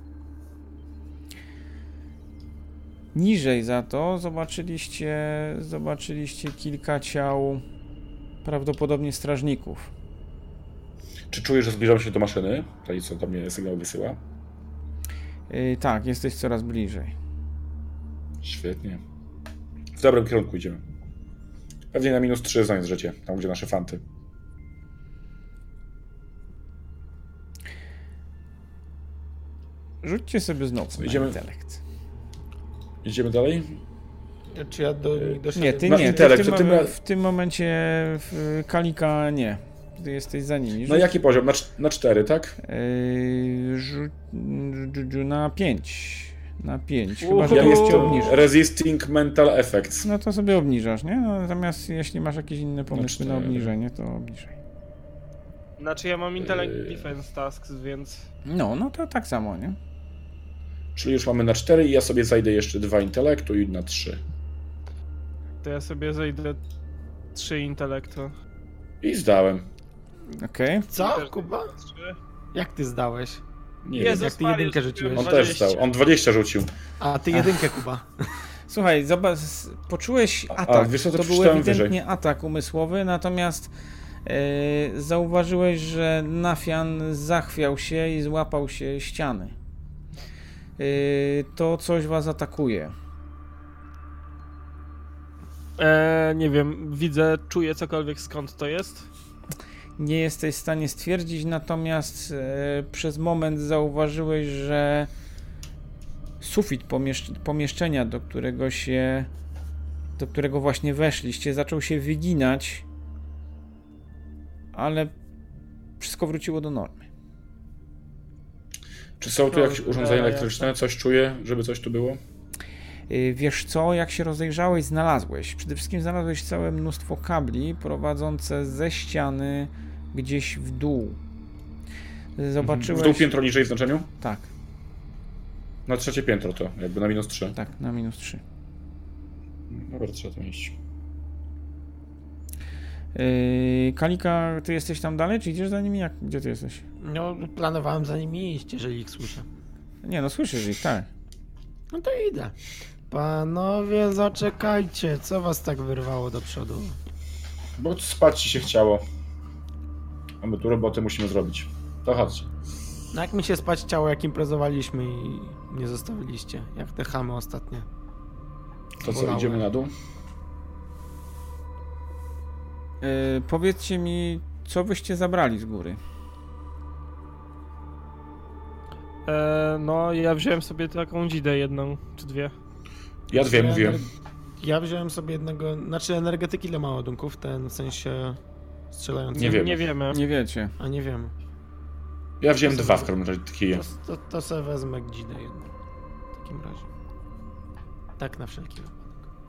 Niżej za to zobaczyliście kilka ciał prawdopodobnie strażników. Czy czujesz, że zbliżam się do maszyny? Tej, co do mnie sygnał wysyła? Tak, jesteś coraz bliżej. Świetnie. W dobrym kierunku idziemy. Pewnie na -3 znając życie, tam gdzie nasze fanty. Rzućcie sobie znowu Idziemy- na intelekt. Idziemy dalej? Czy ja doszedłem? Nie, ty Na nie. Ty intelekt, w, to tym, tym ra- w tym momencie Kalika nie. Ty jesteś za nimi. No jaki poziom? Na 4, tak? Na 5. Na 5. Uhu. Chyba, że Ja to jestem jeszcze obniżasz. Resisting Mental Effects. No to sobie obniżasz, nie? No, natomiast jeśli masz jakieś inne pomysły na 4. obniżenie, to obniżaj. Znaczy ja mam Intellect Defense Tasks, więc... No to tak samo, nie? Czyli już mamy na 4 i ja sobie zajdę jeszcze 2 intelektu i na 3. To ja sobie zejdę 3 intelektu. I zdałem. Okej. Co, Też Kuba? 3. Jak ty zdałeś? Nie Jezus jak ty Maria, jedynkę rzuciłem rzuciłeś. On też 20. zdał. On 20 rzucił. A ty jedynkę, Kuba. Słuchaj, zobacz, poczułeś atak. wiesz co, to to był przeczytałem ewidentnie wyżej. atak umysłowy, natomiast zauważyłeś, że Nafian zachwiał się i złapał się ściany. To coś was atakuje. Nie wiem, widzę, czuję cokolwiek skąd to jest. Nie jesteś w stanie stwierdzić, natomiast przez moment zauważyłeś, że sufit pomieszczenia, do którego właśnie weszliście, zaczął się wyginać, ale wszystko wróciło do normy. Czy są tu jakieś urządzenia elektryczne? Coś czuję, żeby coś tu było? Wiesz co, jak się rozejrzałeś, znalazłeś. Przede wszystkim znalazłeś całe mnóstwo kabli prowadzące ze ściany gdzieś w dół. Zobaczyłeś... W dół piętro niżej w znaczeniu? Tak, Na 3 piętro to, jakby na -3. tak, na -3. Dobra, trzeba tam iść. Kalika, ty jesteś tam dalej, czy idziesz za nimi? Gdzie ty jesteś? No, planowałem za nimi iść, jeżeli ich słyszę. Nie, no słyszysz ich, tak. No to idę. Panowie, zaczekajcie. Co was tak wyrwało do przodu? Bo spać ci się chciało. A my tu robotę musimy zrobić. To chodźcie. No jak mi się spać chciało, jak imprezowaliśmy i nie zostawiliście, jak te chamy ostatnie. To co, Bolało. idziemy na dół? Powiedzcie mi, co wyście zabrali z góry? No, ja wziąłem sobie taką dzidę jedną, czy dwie. Ja 2 mówiłem. Ja wziąłem sobie jednego, znaczy energetyki ile ma ładunków, ten w sensie strzelający. Nie wiem. Nie wiemy. Nie wiecie. A nie wiem. Ja wziąłem 2 w każdym razie, kije. To sobie wezmę dzidę jedną. W takim razie. Tak na wszelki wypadek.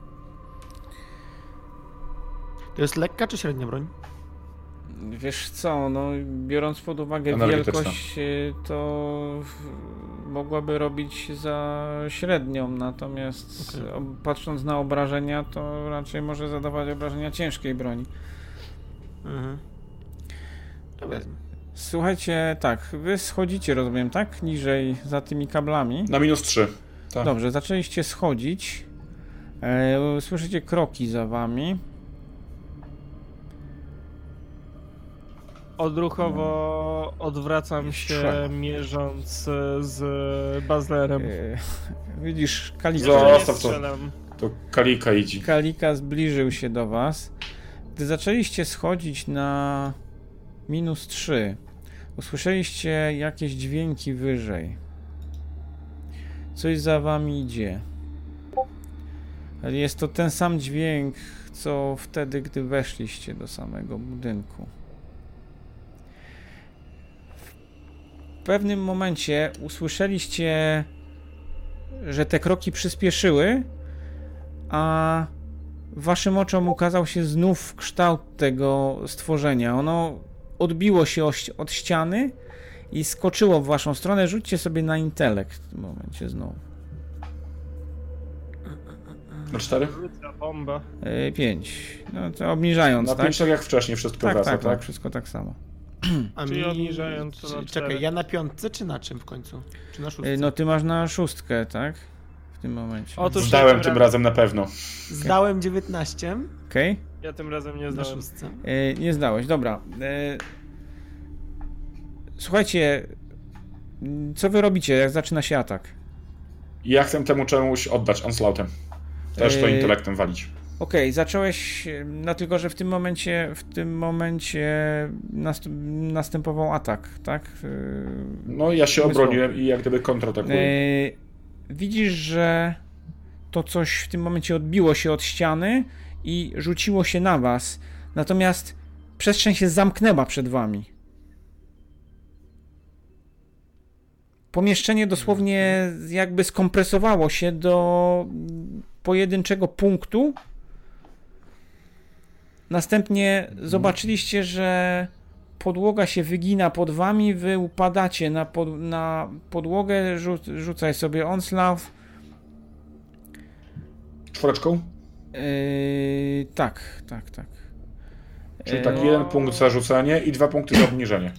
To jest lekka czy średnia broń? Wiesz co, no biorąc pod uwagę Energetyczna. wielkość, to mogłaby robić za średnią, natomiast patrząc na obrażenia, to raczej może zadawać obrażenia ciężkiej broni. Mhm. To wezmę. Słuchajcie, tak, wy schodzicie, rozumiem, tak? Niżej za tymi kablami. Na -3. Tak. Dobrze, zaczęliście schodzić. Słyszycie kroki za wami. Odruchowo odwracam się, Strzela. mierząc z Bazlerem. Widzisz, Kalika. Zostaw Nie to. strzelam. To Kalika idzie. Kalika zbliżył się do was. Gdy zaczęliście schodzić na -3, usłyszeliście jakieś dźwięki wyżej. Coś za wami idzie. Ale jest to ten sam dźwięk, co wtedy, gdy weszliście do samego budynku. W pewnym momencie usłyszeliście, że te kroki przyspieszyły, a waszym oczom ukazał się znów kształt tego stworzenia. Ono odbiło się od ściany i skoczyło w waszą stronę. Rzućcie sobie na intelekt w tym momencie znowu. Na 4? Rzuca bomba. 5. No to obniżając, Na tak? 5 tak jak wcześniej, wszystko Tak, wraca, tak, tak? tak, wszystko tak samo. A Czyli obniżając to na Czekaj, 4. ja na 5 czy na czym w końcu? Czy na 6? No ty masz na 6, tak? W tym momencie. Otóż Zdałem ja tym razem na pewno. Zdałem 19 Okej? Ja tym razem nie na zdałem. 6. Nie zdałeś, dobra. Słuchajcie, co wy robicie, jak zaczyna się atak? I ja chcę temu czemuś oddać, onslaughtem. Też to intelektem walić. Okej, zacząłeś, no tylko, że w tym momencie następował atak, tak? No ja się Umysłowy. obroniłem i jak gdyby kontratakuję. Widzisz, że to coś w tym momencie odbiło się od ściany i rzuciło się na was. Natomiast przestrzeń się zamknęła przed wami. Pomieszczenie dosłownie jakby skompresowało się do pojedynczego punktu. Następnie zobaczyliście, że podłoga się wygina pod wami, wy upadacie na podłogę, rzucaj sobie onslaught. 4? Tak. Czyli tak 1 punkt za rzucenie i 2 punkty za obniżenie.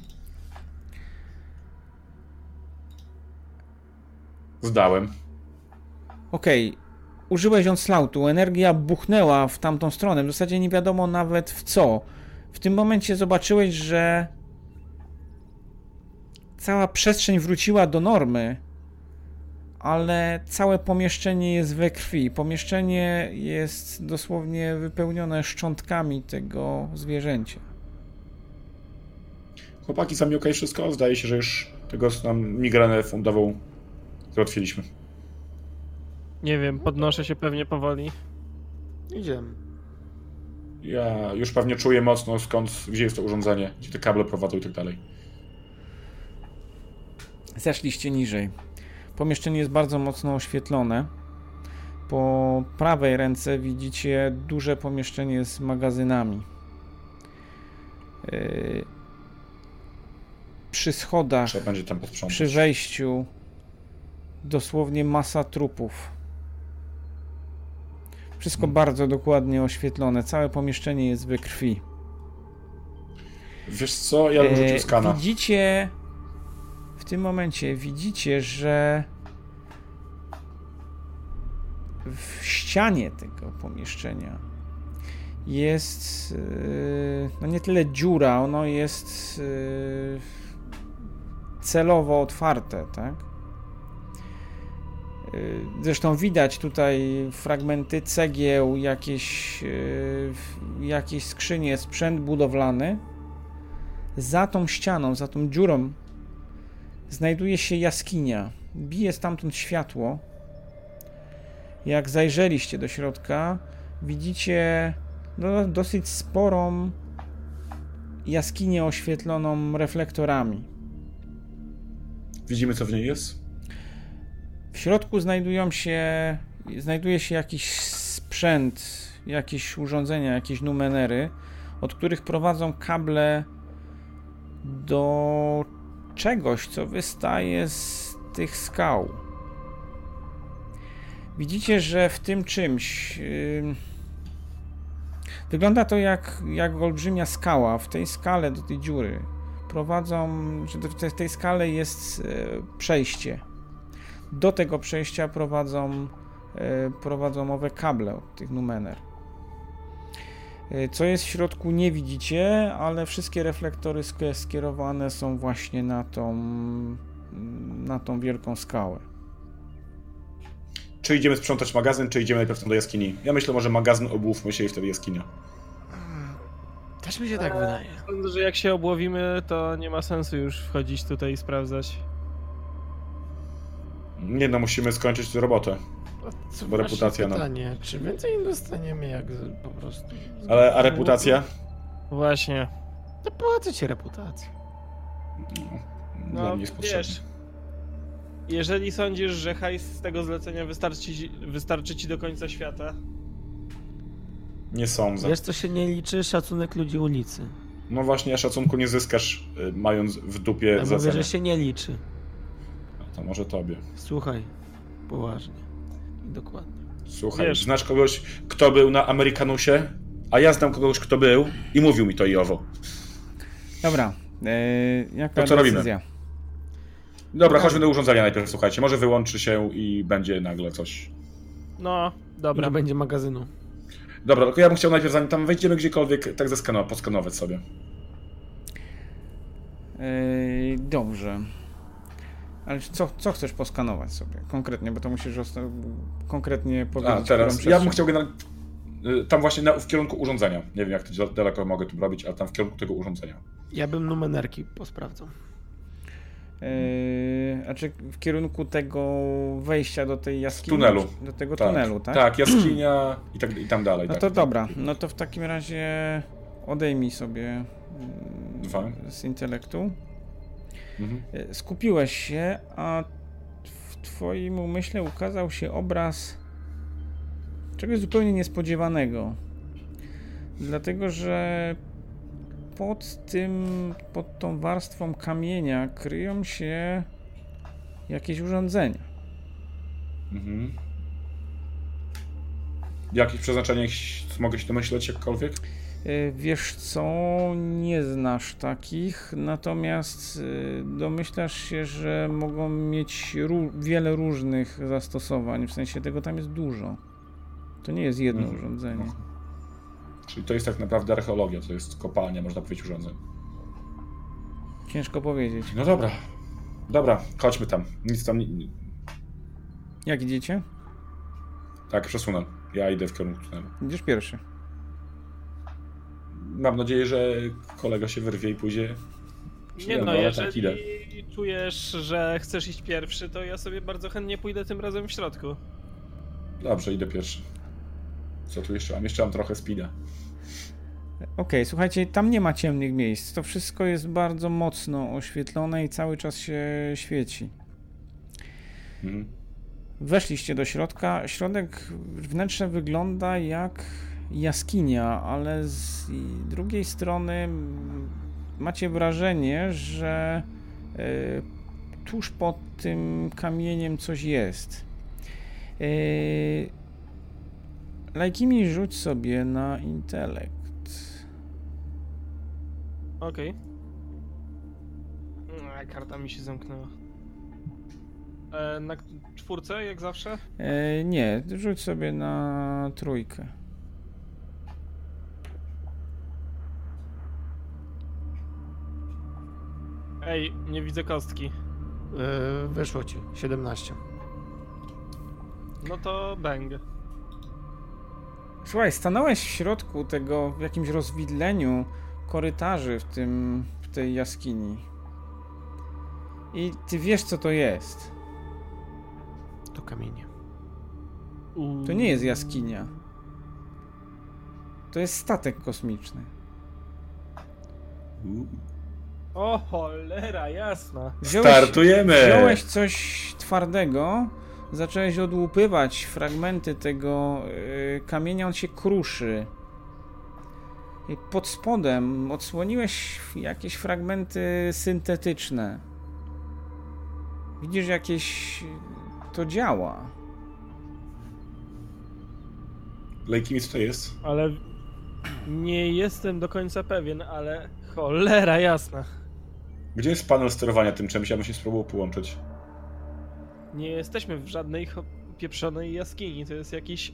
Zdałem. Okej. Użyłeś onslaughu, energia buchnęła w tamtą stronę, w zasadzie nie wiadomo nawet w co. W tym momencie zobaczyłeś, że cała przestrzeń wróciła do normy, ale całe pomieszczenie jest we krwi. Pomieszczenie jest dosłownie wypełnione szczątkami tego zwierzęcia. Chłopaki, sami okej wszystko? Zdaje się, że już tego nam migrenę fundową załatwiliśmy. Nie wiem, podnoszę się pewnie powoli. Idziemy. Ja już pewnie czuję mocno gdzie jest to urządzenie, gdzie te kable prowadzą i tak dalej. Zeszliście niżej. Pomieszczenie jest bardzo mocno oświetlone. Po prawej ręce widzicie duże pomieszczenie z magazynami. Przy schodach, Trzeba będzie tam posprzątać. przy wejściu dosłownie masa trupów. Wszystko bardzo dokładnie oświetlone. Całe pomieszczenie jest we krwi. Wiesz co? Ja bym rzucił skana. Widzicie, w tym momencie widzicie, że w ścianie tego pomieszczenia jest no nie tyle dziura, ono jest celowo otwarte, tak? Zresztą widać tutaj fragmenty cegieł, jakieś skrzynie, sprzęt budowlany. Za tą ścianą, za tą dziurą znajduje się jaskinia. Bije stamtąd światło. Jak zajrzeliście do środka, widzicie dosyć sporą jaskinię oświetloną reflektorami. Widzimy, co w niej jest? W środku znajduje się jakiś sprzęt, jakieś urządzenia, jakieś numenery, od których prowadzą kable do czegoś, co wystaje z tych skał. Widzicie, że w tym czymś wygląda to jak olbrzymia skała. W tej skale do tej dziury w tej skale jest przejście. Do tego przejścia prowadzą owe kable od tych numener. Co jest w środku, nie widzicie, ale wszystkie reflektory skierowane są właśnie na tą wielką skałę. Czy idziemy sprzątać magazyn, czy idziemy najpierw tam do jaskini? Ja myślę, może magazyn obłówmy się i wtedy jaskinia. Też mi się tak wydaje. Sądzę, że jak się obłowimy, to nie ma sensu już wchodzić tutaj i sprawdzać. Nie no, musimy skończyć tę robotę. Bo reputacja nam. Pytanie, czy więcej dostaniemy jak po prostu... A reputacja? Właśnie. To po co ci reputacja? Dla mnie jest potrzebna. Wiesz, jeżeli sądzisz, że hajs z tego zlecenia wystarczy ci do końca świata, Nie sądzę. Wiesz, co się nie liczy? Szacunek ludzi ulicy. No właśnie, szacunku nie zyskasz, mając w dupie Ja mówię, zlecenie. że się nie liczy. To może tobie. Słuchaj, poważnie. I dokładnie. Słuchaj, Wiesz. znasz kogoś, kto był na Amerykanusie? A ja znam kogoś, kto był i mówił mi to i owo. Dobra, jaka To co robimy? decyzja? Dobra, chodźmy do urządzenia najpierw, słuchajcie. Może wyłączy się i będzie nagle coś. no dobra. Nie będzie magazynu. Dobra, tylko ja bym chciał najpierw, zanim tam wejdziemy gdziekolwiek, tak poskanować sobie. Dobrze. Ale co chcesz poskanować sobie konkretnie, bo to musisz konkretnie powiedzieć. A, teraz. którą Ja bym przestrzeń. chciał generalnie... Tam właśnie w kierunku urządzenia. Nie wiem, jak to daleko mogę tu robić, ale tam w kierunku tego urządzenia. Ja bym numenerki posprawdzał. A czy w kierunku tego wejścia do tej jaskini? Tunelu. Do tego tunelu, tak? Tak, jaskinia i tam dalej. No tak. to dobra, no to w takim razie odejmij sobie 2 z intelektu. Mhm. Skupiłeś się, a w twoim umyśle ukazał się obraz czegoś zupełnie niespodziewanego. Dlatego, że pod tą warstwą kamienia kryją się jakieś urządzenia. Mhm. Jakieś przeznaczenie mogę się domyśleć jakkolwiek? Wiesz co, nie znasz takich, natomiast domyślasz się, że mogą mieć wiele różnych zastosowań, w sensie tego tam jest dużo. To nie jest jedno urządzenie. Czyli to jest tak naprawdę archeologia, to jest kopalnia, można powiedzieć, urządzeń. Ciężko powiedzieć. No dobra, chodźmy tam. Nic tam... Jak idziecie? Tak, przesunę. Ja idę w kierunku tunelu. Idziesz pierwszy. Mam nadzieję, że kolega się wyrwie i pójdzie. Nie no, ale jeżeli tak, idę. czujesz, że chcesz iść pierwszy, to ja sobie bardzo chętnie pójdę tym razem w środku. Dobrze, idę pierwszy. Co tu jeszcze mam? Jeszcze mam trochę speeda. Okej, słuchajcie, tam nie ma ciemnych miejsc. To wszystko jest bardzo mocno oświetlone i cały czas się świeci. Mhm. Weszliście do środka. Środek wnętrze wygląda jak jaskinia, ale z drugiej strony macie wrażenie, że tuż pod tym kamieniem coś jest. Lajkimi rzuć sobie na intelekt. Okej. Karta mi się zamknęła. Na 4, jak zawsze? Nie, rzuć sobie na 3. Ej, nie widzę kostki. Wyszło ci 17. No to bang. Słuchaj, stanąłeś w środku tego, w jakimś rozwidleniu korytarzy w tej jaskini. I ty wiesz, co to jest. To kamienie. To nie jest jaskinia. To jest statek kosmiczny. O cholera, jasna. Startujemy! Wziąłeś coś twardego, zacząłeś odłupywać fragmenty tego kamienia, on się kruszy. I pod spodem odsłoniłeś jakieś fragmenty syntetyczne. Widzisz, jakieś to działa. Lejkimi, co to jest? Ale nie jestem do końca pewien, ale cholera jasna. Gdzie jest panel sterowania tym czymś? Ja bym się spróbował połączyć. Nie jesteśmy w żadnej pieprzonej jaskini, to jest jakiś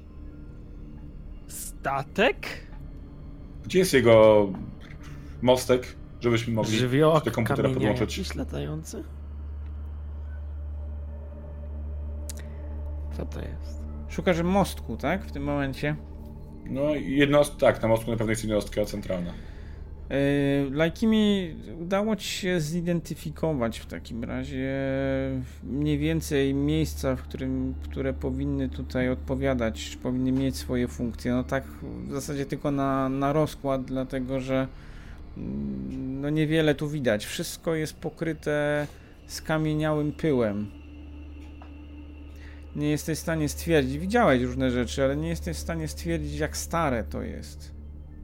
statek? Gdzie jest jego mostek, żebyśmy mogli Żywiołak do komputera kamienia podłączyć? jakiś latający? Co to jest? Szukasz mostku, tak? W tym momencie. No tak, na mostku na pewno jest jednostka centralna. Lajkimi udało ci się zidentyfikować w takim razie mniej więcej miejsca, które powinny tutaj odpowiadać, czy powinny mieć swoje funkcje. No tak w zasadzie tylko na rozkład, dlatego że no niewiele tu widać. Wszystko jest pokryte skamieniałym pyłem. Nie jesteś w stanie stwierdzić, widziałeś różne rzeczy, ale nie jesteś w stanie stwierdzić, jak stare to jest.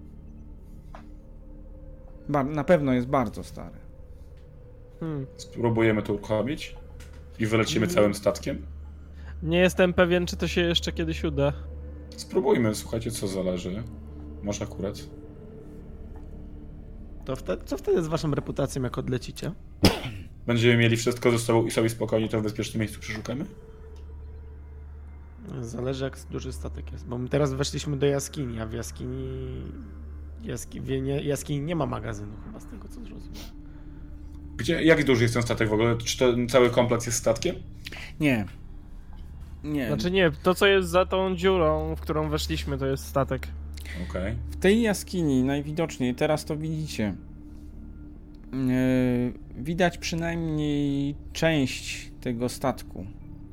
Na pewno jest bardzo stary. Spróbujemy to uruchomić i wylecimy całym statkiem. Nie jestem pewien, czy to się jeszcze kiedyś uda. Spróbujmy, słuchajcie, co zależy. Może akurat. To co wtedy z waszą reputacją, jak odlecicie? Będziemy mieli wszystko ze sobą i sobie spokojnie to w bezpiecznym miejscu przeszukamy? Zależy, jak duży statek jest. Bo my teraz weszliśmy do jaskini, a w jaskini nie ma magazynu, chyba z tego, co zrozumiałem. Jak duży jest ten statek w ogóle? Czy ten cały kompleks jest statkiem? Nie. Nie. Znaczy nie, to co jest za tą dziurą, w którą weszliśmy, to jest statek. Okej. W tej jaskini najwidoczniej, teraz to widzicie, widać przynajmniej część tego statku.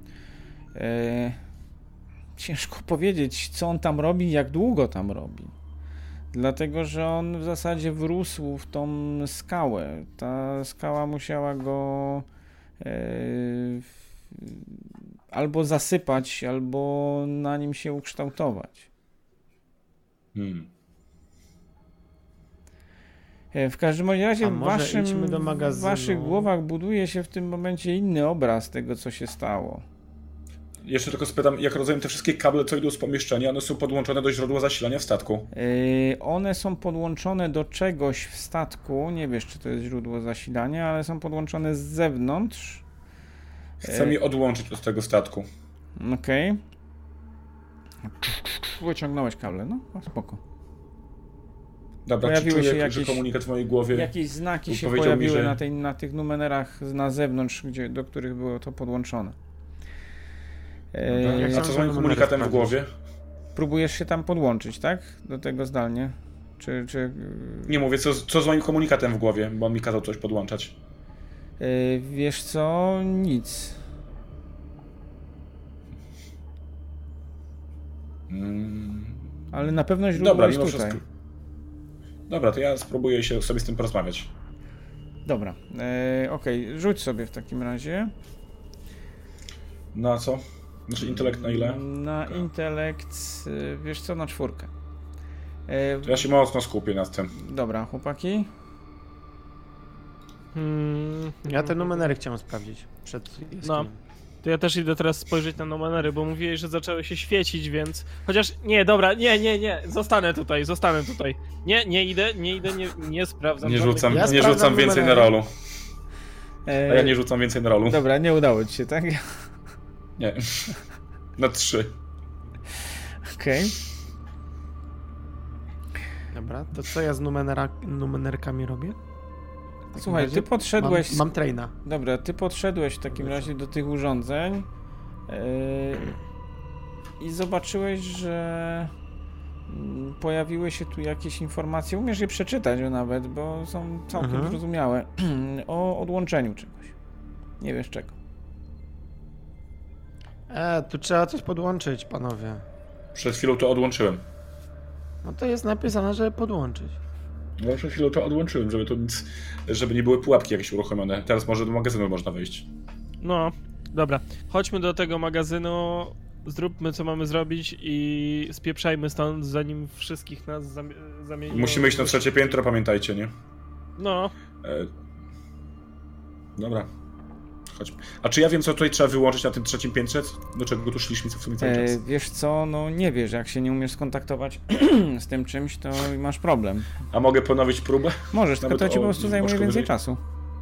Ciężko powiedzieć, co on tam robi i jak długo tam robi. Dlatego, że on w zasadzie wrósł w tą skałę. Ta skała musiała go albo zasypać, albo na nim się ukształtować. W każdym razie w waszych głowach buduje się w tym momencie inny obraz tego, co się stało. Jeszcze tylko spytam, jak rozumiem, te wszystkie kable, co idą z pomieszczenia, one są podłączone do źródła zasilania w statku? One są podłączone do czegoś w statku, nie wiesz, czy to jest źródło zasilania, ale są podłączone z zewnątrz. Chcę mi odłączyć od tego statku. Okej. Wyciągnąłeś kable, no spoko. Dobra, Pojawiły czy się czuję, że komunikat w mojej głowie... Jakieś znaki się powiedział pojawiły mi, że... na tych numerach na zewnątrz, do których było to podłączone. A co z moim komunikatem w głowie? Próbujesz się tam podłączyć, tak? Do tego zdalnie? Czy... Nie mówię, co z moim komunikatem w głowie, bo on mi kazał coś podłączać. Wiesz co? Nic. Ale na pewno źródło jest tutaj. Wszystko. Dobra, to ja spróbuję się sobie z tym porozmawiać. Dobra, okej, rzuć sobie w takim razie. Na co? Znaczy intelekt na ile? Na intelekt, wiesz co, na 4. To ja się mocno skupię nad tym. Dobra, chłopaki. Ja te numery chciałem sprawdzić przed jaskinią. No. To ja też idę teraz spojrzeć na numery, bo mówiłeś, że zaczęły się świecić, więc... Chociaż... Nie, dobra, nie. Zostanę tutaj. Nie sprawdzam. Nie rzucam więcej na rolu. A ja nie rzucam więcej na rolu. Dobra, nie udało ci się, tak? Nie. Na 3. Okej. Dobra, to co ja z numerkami robię? Słuchaj, ty podszedłeś... Mam traina. Dobra, ty podszedłeś w takim razie do tych urządzeń i zobaczyłeś, że pojawiły się tu jakieś informacje, umiesz je przeczytać nawet, bo są całkiem zrozumiałe, o odłączeniu czegoś. Nie wiesz czego. Tu trzeba coś podłączyć, panowie. Przed chwilą to odłączyłem. No to jest napisane, żeby podłączyć. No przed chwilą to odłączyłem, żeby nie były pułapki jakieś uruchomione. Teraz może do magazynu można wejść. No, dobra. Chodźmy do tego magazynu, zróbmy co mamy zrobić i spieprzajmy stąd, zanim wszystkich nas zamienią. Musimy iść na 3. piętro, pamiętajcie, nie? No. Dobra. Chodźmy. A czy ja wiem, co tutaj trzeba wyłączyć na tym 3. piętrze? Do czego tu szliśmy, co w sumie cały czas? Wiesz co, no nie wiesz, jak się nie umiesz skontaktować z tym czymś, to masz problem. A mogę ponowić próbę? Możesz, tylko to ci po prostu zajmuje więcej czasu.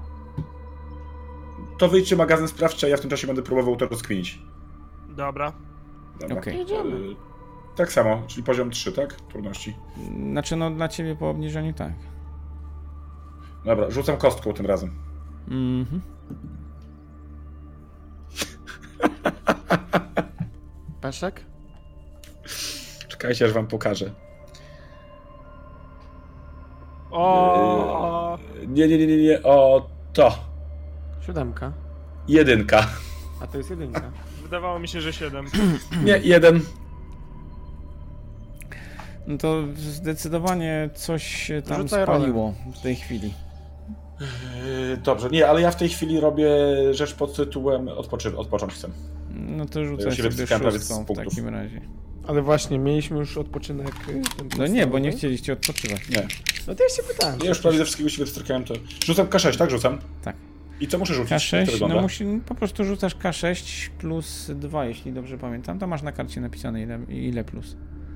To wyjdźcie magazyn, sprawdźcie, a ja w tym czasie będę próbował to rozkminić. Dobra. Okej. Tak samo, czyli poziom 3, tak? Trudności. Znaczy, no dla ciebie po obniżeniu tak. Dobra, rzucam kostką tym razem. Peszek? Czekajcie, aż wam pokażę. O. Nie. O, to. 7. 1. A to jest 1. Wydawało mi się, że 7. Nie, 1. No to zdecydowanie coś się tam Rzucaj spaliło w tej chwili. Dobrze, nie, ale ja w tej chwili robię rzecz pod tytułem odpocząć chcę. No to rzucaj Ja się sobie wyciskałem prawie z 6 w punktów. takim razie. Ale właśnie, mieliśmy już odpoczynek. No nie, bo nie chcieliście odpoczywać. Nie. No to ja się pytałem. Ja już prawie ze wszystkiego się wystrykałem, to... Rzucam K6, tak? Rzucam? Tak. I co muszę rzucić? Jak to K6, wygląda? no po prostu rzucasz K6 plus 2, jeśli dobrze pamiętam. To masz na karcie napisane ile plus.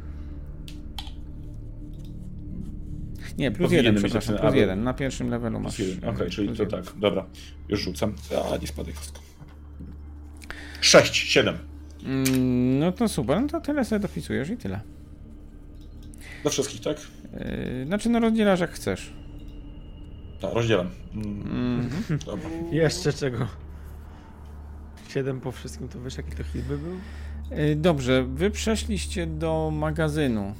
Nie, plus 1, przepraszam, plus 1. Na pierwszym levelu masz. Okej, czyli to tak, dobra. Już rzucam. A, nie spadaj kostką. 6, 7. No to super, no to tyle sobie dopisujesz i tyle. Do wszystkich, tak? Znaczy, no rozdzielasz jak chcesz. Tak, rozdzielam. Dobra. Jeszcze czego? 7 po wszystkim, to wiesz jaki to hit by był? Dobrze, wy przeszliście do magazynu.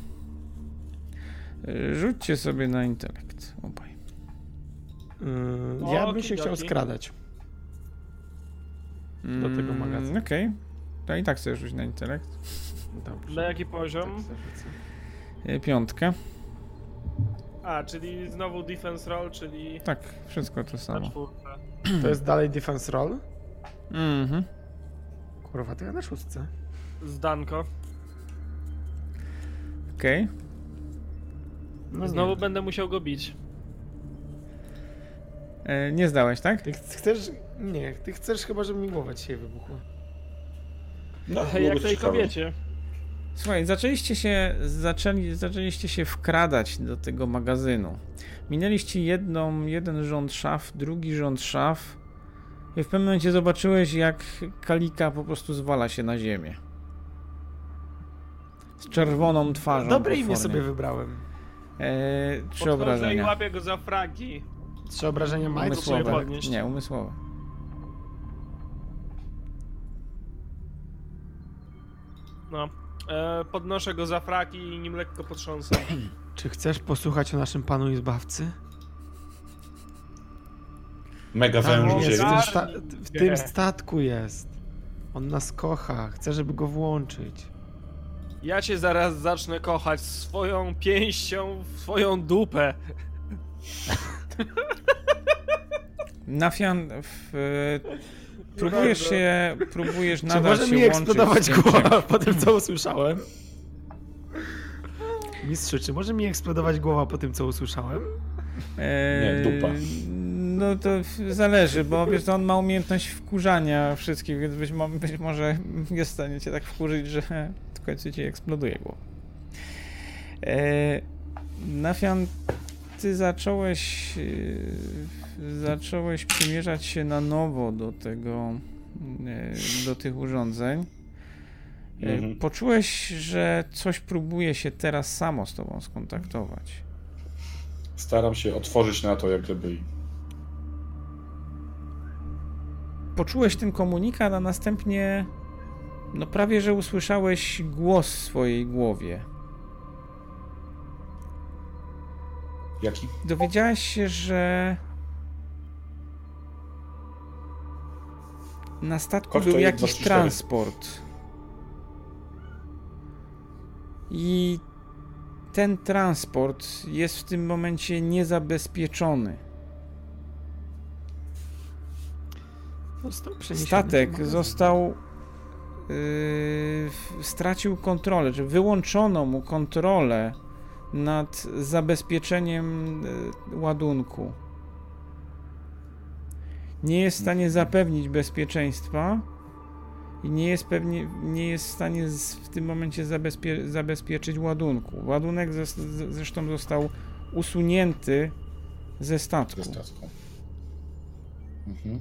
Rzućcie sobie na intelekt obaj. Ja bym się chciał skradać do tego magazynu. Okej. To i tak chcesz rzucić na intelekt. Dobrze. Na jaki poziom? Tak 5. A, czyli znowu defense roll, czyli Tak, wszystko to na samo. 4. To jest dalej defense roll? Mhm. Kurwa, to ja na 6. Zdanko. Okej. No Znowu nie. będę musiał go bić. Nie zdałeś, tak? Ty chcesz... Nie, ty chcesz chyba, żeby mi głowa dzisiaj wybuchła. No, Jak byłoby tej ciekawe. kobiecie. Słuchaj, zaczęliście się wkradać do tego magazynu. Minęliście jeden rząd szaf, drugi rząd szaf i w pewnym momencie zobaczyłeś, jak Kalika po prostu zwala się na ziemię. Z czerwoną twarzą. Dobre imię potwornie. sobie wybrałem. 3 Podchodzę i obrażenia. łapię go za fragi. 3 obrażenia majtki. Umysłowe. Umysłowe. podnieść. Nie, umysłowe. No. Podnoszę go za fragi i nim lekko potrząsam. Czy chcesz posłuchać o naszym panu i zbawcy? Mega Tam wężu jest, ziemi. w tym statku jest. On nas kocha, chce, żeby go włączyć. Ja cię zaraz zacznę kochać swoją pięścią w swoją dupę. Nafian, próbujesz Czy nadal może się mi łączyć eksplodować z tym głowa po tym, co usłyszałem? Mistrzu, czy może mi eksplodować głowa po tym, co usłyszałem? Nie, dupa. No to zależy, bo wiesz, on ma umiejętność wkurzania wszystkich, więc być może jest w stanie cię tak wkurzyć, że w końcu ci eksploduje głowa. Nafian, ty zacząłeś przymierzać się na nowo do tych urządzeń. Mhm. Poczułeś, że coś próbuje się teraz samo z tobą skontaktować. Staram się otworzyć na to, jak gdyby. Poczułeś ten komunikat, a następnie no prawie, że usłyszałeś głos w swojej głowie. Jaki? Dowiedziałeś się, że na statku Kod to był jest jakiś 24. transport. I ten transport jest w tym momencie niezabezpieczony. Został przeniesiony do Statek magazynu. został stracił kontrolę, czy wyłączono mu kontrolę nad zabezpieczeniem ładunku. Nie jest w stanie zapewnić bezpieczeństwa i nie jest w stanie w tym momencie zabezpieczyć ładunku. Ładunek zresztą został usunięty ze statku. Ze statku. Mhm.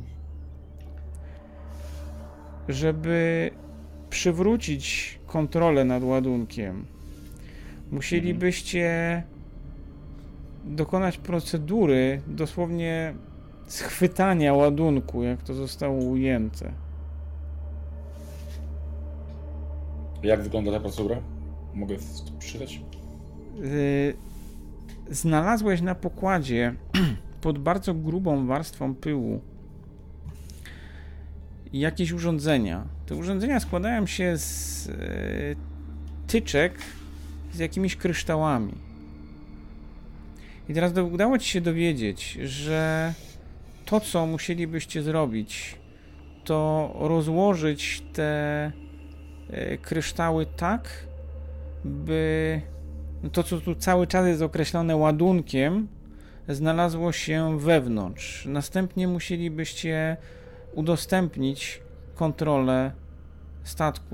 Żeby przywrócić kontrolę nad ładunkiem, musielibyście dokonać procedury dosłownie schwytania ładunku, jak to zostało ujęte. Jak wygląda ta procedura? Mogę przeczytać? Znalazłeś na pokładzie pod bardzo grubą warstwą pyłu jakieś urządzenia. Te urządzenia składają się z tyczek z jakimiś kryształami. I teraz udało ci się dowiedzieć, że to, co musielibyście zrobić, to rozłożyć te kryształy tak, by to, co tu cały czas jest określone ładunkiem, znalazło się wewnątrz. Następnie musielibyście udostępnić kontrolę statku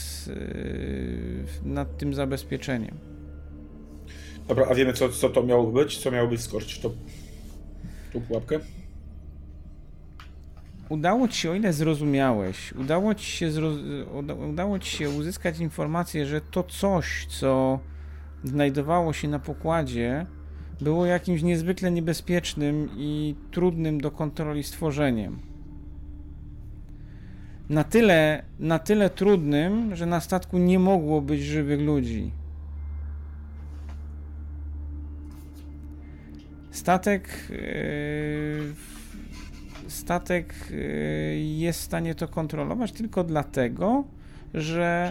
nad tym zabezpieczeniem. Dobra, a wiemy, co to miało być? Co miało być skoczyć tą pułapkę? Udało ci się, o ile zrozumiałeś, udało ci się uzyskać informację, że to coś, co znajdowało się na pokładzie, było jakimś niezwykle niebezpiecznym i trudnym do kontroli stworzeniem. na tyle trudnym, że na statku nie mogło być żywych ludzi. Statek jest w stanie to kontrolować tylko dlatego, że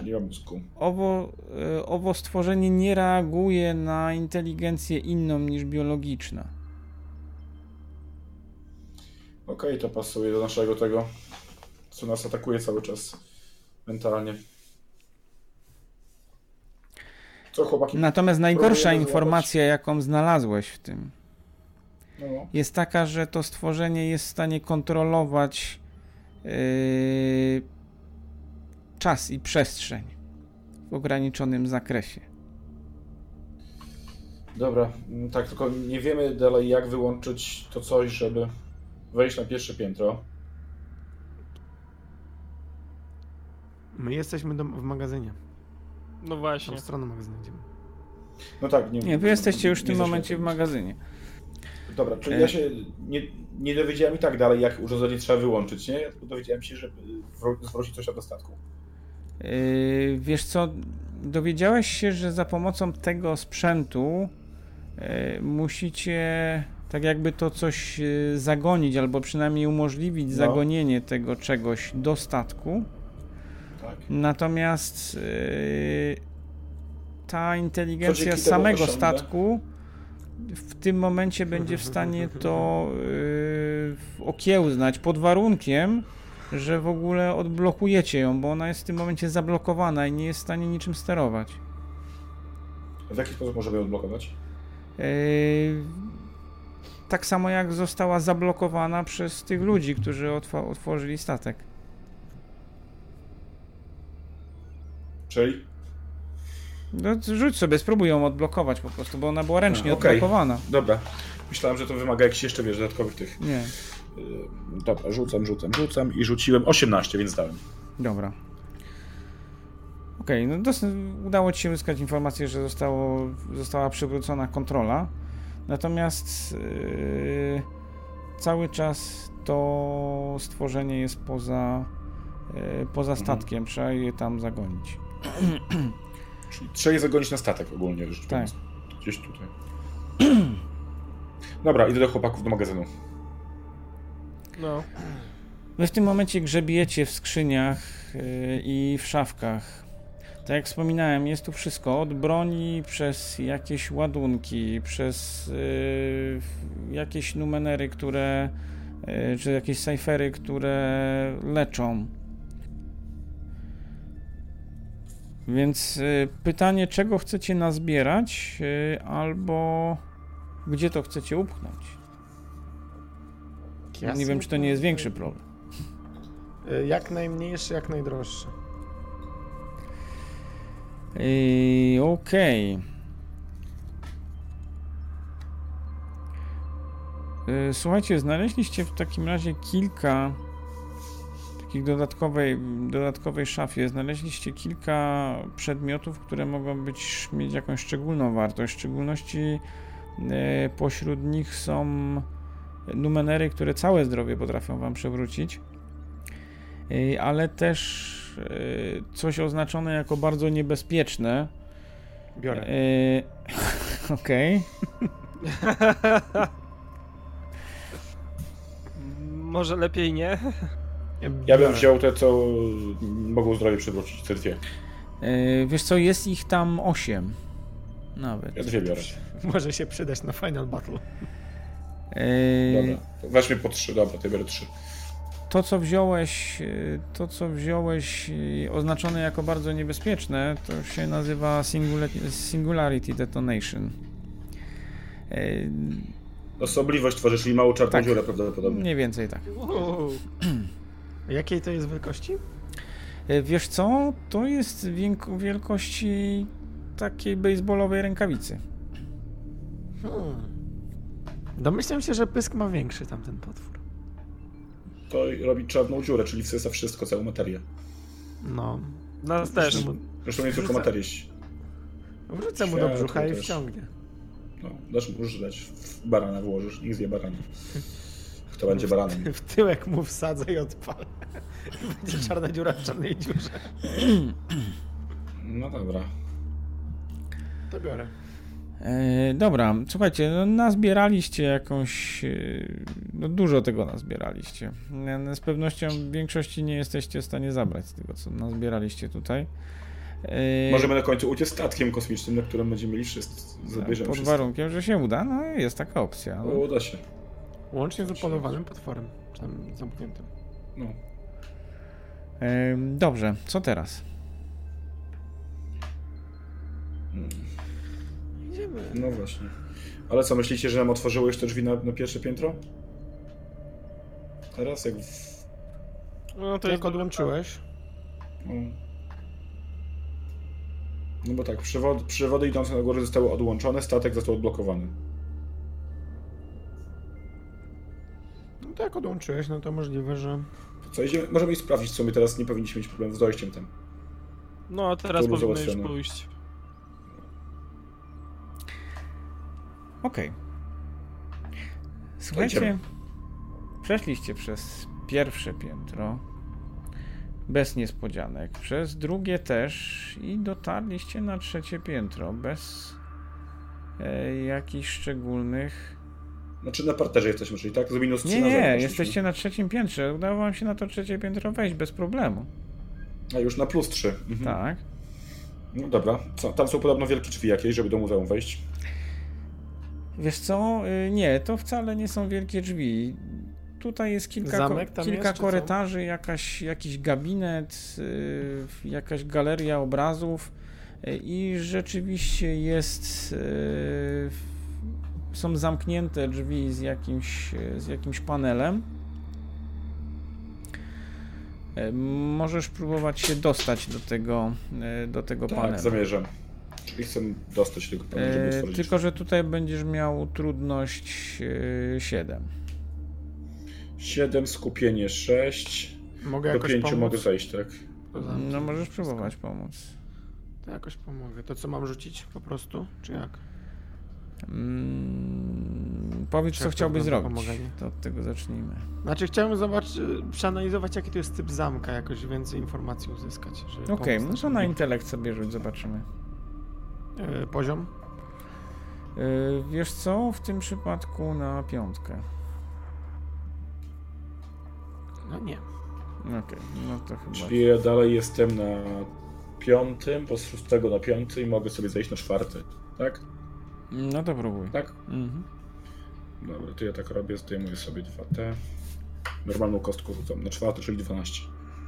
owo stworzenie nie reaguje na inteligencję inną niż biologiczna. Okej, to pasuje do naszego tego, co nas atakuje cały czas mentalnie. Co, chłopaki? Natomiast najgorsza informacja, jaką znalazłeś w tym, jest taka, że to stworzenie jest w stanie kontrolować czas i przestrzeń w ograniczonym zakresie. Dobra, tak, tylko nie wiemy dalej, jak wyłączyć to coś, żeby wejść na pierwsze piętro. My jesteśmy w magazynie. No właśnie. W stronę magazynu idziemy. No tak. Nie, wy jesteście już w tym momencie w magazynie. Dobra, czyli ja się nie dowiedziałem i tak dalej, jak urządzenie trzeba wyłączyć, nie? Ja dowiedziałem się, żeby zwrócić coś do statku. Wiesz co, dowiedziałeś się, że za pomocą tego sprzętu musicie tak jakby to coś zagonić, albo przynajmniej umożliwić zagonienie tego czegoś do statku. Tak. Natomiast ta inteligencja samego statku w tym momencie będzie w stanie to okiełznać pod warunkiem, że w ogóle odblokujecie ją, bo ona jest w tym momencie zablokowana i nie jest w stanie niczym sterować. W jaki sposób możemy ją odblokować? Tak samo jak została zablokowana przez tych ludzi, którzy otworzyli statek. Czyli? No, rzuć sobie, spróbuj ją odblokować po prostu, bo ona była ręcznie odblokowana. Dobra. Myślałem, że to wymaga jakichś jeszcze, dodatkowych tych... Nie. Dobra, rzucam i rzuciłem 18, więc dałem. Dobra. Okej, no udało ci się uzyskać informację, że została przywrócona kontrola. Natomiast cały czas to stworzenie jest poza statkiem. Trzeba je tam zagonić. Czyli trzeba je zagonić na statek ogólnie. Tak. Gdzieś tutaj. Dobra, idę do chłopaków do magazynu. No. Wy w tym momencie grzebiecie w skrzyniach i w szafkach. Tak jak wspominałem, jest tu wszystko, od broni, przez jakieś ładunki, przez jakieś numenery, czy jakieś cyfery, które leczą. Więc pytanie, czego chcecie nazbierać, albo gdzie to chcecie upchnąć? Ja nie wiem, czy to nie jest większy problem. Jak najmniejszy, jak najdroższy. Okej. Słuchajcie, znaleźliście w takim razie kilka takich dodatkowej szafie. Znaleźliście kilka przedmiotów, które mogą mieć jakąś szczególną wartość. W szczególności pośród nich są numenery, które całe zdrowie potrafią wam przywrócić, ale też coś oznaczone jako bardzo niebezpieczne. Biorę. Okej. Może lepiej nie? Ja bym wziął te, co mogą zdrowie przywrócić, te dwie. Wiesz co, jest ich tam 8. Nawet. Ja dwie biorę. Może się przydać na Final Battle. Dobra, weźmy po 3, dobra, to biorę 3. To co wziąłeś oznaczone jako bardzo niebezpieczne, to się nazywa Singularity Detonation. Osobliwość tworzy, czyli małą czarną dziurę prawdopodobnie. Mniej więcej tak. Jakiej to jest wielkości? Wiesz co? To jest wielkości takiej baseballowej rękawicy. Domyślam się, że pysk ma większy tamten potwór. To robi czarną dziurę, czyli wsysa wszystko, całą materię. No. Nas też. Zresztą nie tylko materię. Wrzucę mu do brzucha i wciągnie. No, możesz dać. Barana włożysz, niech zje barana. Kto będzie baranem? W tyłek mu wsadzę i odpalę. Będzie czarna dziura w czarnej dziurze. No dobra. To biorę. Dobra, słuchajcie, no nazbieraliście jakąś... No dużo tego nazbieraliście. Z pewnością w większości nie jesteście w stanie zabrać z tego, co nazbieraliście tutaj. Możemy na końcu uciec statkiem kosmicznym, na którym będziemy mieli wszyscy. Zabierzemy Pod wszystko. warunkiem, że się uda, no jest taka opcja. No. Uda się. Łącznie z upolowanym potworem. Czy tam zamkniętym. No. Dobrze, co teraz? Idziemy. No właśnie. Ale co, myślicie, że nam otworzyło jeszcze drzwi na pierwsze piętro? Teraz jak No to Jak jest odłączyłeś? No. No bo tak, przewody idące na górę zostały odłączone, statek został odblokowany. No to jak odłączyłeś, no to możliwe, że... To co, idziemy? Możemy iść sprawdzić, co my teraz nie powinniśmy mieć problemów z dojściem tam. No a teraz To było powinno już załatwione. pójść. Okej. Słuchajcie, idziemy. przeszliście przez pierwsze piętro bez niespodzianek, przez drugie też i dotarliście na trzecie piętro bez jakichś szczególnych... Znaczy na parterze jesteśmy, czyli tak? Z minus 3 Nie, na nie, zewnątrz jesteście na trzecim piętrze. Udało wam się na to trzecie piętro wejść bez problemu. A już na plus 3. Mhm. Tak. No dobra. Tam są podobno wielkie drzwi jakieś, żeby do muzeum wejść. Wiesz co? Nie, to wcale nie są wielkie drzwi. Tutaj jest Zamek tam kilka jest, czy korytarzy, jakiś gabinet, jakaś galeria obrazów i rzeczywiście są zamknięte drzwi z jakimś panelem. Możesz próbować się dostać do tego Tak, panelu. zamierzam. Czyli chcę dostać się do tego panelu, żeby otworzyć. Tylko że tutaj będziesz miał trudność 7. 7, skupienie 6. Mogę Do jakoś 5 pomóc? mogę zejść, tak? To zamknij. No możesz próbować pomóc. To jakoś pomogę. To co mam rzucić po prostu? Czy jak? Powiedz, Czy co jak to chciałbyś wygląda zrobić. pomaganie? To od tego zacznijmy. Znaczy chciałem przeanalizować jaki to jest typ zamka, jakoś więcej informacji uzyskać. żeby Okej, pomóc no to naszym na ludziom. intelekt sobie rzuć, zobaczymy. Poziom? Wiesz co? W tym przypadku na 5. No nie. Okej, no to chyba... Czyli ja dalej jestem na 5, bo z 6 na 5 i mogę sobie zejść na 4. Tak? No to próbuj. Tak? Mhm. Dobra, to ja tak robię, zdejmuję sobie 2T. Normalną kostką rzucam na 4, czyli 12.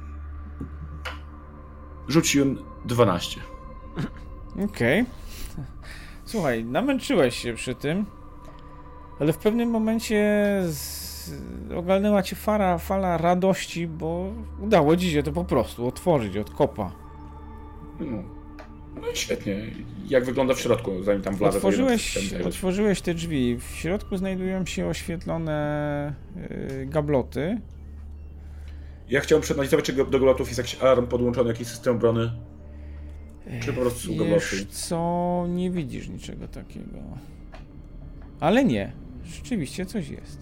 Rzuciłem 12. Okej. Słuchaj, namęczyłeś się przy tym, ale w pewnym momencie ogarnęła cię fala radości, bo udało ci się to po prostu otworzyć od kopa. No i świetnie. Jak wygląda w środku, zanim tam wlazę? Otworzyłeś te drzwi. W środku znajdują się oświetlone gabloty. Ja chciałem przeanalizować, czy do gablotów jest jakiś alarm podłączony, jakiś system obrony. Czy po prostu są gabloty? Wiesz co, nie widzisz niczego takiego. Ale nie. Rzeczywiście coś jest.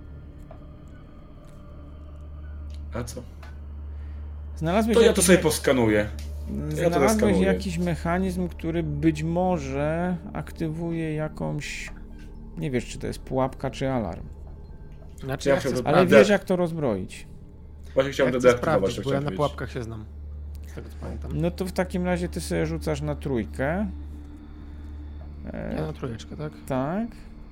A co? Znalazłeś To ja to jakiś sobie poskanuję. Znalazłeś zeskanuję. jakiś mechanizm, który być może aktywuje jakąś... Nie wiesz, czy to jest pułapka, czy alarm. Znaczy Ja ja chcę chciałbym- Ale sprawdzić, wiesz, jak to rozbroić. Właśnie chciałem chcę deaktywować, sprawdzić, to bo ja chciałem na powiedzieć. pułapkach się znam. Z tego co pamiętam. No to w takim razie ty sobie rzucasz na 3. Ja na 3, tak? Tak.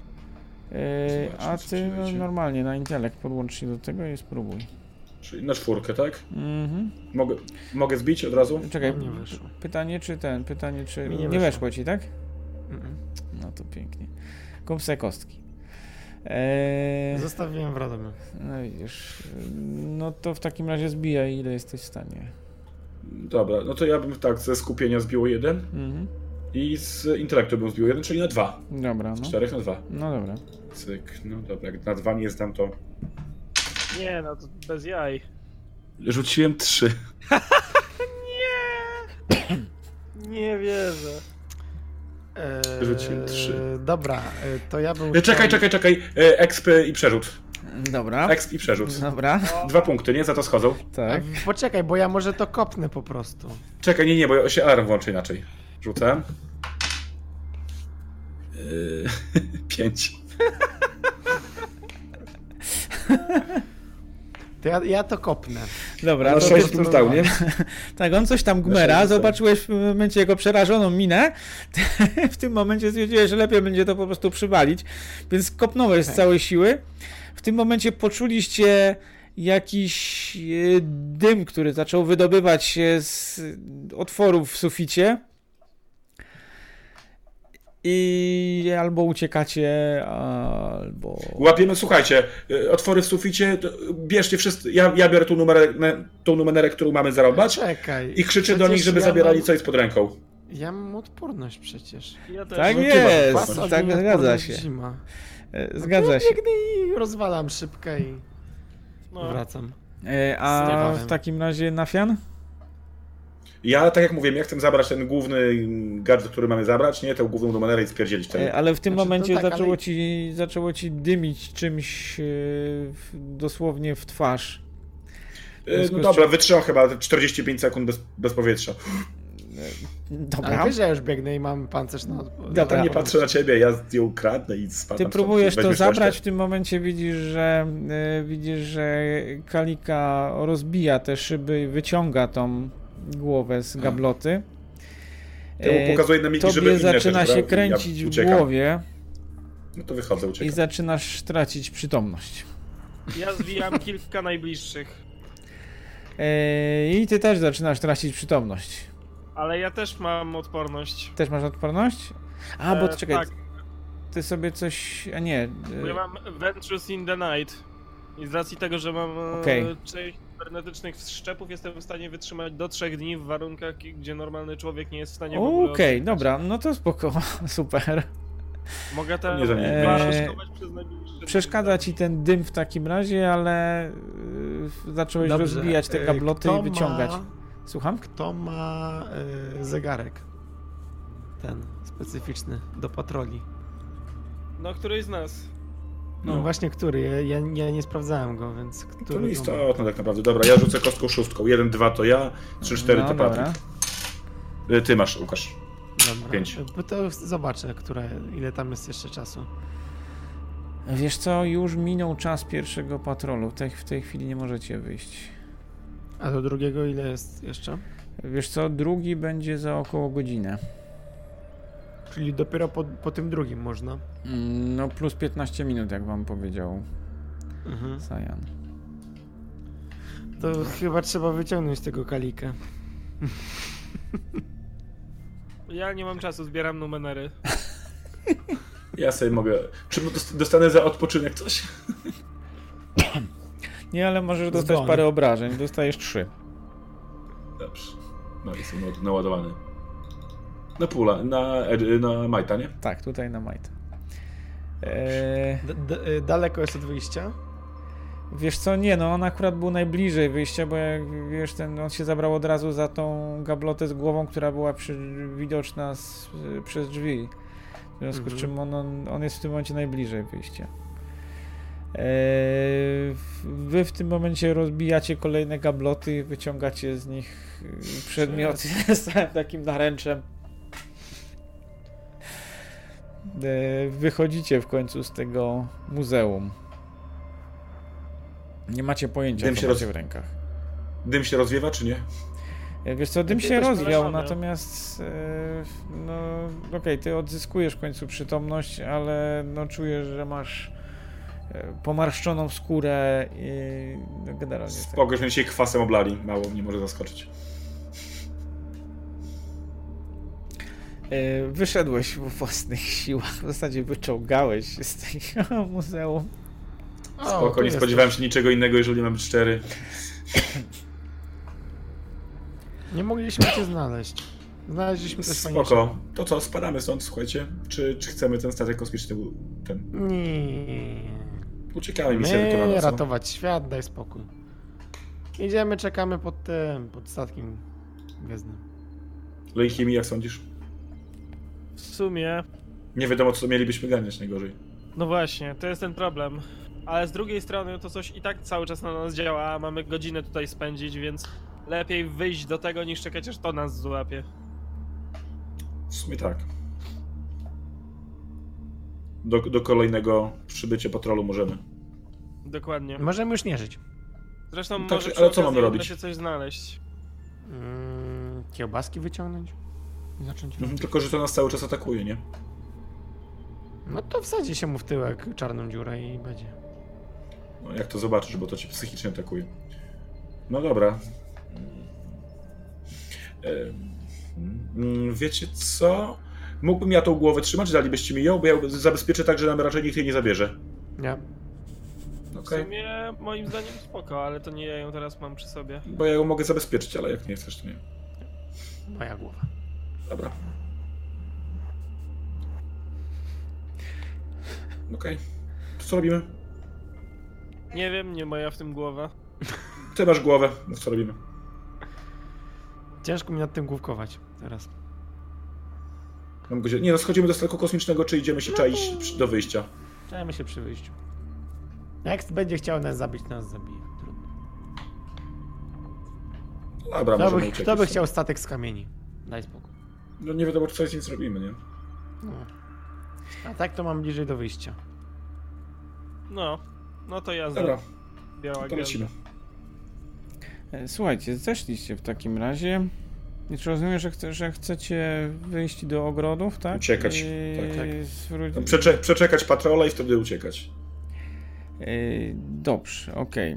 A Zobaczmy, ty co no, przyjdzie. normalnie na intelekt podłącz się do tego i spróbuj. Czyli na 4, tak? Mhm. Mogę zbić od razu? Czekaj, No, nie wyszło. pytanie czy... Mi nie Nie wyszło. weszło ci, tak? Mm-mm. No to pięknie. Kup sobie kostki. Zostawiłem w Radomiu. No widzisz, no to w takim razie zbijaj, ile jesteś w stanie. Dobra, no to ja bym tak ze skupienia zbił 1 Mhm. i z intelektu bym zbił 1, czyli na 2. Dobra, Z no. 4 na 2. No dobra. Cyk, no dobra, jak na 2 nie zdam, to... Nie, no to bez jaj. Rzuciłem 3. Nie! Nie wierzę. Rzuciłem 3. Dobra, to ja bym... Czekaj. Exp i przerzut. Dobra. Exp i przerzut. Dobra. 2 punkty, nie? Za to schodzą. Tak. Poczekaj, bo ja może to kopnę po prostu. Czekaj, nie, bo się alarm włączy inaczej. Rzucę. 5. To ja to kopnę. Dobra, Na to 6 ty- plus dał, nie? Tak, on coś tam gmera, sześć zobaczyłeś w pewnym momencie jego przerażoną minę, w tym momencie stwierdziłeś, że lepiej będzie to po prostu przywalić, więc kopnąłeś z całej siły. W tym momencie poczuliście jakiś dym, który zaczął wydobywać się z otworów w suficie i albo uciekacie, albo... Łapiemy, słuchajcie, otwory w suficie, bierzcie wszyscy, ja biorę tą numerę, którą mamy zarąbać Czekaj. i krzyczę do Przecież nich, żeby ja zabierali mam- co jest pod ręką. Ja mam odporność przecież. Ja też. Tak No, ty jest, masz Was tak ogień, zgadza odporność, się. Zima. Zgadza Ja się. biegnę i rozwalam szybkę i No. wracam. A Zjebałem. w takim razie Nafian? Ja, tak jak mówiłem, ja chcę zabrać ten główny gadżet, który mamy zabrać, nie? Tę główną numerę i spierdzielić ten. Ale w tym Znaczy, to momencie tak, ale- zaczęło ci dymić czymś dosłownie w twarz. No dobra, wytrzymam chyba 45 sekund bez powietrza. Dobra. Ale wiesz, że ja już biegnę i mam pancerz na odporność. Ja tam nie patrzę na ciebie, ja ją kradnę i spadam. Ty stąd. próbujesz to Weźmiesz zabrać, resztę? w tym momencie widzisz, że Kalika rozbija te szyby i wyciąga tą głowę z gabloty. Ja mu pokazuję na migi, żeby Tobie inne zaczyna też się brał i kręcić ja w uciekam. głowie No to wychodzę, i uciekam. zaczynasz tracić przytomność. Ja zwijam kilka najbliższych. I ty też zaczynasz tracić przytomność. Ale ja też mam odporność. Też masz odporność? A, bo czekaj, Tak, ty sobie coś... A nie. bo ja mam Ventures in the Night. I z racji tego, że mam Okej. część cybernetycznych wszczepów, jestem w stanie wytrzymać do 3 dni w warunkach, gdzie normalny człowiek nie jest w stanie w ogóle Okej, oddychać. dobra, no to spoko, super. Mogę tam Nie za nim. przeszkować przez najbliższe... Przeszkadza ci ten dym w takim razie, ale zacząłeś Dobrze, rozbijać te gabloty kto i wyciągać. Ma, Słucham? kto ma zegarek? Ten specyficzny do patroli. No, któryś z nas. No właśnie, który? Ja nie sprawdzałem go, więc To który? nie go istotne tak naprawdę. Dobra, ja rzucę kostką 6. 1, 2 to ja, 3, 4 No, to dobra. Patryk. Ty masz, Łukasz. Dobra. 5. Bo to zobaczę, ile tam jest jeszcze czasu. Wiesz co, już minął czas pierwszego patrolu, w tej chwili nie możecie wyjść. A do drugiego ile jest jeszcze? Wiesz co, drugi będzie za około godzinę. Czyli dopiero po tym drugim można. No plus 15 minut, jak wam powiedział Mhm. Sajan. To chyba trzeba wyciągnąć tego Kalikę. Ja nie mam czasu, zbieram numery. Ja sobie mogę... Czy dostanę za odpoczynek coś? Nie, ale możesz dostać Zgon. parę obrażeń, dostajesz 3. Dobrze. No jestem naładowany. Na pula, na Majta, nie? Tak, tutaj na Might. Daleko jest od wyjścia? Wiesz co, nie, no on akurat był najbliżej wyjścia, bo jak wiesz, on się zabrał od razu za tą gablotę z głową, która była widoczna przez drzwi. W związku z czym on jest w tym momencie najbliżej wyjścia. Wy w tym momencie rozbijacie kolejne gabloty i wyciągacie z nich przedmioty z całym takim naręczem. Wychodzicie w końcu z tego muzeum. Nie macie pojęcia, Dym co się macie w rękach. Dym się rozwiewa, czy nie? Wiesz co, dym Ty się jesteś rozwiał, porażony. natomiast no okej, ty odzyskujesz w końcu przytomność, ale no czujesz, że masz pomarszczoną skórę i no, generalnie tak. Spoko, że się kwasem oblali. Mało mnie może zaskoczyć. Wyszedłeś w własnych siłach, w zasadzie wyczołgałeś się z tego muzeum. Spoko, nie spodziewałem się niczego innego, jeżeli mamy 4. Nie mogliśmy cię znaleźć. Znaleźliśmy coś Spoko. fajniejszego. To co, spadamy stąd, słuchajcie? Czy chcemy ten statek kosmiczny Nie. Uciekamy, misja My wykonana. co? ratować świat, daj spokój. Idziemy, czekamy pod statkiem gwiezdnym. Lejchimi, jak sądzisz? W sumie, Nie wiadomo, co mielibyśmy ganiać najgorzej. no właśnie, to jest ten problem. Ale z drugiej strony to coś i tak cały czas na nas działa, a mamy godzinę tutaj spędzić, więc lepiej wyjść do tego niż czekać aż to nas złapie. W sumie tak. Do kolejnego przybycia patrolu możemy. Dokładnie. Możemy już nie żyć. Zresztą Tak, może ale przy co okazji mamy uda robić? się coś znaleźć. Kiełbaski wyciągnąć? I zacząć robić. Tylko, że to nas cały czas atakuje, nie? No to wsadzi się mu w tyłek czarną dziurę i będzie. No, jak to zobaczysz, bo to cię psychicznie atakuje. No dobra. Wiecie co? Mógłbym ja tą głowę trzymać, dalibyście mi ją, bo ja ją zabezpieczę tak, że nam raczej nikt jej nie zabierze. Nie. W Okej. sumie moim zdaniem spoko, ale to nie ja ją teraz mam przy sobie. Bo ja ją mogę zabezpieczyć, ale jak nie chcesz, to nie. Moja głowa. Dobra. Okej. To co robimy? Nie wiem, nie moja w tym głowa. Ty masz głowę, mów co robimy. Ciężko mi nad tym główkować teraz. Nie no, schodzimy do statku kosmicznego, czy idziemy się czaić do wyjścia? Czajmy się przy wyjściu. Jak będzie chciał nas zabić, to nas zabije. Trudno. Dobra, możemy uciekać. Kto by chciał statek z kamieni? Daj spokój. No nie wiadomo, czy coś z nim zrobimy, nie? No. A tak to mam bliżej do wyjścia. No to jazda. Dobra, Biała to lecimy. Słuchajcie, zeszliście w takim razie. Czy rozumiem, że chcecie wyjść do ogrodów, tak? Uciekać, tak. Przeczekać patrola i wtedy uciekać. Dobrze, okej.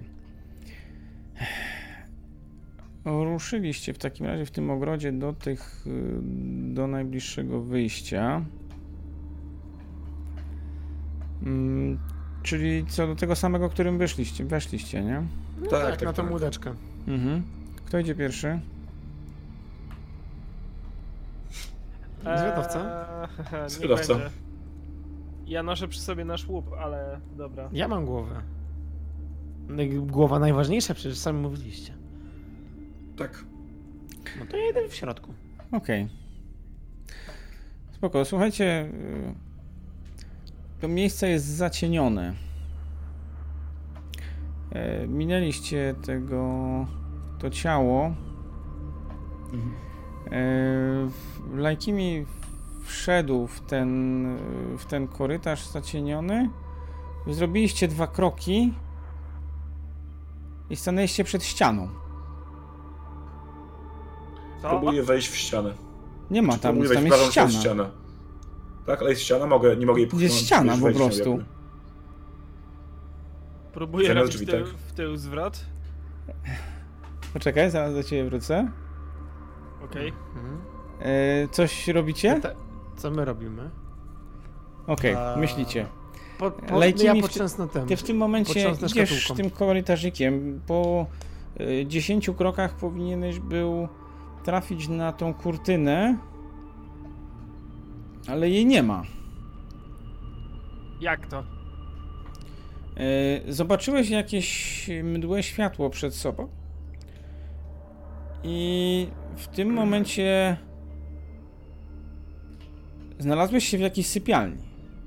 Ruszyliście w takim razie w tym ogrodzie do najbliższego wyjścia. Czyli co do tego samego, którym weszliście, nie? No Tak, tak, na tą tak. łódeczkę. Mhm. Kto idzie pierwszy? Zwiadowca? Nie Zwiadowca. będzie. Ja noszę przy sobie nasz łup, ale dobra. Ja mam głowę. No i głowa najważniejsza, przecież sami mówiliście. Tak. No to ja idę w środku. Okej. Spoko, słuchajcie, to miejsce jest zacienione. Minęliście to ciało. Lajkimi wszedł w ten korytarz zacieniony. Zrobiliście 2 kroki i stanęliście przed ścianą. Co? Próbuję wejść w ścianę. Nie ma tam, Próbuję tam wejść jest przez ściana. ścianę. Tak, ale jest ściana, nie mogę jej pchnąć. Jest ściana już po wejść w nią prostu. jakby. Próbuję Zamiast robić drzwi, tak? w tył zwrot. Poczekaj, zaraz do ciebie wrócę. Okej. Coś robicie? Co my robimy? Okej, myślicie. Ja Ja potrzęsnę tym. Ty w tym momencie Potrząsnę idziesz szkatułką. tym korytarzykiem. Po 10 krokach powinieneś był trafić na tą kurtynę, ale jej nie ma. Jak to? Zobaczyłeś jakieś mdłe światło przed sobą i w tym momencie znalazłeś się w jakiejś sypialni.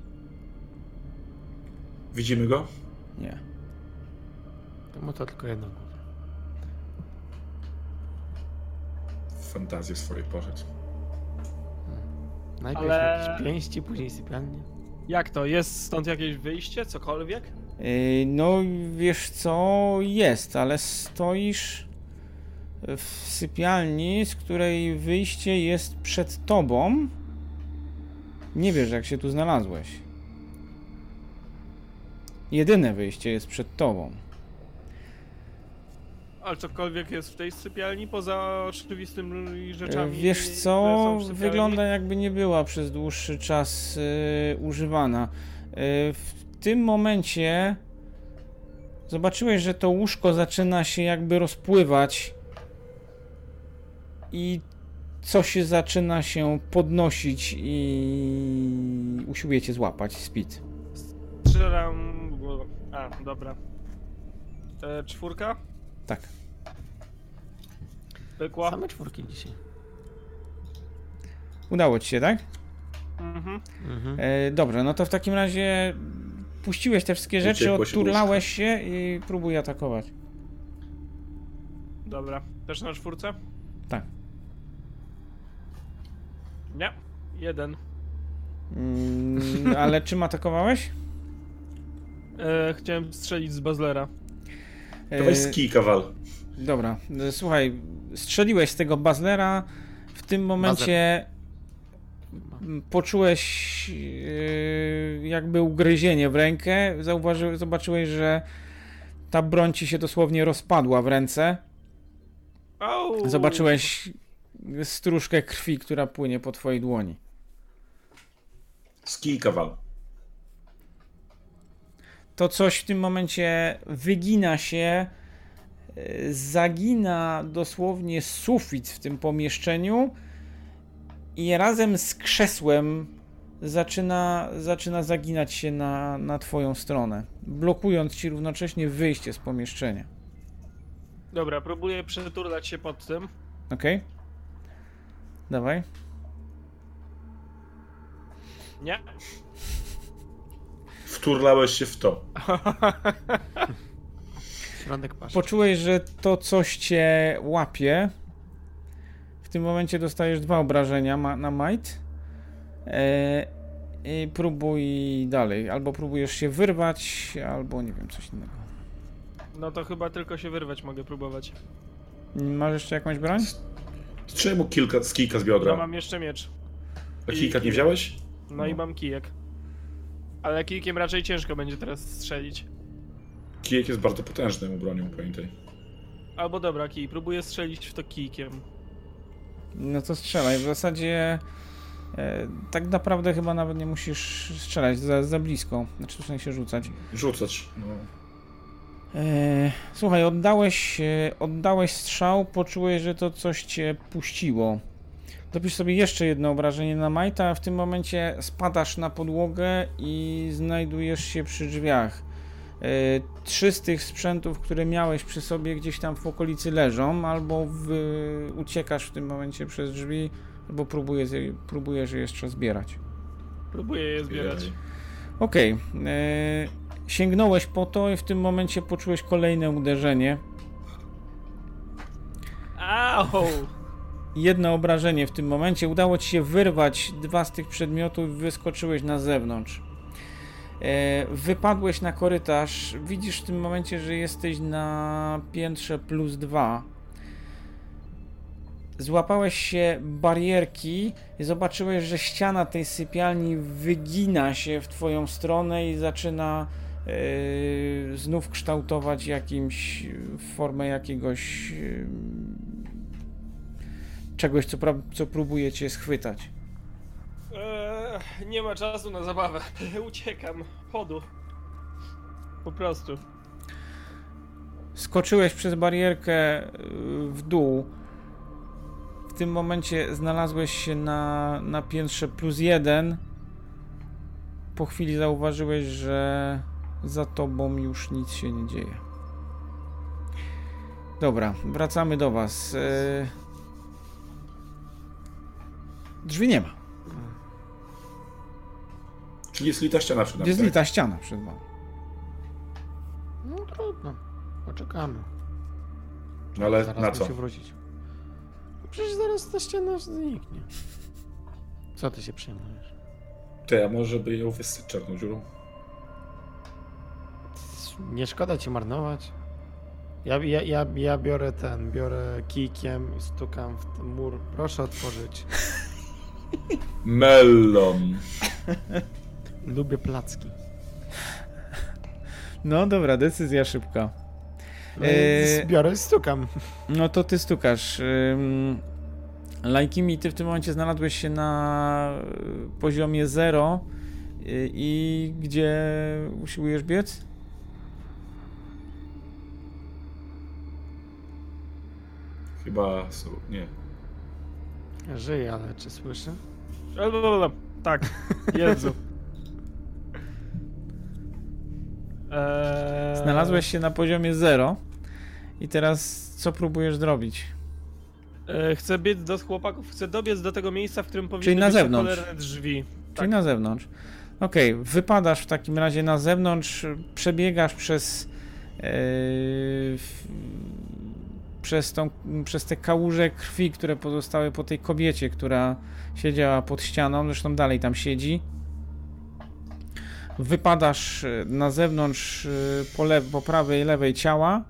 Widzimy go? Nie. To mu to tylko jedno głowę. Fantazję swoje poszedł. Najpierw Ale- jakieś pięści, później sypialnie. Jak to? Jest stąd jakieś wyjście? Cokolwiek? No wiesz co, jest, ale stoisz w sypialni, z której wyjście jest przed tobą. Nie wiesz, jak się tu znalazłeś. Jedyne wyjście jest przed tobą. Ale cokolwiek jest w tej sypialni poza oczywistymi rzeczami? Wiesz które co, są w sypialni? wygląda jakby nie była przez dłuższy czas używana. W tym momencie zobaczyłeś, że to łóżko zaczyna się jakby rozpływać i coś zaczyna się podnosić i usiłuje cię złapać, Speed. Strzelam... A, dobra. 4? Tak. Pykła? Same 4 dzisiaj. Udało ci się, tak? Dobrze, no to w takim razie puściłeś te wszystkie rzeczy, Uciekło się odturlałeś się i próbuj atakować. Dobra, też na 4? Tak. Nie, 1. Ale czym atakowałeś? Chciałem strzelić z Bazlera. Dawaj z kijka wal. Dobra, słuchaj, strzeliłeś z tego Bazlera, w tym momencie poczułeś jakby ugryzienie w rękę, zobaczyłeś, że ta broń ci się dosłownie rozpadła w ręce. Zobaczyłeś stróżkę krwi, która płynie po twojej dłoni. Z kijka wal. To coś w tym momencie wygina się, zagina dosłownie sufit w tym pomieszczeniu i razem z krzesłem zaczyna zaginać się na twoją stronę, blokując ci równocześnie wyjście z pomieszczenia. Dobra, próbuję przeturlać się pod tym. Okej? Dawaj. Nie. Wturlałeś się w to. Środek paszy. Poczułeś, że to coś cię łapie. W tym momencie dostajesz 2 obrażenia na might. I próbuj dalej. Albo próbujesz się wyrwać, albo nie wiem, coś innego. No to chyba tylko się wyrwać mogę próbować. Masz jeszcze jakąś broń? Strzelaj mu z kijka z No biodra. mam jeszcze miecz. A kijka nie wziąłeś? No i mam kijek. Ale kijkiem raczej ciężko będzie teraz strzelić. Kijek jest bardzo potężną bronią, pamiętaj. Albo dobra, kij. Próbuję strzelić w to kijkiem. No to strzelaj. W zasadzie tak naprawdę chyba nawet nie musisz strzelać za blisko. Znaczy w sensie rzucać. Rzucać. No. Słuchaj, oddałeś strzał, poczułeś, że to coś cię puściło. Dopisz sobie jeszcze jedno obrażenie na majta, a w tym momencie spadasz na podłogę i znajdujesz się przy drzwiach. 3 z tych sprzętów, które miałeś przy sobie, gdzieś tam w okolicy leżą, albo uciekasz w tym momencie przez drzwi, albo próbujesz je jeszcze zbierać. Próbuję je zbierać. Okej. Sięgnąłeś po to i w tym momencie poczułeś kolejne uderzenie. Au! Jedno obrażenie w tym momencie. Udało ci się wyrwać 2 z tych przedmiotów i wyskoczyłeś na zewnątrz. Wypadłeś na korytarz. Widzisz w tym momencie, że jesteś na piętrze +2. Złapałeś się barierki i zobaczyłeś, że ściana tej sypialni wygina się w twoją stronę i zaczyna znów kształtować formę jakiegoś czegoś, co próbuje cię schwytać. Nie ma czasu na zabawę. Uciekam. Chodu. Po prostu. Skoczyłeś przez barierkę w dół. W tym momencie znalazłeś się na piętrze +1. Po chwili zauważyłeś, że za tobą już nic się nie dzieje. Dobra, wracamy do was. Drzwi nie ma. Czyli jest lita ściana przed nami. Jest tak? lita ściana przed wami. No trudno. Poczekamy. No ale Zaraz na co? musi wrócić. Przecież zaraz ta ściana zniknie. Co ty się przejmujesz? Ty, a może by ją wysyć czarną dziurą? Nie szkoda ci marnować. Ja biorę kijkiem i stukam w ten mur. Proszę otworzyć. Melon. Lubię placki. No dobra, decyzja szybka. Biorę i stukam. No to ty stukasz. Lajkimi, ty w tym momencie znalazłeś się na poziomie 0 i gdzie usiłujesz biec? Chyba są... nie. Żyję, ale czy słyszę? Tak. Jezu. Znalazłeś się na poziomie 0 i teraz co próbujesz zrobić? Chcę biec do chłopaków, chcę dobiec do tego miejsca, w którym powinny Czyli na być te zewnątrz. cholerne drzwi. Czyli na zewnątrz. Okej, wypadasz w takim razie na zewnątrz, przebiegasz przez te kałuże krwi, które pozostały po tej kobiecie, która siedziała pod ścianą, zresztą dalej tam siedzi. Wypadasz na zewnątrz po prawej i lewej ciała.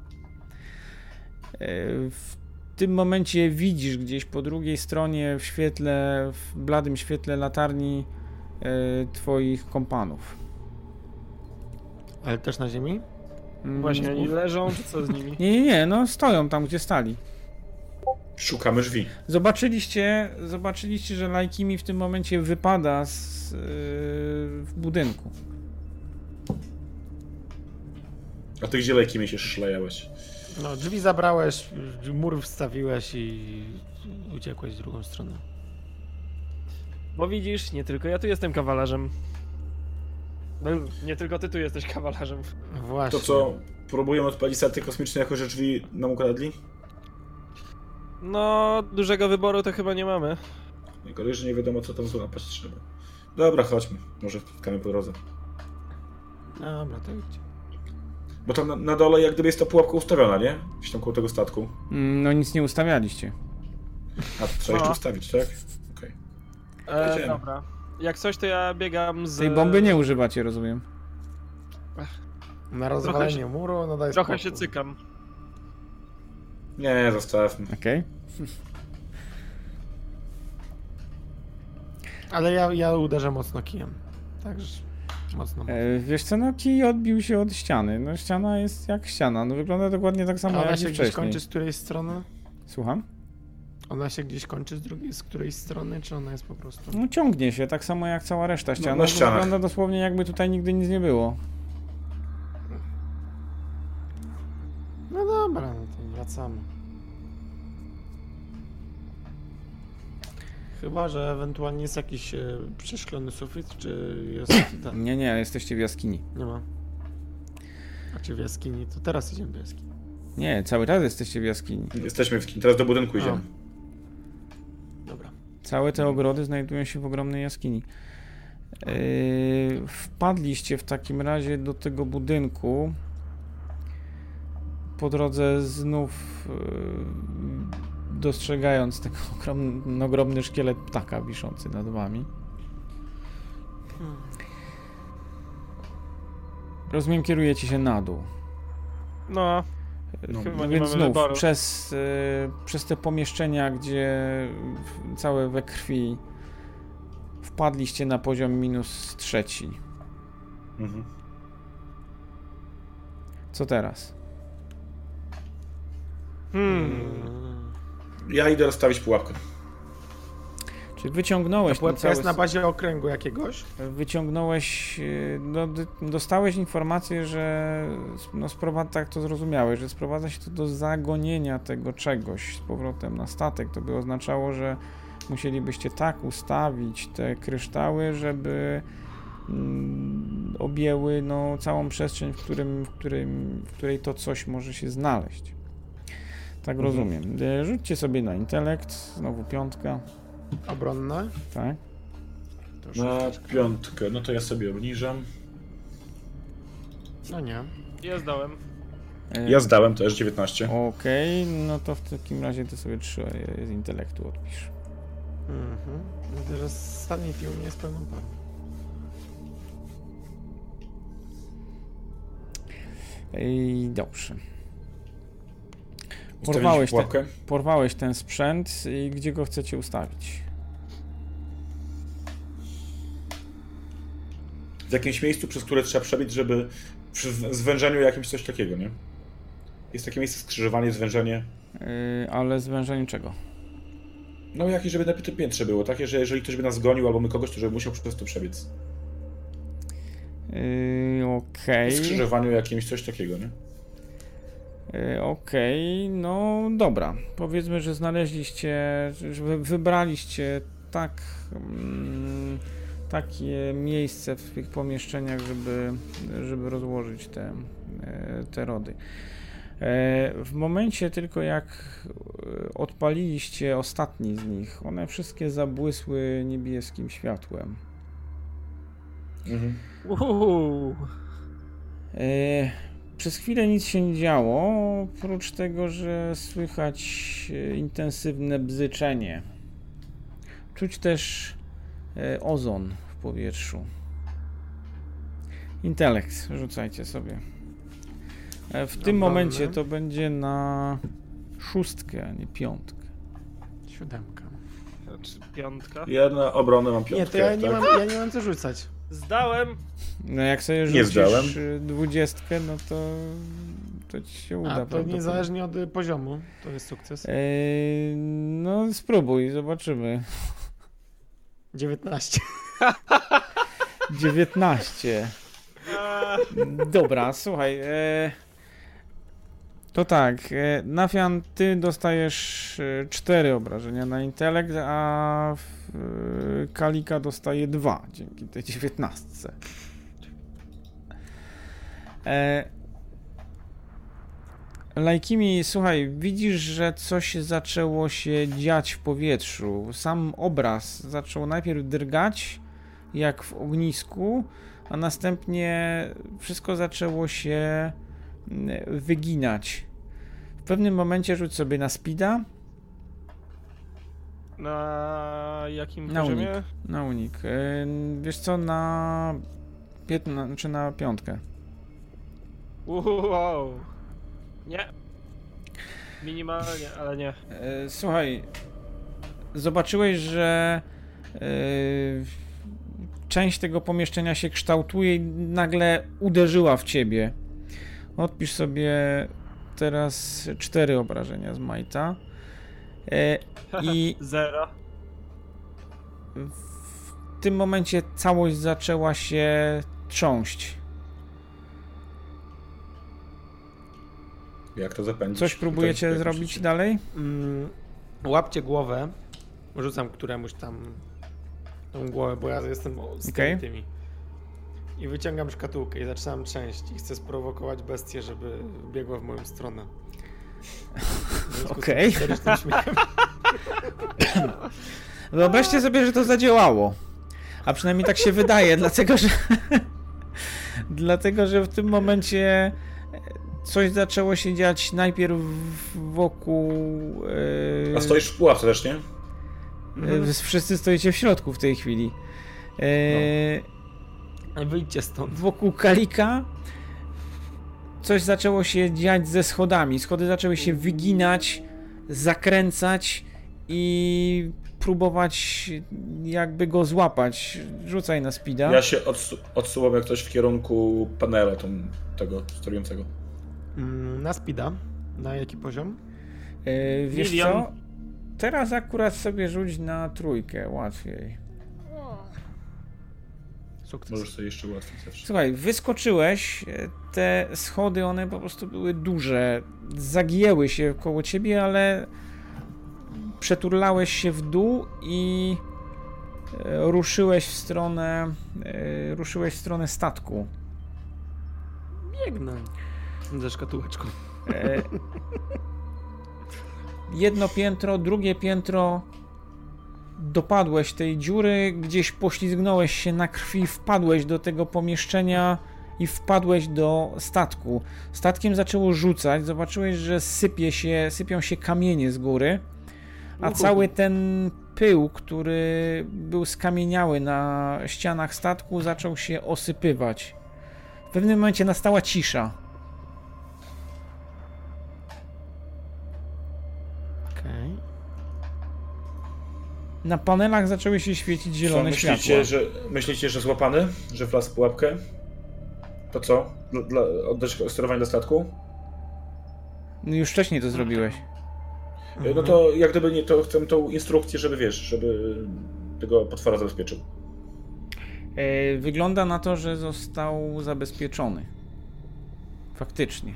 W tym momencie widzisz gdzieś po drugiej stronie w bladym świetle latarni twoich kompanów. Ale też na ziemi? Właśnie, oni leżą, czy co z nimi? Nie, no stoją tam, gdzie stali. Szukamy drzwi. Zobaczyliście, że Lajkimi w tym momencie wypada w budynku. A ty gdzie lejkimi się szlejałeś? No, drzwi zabrałeś, mur wstawiłeś i uciekłeś w drugą stronę. Bo widzisz, nie tylko ja tu jestem kawalarzem. No, nie tylko ty tu jesteś kawalarzem. Właśnie. To co, próbujemy odpalić statek kosmiczny, jako że drzwi nam ukradli? No, dużego wyboru to chyba nie mamy. Najgorzej, że nie wiadomo, co tam złapać trzeba. Dobra, chodźmy. Może spotkamy po drodze. Dobra, to idźcie. Bo tam na dole jak gdyby jest ta pułapka ustawiona, nie? Gdzieś tam koło tego statku. No nic nie ustawialiście. A trzeba jeszcze ustawić, tak? Okej. Jedziemy. Dobra. Jak coś, to ja biegam z... Tej bomby nie używacie, rozumiem. Na rozwalenie muru, no daj Trochę spokój. się cykam. Nie, zostawmy. Okej. Ale ja uderzę mocno kijem. Także mocno. Wiesz co, no kij odbił się od ściany. No ściana jest jak ściana. No wygląda dokładnie tak samo A ona jak się i gdzieś wcześniej. kończy z której strony? Słucham? Ona się gdzieś kończy z której strony, czy ona jest po prostu... No ciągnie się, tak samo jak cała reszta ściany. na No, ścianach. wygląda dosłownie jakby tutaj nigdy nic nie było. No dobra, no to wracamy. Chyba, że ewentualnie jest jakiś przeszklony sufit, czy jest ten? Nie, jesteście w jaskini. Nie ma. A czy w jaskini? To teraz idziemy do jaskini. Nie, cały czas jesteście w jaskini. Jesteśmy w kin. Teraz do budynku idziemy. Dobra. Całe te ogrody znajdują się w ogromnej jaskini. Wpadliście w takim razie do tego budynku. Po drodze znów dostrzegając ten ogromny szkielet ptaka wiszący nad wami. Rozumiem, kierujecie się na dół. No, No, chyba nie Więc mamy znów wyboru. przez te pomieszczenia, gdzie całe we krwi wpadliście na poziom -3. Mhm. Co teraz? Ja idę rozstawić pułapkę. Czy wyciągnąłeś ten Pułapka cały... jest na bazie okręgu jakiegoś? Wyciągnąłeś... No, dostałeś informację, że... No tak to zrozumiałeś, że sprowadza się to do zagonienia tego czegoś z powrotem na statek. To by oznaczało, że musielibyście tak ustawić te kryształy, żeby objęły no, całą przestrzeń, w której to coś może się znaleźć. Tak rozumiem. Rzućcie sobie na intelekt, znowu 5. Obronne? Tak. To Na szósteczka. 5. No to ja sobie obniżam. No nie. Ja zdałem. Ja zdałem też 19. Okej, no to w takim razie ty sobie 3 z intelektu odpisz. Mhm. Widzę, że sanity u mnie jest pełną parą. I dobrze. Ustawiliśmy pułapkę. Porwałeś ten sprzęt i gdzie go chcecie ustawić? W jakimś miejscu, przez które trzeba przebiec, żeby przy zwężeniu jakimś coś takiego, nie? Jest takie miejsce skrzyżowanie, zwężenie. Ale zwężeniu czego? No jakieś, żeby na tym piętrze było, takie, że jeżeli ktoś by nas gonił albo my kogoś, to żeby musiał przez to przebiec. Okej. W skrzyżowaniu jakimś coś takiego, nie? Okej, no dobra. Powiedzmy, że znaleźliście, że wybraliście takie miejsce w tych pomieszczeniach, żeby rozłożyć te rody. W momencie tylko jak odpaliliście ostatni z nich, one wszystkie zabłysły niebieskim światłem. Przez chwilę nic się nie działo, oprócz tego, że słychać intensywne bzyczenie. Czuć też ozon w powietrzu. Intelekt, rzucajcie sobie. W tym momencie to będzie na 6, a nie 5. 7. Czy 5? Ja na obronę mam 5. Nie, to ja nie mam co rzucać. Zdałem. No jak sobie Nie zdałem. rzucisz 20, no to ci się uda. To niezależnie od poziomu, to jest sukces. No spróbuj, zobaczymy. 19. 19. Dobra, słuchaj. To tak, Nafian, ty dostajesz 4 obrażenia na intelekt, a Kalika dostaje 2 dzięki tej 19. Lajkimi, słuchaj, widzisz, że coś zaczęło się dziać w powietrzu. Sam obraz zaczął najpierw drgać, jak w ognisku, a następnie wszystko zaczęło się wyginać. W pewnym momencie rzuć sobie na speeda. Na jakim Na poziomie? unik. Na unik. Wiesz co, na 15, czy na 5. Wow. Nie. Minimalnie, ale nie. Słuchaj, zobaczyłeś, że część tego pomieszczenia się kształtuje i nagle uderzyła w ciebie. Odpisz sobie teraz 4 obrażenia z Majta. I 0. w tym momencie całość zaczęła się trząść. Jak to zapędzić? Coś próbujecie Jak zrobić myślicie? dalej? Łapcie głowę. Rzucam któremuś tam tą głowę, bo ja jestem z tymi. I wyciągam szkatułkę i zaczynam trzęść i chcę sprowokować bestię, żeby biegła w moją stronę. Okej. Wyobraźcie sobie, że to zadziałało. A przynajmniej tak się wydaje, dlatego że w tym momencie coś zaczęło się dziać najpierw wokół... A stoisz w pułapce też, nie? Wszyscy stoicie w środku w tej chwili. Wyjdźcie stąd. Wokół Kalika coś zaczęło się dziać ze schodami. Schody zaczęły się wyginać, zakręcać i próbować jakby go złapać. Rzucaj na speeda. Ja się odsuwam jak coś w kierunku panela tego sterującego. Na speeda. Na jaki poziom? Wiesz Milion. co? Teraz akurat sobie rzuć na 3, łatwiej. Sukces. Możesz sobie jeszcze łatwiej zawsze. Słuchaj, wyskoczyłeś, te schody, one po prostu były duże, zagięły się koło ciebie, ale przeturlałeś się w dół i ruszyłeś w stronę statku. Biegnę. Ze szkatułeczką. Jedno piętro, drugie piętro, dopadłeś tej dziury, gdzieś poślizgnąłeś się na krwi, wpadłeś do tego pomieszczenia i wpadłeś do statku. Statkiem zaczęło rzucać, zobaczyłeś, że sypią się kamienie z góry, a cały ten pył, który był skamieniały na ścianach statku, zaczął się osypywać. W pewnym momencie nastała cisza. Okej. Na panelach zaczęły się świecić zielone światła. Myślicie, że złapany? Że wlazł w pułapkę? To co? Oddasz sterowanie do statku? No już wcześniej to zrobiłeś. No to jak gdyby nie, to chcę tą instrukcję, żeby wiesz, żeby tego potwora zabezpieczył. Wygląda na to, że został zabezpieczony. Faktycznie.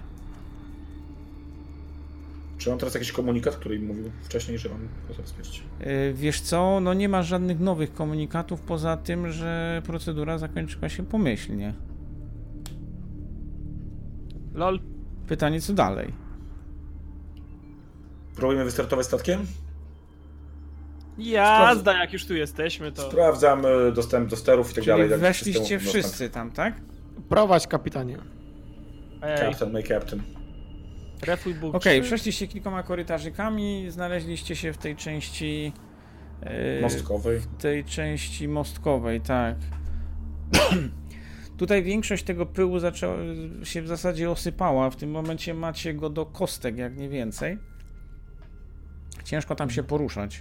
Czy mam teraz jakiś komunikat, który mi mówił wcześniej, że mam go zabezpieczyć? Wiesz co, no nie ma żadnych nowych komunikatów poza tym, że procedura zakończyła się pomyślnie. LOL. Pytanie, co dalej? Próbujemy wystartować statkiem? Jazda, jak już tu jesteśmy, to... Sprawdzam dostęp do sterów i tak Czyli dalej. jak weszliście systemów wszyscy tam, tak? Prowadź, kapitanie. Ej, Captain, my captain. refuj Bóg. Okej, przeszliście kilkoma korytarzykami, znaleźliście się w tej części... Mostkowej. W tej części mostkowej, tak. Tutaj większość tego pyłu się w zasadzie osypała. W tym momencie macie go do kostek, jak nie więcej. Ciężko tam się poruszać.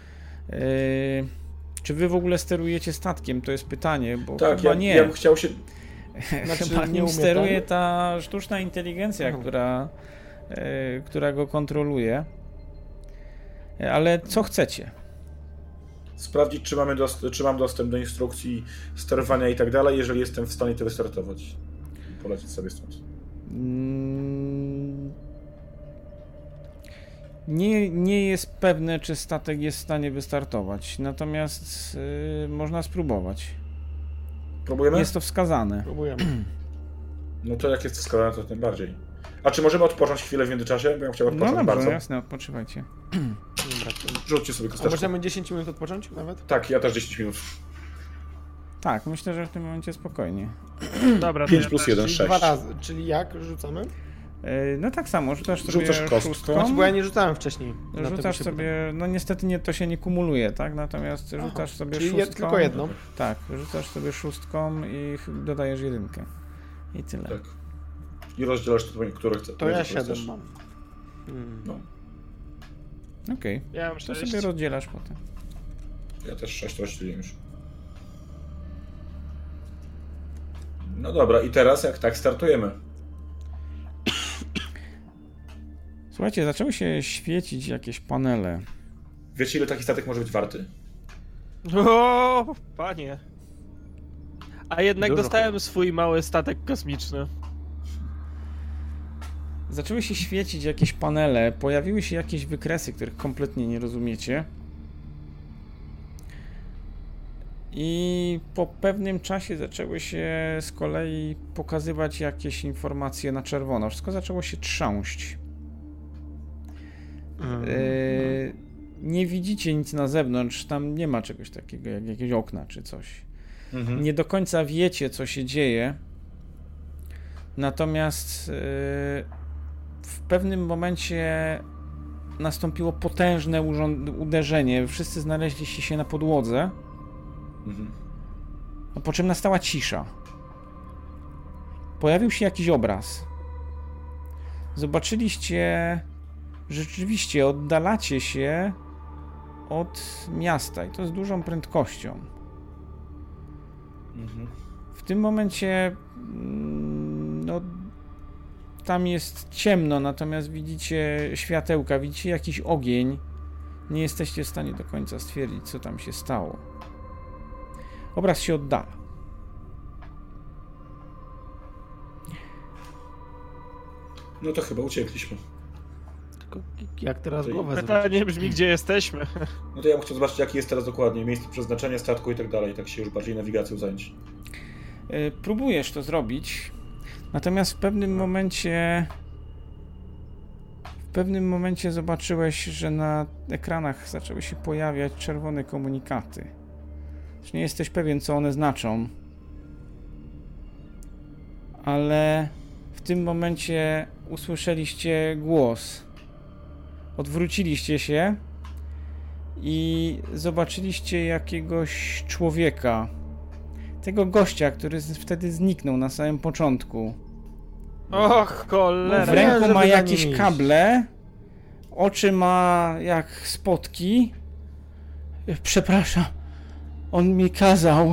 Czy wy w ogóle sterujecie statkiem? To jest pytanie, bo Tak, chyba ja bym chciał się... Chyba nie nim umie, steruje tak? ta sztuczna inteligencja, która go kontroluje. Ale co chcecie? Sprawdzić, czy mam dostęp do instrukcji sterowania i tak dalej, jeżeli jestem w stanie to wystartować. I polecieć sobie stąd. Nie jest pewne, czy statek jest w stanie wystartować, natomiast można spróbować. Próbujemy? Jest to wskazane. Próbujemy. No to jak jest wskazane, to tym bardziej. A czy możemy odpocząć chwilę w międzyczasie? Bo ja chciał No odpocząć dobrze, bardzo. jasne, odpoczywajcie. Dobra, to... Rzućcie sobie A kosteczkę. możemy 10 minut odpocząć nawet? Tak, ja też 10 minut. Tak, myślę, że w tym momencie spokojnie. Dobra, to 5 ja plus też. 1, Czyli 6. 2 razy. Czyli jak rzucamy? No tak samo, rzucasz sobie Rzucasz kostką. szóstką. Znaczy, bo ja nie rzucałem wcześniej. Dlatego Rzucasz się sobie, no niestety to się nie kumuluje, tak? Natomiast pytam. rzucasz Aha, sobie czyli szóstką. tylko jedną. Tak, rzucasz sobie szóstką i dodajesz jedynkę. I tyle. Tak. I rozdzielasz to, które chcesz. To ja 7 mam. No. Okej, Ja mam to 6. sobie rozdzielasz potem. Ja też 6 rozdzieliłem już. No dobra, i teraz jak tak startujemy. Słuchajcie, zaczęły się świecić jakieś panele. Wiecie, ile taki statek może być warty? O, panie. A jednak Dużo dostałem swój mały statek kosmiczny. Zaczęły się świecić jakieś panele, pojawiły się jakieś wykresy, których kompletnie nie rozumiecie. I po pewnym czasie zaczęły się z kolei pokazywać jakieś informacje na czerwono. Wszystko zaczęło się trząść. Nie widzicie nic na zewnątrz, tam nie ma czegoś takiego jak jakieś okna czy coś. Nie do końca wiecie, co się dzieje. Natomiast w pewnym momencie nastąpiło potężne uderzenie. Wszyscy znaleźliście się na podłodze. A po czym nastała cisza. Pojawił się jakiś obraz. Zobaczyliście, rzeczywiście oddalacie się od miasta i to z dużą prędkością. W tym momencie no, tam jest ciemno, natomiast widzicie światełka, widzicie jakiś ogień. Nie jesteście w stanie do końca stwierdzić, co tam się stało. Obraz się oddala. No to chyba uciekliśmy. Tylko jak teraz Czyli głowę zwrócić? Pytanie brzmi, gdzie jesteśmy. No to ja bym chciał zobaczyć, jaki jest teraz dokładnie miejsce przeznaczenia statku i tak dalej. Tak się już bardziej nawigacją zająć. Próbujesz to zrobić, natomiast w pewnym momencie zobaczyłeś, że na ekranach zaczęły się pojawiać czerwone komunikaty. Już nie jesteś pewien, co one znaczą, ale w tym momencie usłyszeliście głos. Odwróciliście się i zobaczyliście jakiegoś człowieka. Tego gościa, który wtedy zniknął na samym początku. Och, cholera. W ręku żeby ma za jakieś nim iść. kable, oczy ma jak spotki. Przepraszam, on mi kazał.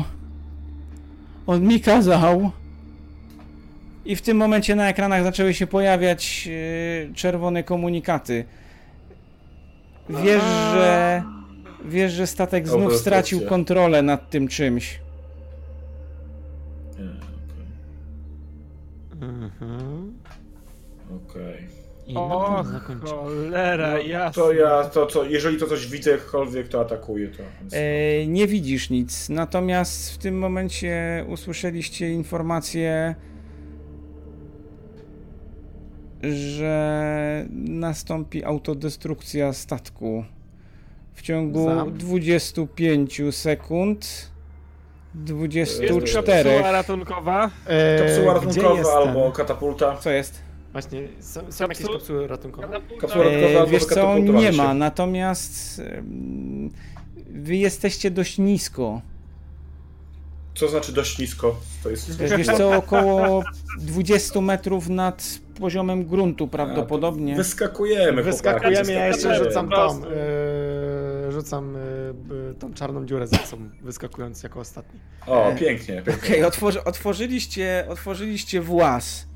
I w tym momencie na ekranach zaczęły się pojawiać czerwone komunikaty. Wiesz, że statek znów Dobra, stracił stacja. kontrolę nad tym czymś. Okej. I na tym Och, zakończymy. cholera, No, jasne. jeżeli to coś widzę jakkolwiek, to atakuję to. Więc... Nie widzisz nic, natomiast w tym momencie usłyszeliście informację, że nastąpi autodestrukcja statku w ciągu 25 sekund. 24. Kapsuła ratunkowa. Kapsuła ratunkowa jest albo ten? katapulta. Co jest? Właśnie, są jakieś kapsuły ratunkowe? Kapsuła ratunkowa albo Wiesz co, katapultowanie nie się. ma, natomiast wy jesteście dość nisko. Co znaczy dość nisko? To jest... Wiesz co, około 20 metrów nad poziomem gruntu prawdopodobnie. Wyskakujemy, Wyskakujemy, ja jeszcze wyskakujemy. rzucam Po tą, prostu. tą czarną dziurę za sobą, wyskakując jako ostatni. O, pięknie, pięknie. Okej, otworzyliście włas.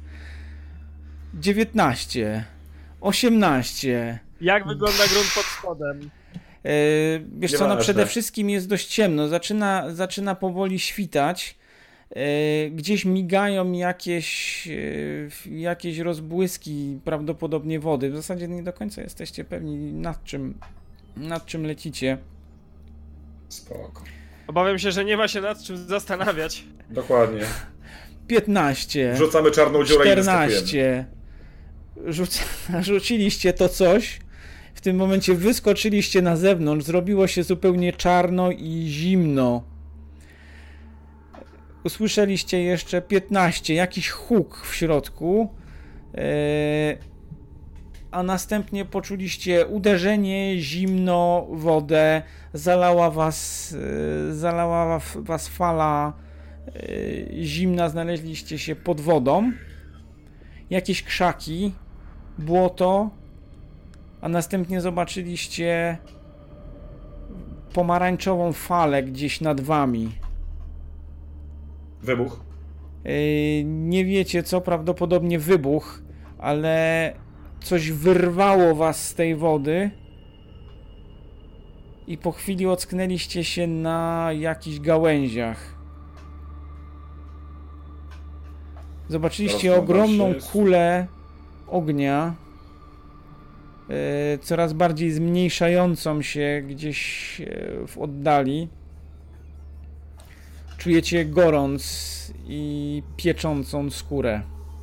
19, 18. Jak wygląda grunt pod spodem? Wiesz co, no przede wszystkim jest dość ciemno, zaczyna powoli świtać. Gdzieś migają jakieś rozbłyski prawdopodobnie wody. W zasadzie nie do końca jesteście pewni nad czym lecicie. Spoko. Obawiam się, że nie ma się nad czym zastanawiać. Dokładnie. 15, Wrzucamy czarną dziurę 14. Rzuciliście to coś. W tym momencie wyskoczyliście na zewnątrz, zrobiło się zupełnie czarno i zimno. Usłyszeliście jeszcze 15, jakiś huk w środku, a następnie poczuliście uderzenie, zimno, wodę, zalała was fala zimna, znaleźliście się pod wodą, jakieś krzaki, błoto, a następnie zobaczyliście pomarańczową falę gdzieś nad wami. Wybuch. Nie wiecie co, prawdopodobnie wybuch, ale coś wyrwało was z tej wody i po chwili ocknęliście się na jakichś gałęziach. Zobaczyliście ogromną kulę ognia, coraz bardziej zmniejszającą się gdzieś w oddali. Czujecie gorąc i pieczącą skórę.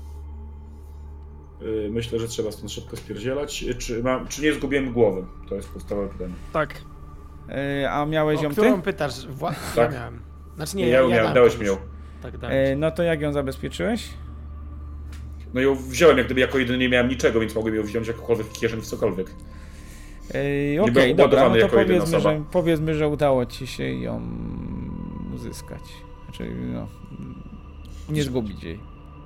Myślę, że trzeba stąd szybko spierdzielać. Czy nie zgubiłem głowy? To jest podstawowe pytanie. Tak. A miałeś ją ty? Którą pytasz? Tak. Ja miałem. Znaczy nie, Ja ją miałem, dałeś mi ją. Tak, dałem. No to jak ją zabezpieczyłeś? No ją wziąłem, jak gdyby jako jedyny nie miałem niczego, więc mogłem ją wziąć jakkolwiek w kieszeń, w cokolwiek. Okej, dobra, no to powiedzmy, powiedzmy, że udało ci się ją uzyskać. Znaczy, no, nie zgubić jej.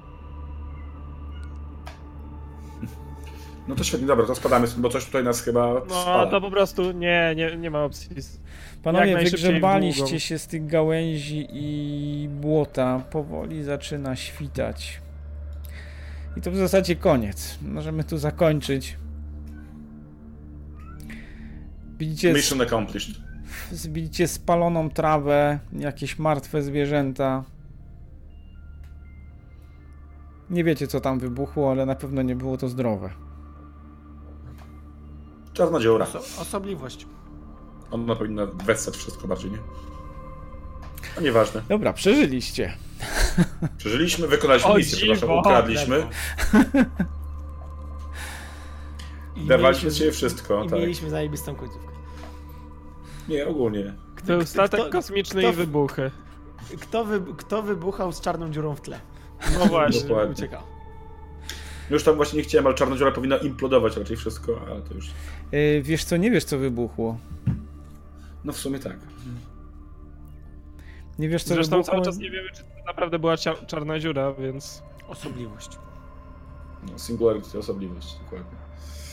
No to świetnie, dobra, to spadamy stąd, bo coś tutaj nas chyba No spala. to po prostu nie ma opcji. Panowie, najszybciej w wygrzebaliście długą. się z tych gałęzi i błota. Powoli zaczyna świtać. I to w zasadzie koniec. Możemy tu zakończyć. Mission accomplished. Widzicie spaloną trawę, jakieś martwe zwierzęta. Nie wiecie, co tam wybuchło, ale na pewno nie było to zdrowe. Czarna dziura. Osobliwość. Ona powinna wessać wszystko bardziej, nie? No nieważne. Dobra, przeżyliście. Przeżyliśmy, wykonaliśmy misję, przepraszam, ukradliśmy. Dawaliśmy z siebie wszystko, I tak. mieliśmy zajebistą końcówkę. Nie, ogólnie. To statek kosmiczny i wybuchy. Kto wybuchał z czarną dziurą w tle? No właśnie. Dokładnie. Uciekał. Już tam właśnie nie chciałem, ale czarna dziura powinna implodować raczej wszystko, ale to już... Wiesz co, nie wiesz, co wybuchło. No w sumie tak. Nie wiesz, co Zresztą wybuchło. cały czas nie wiemy, czy to naprawdę była czarna dziura, więc... Osobliwość. No, singularity, osobliwość, dokładnie.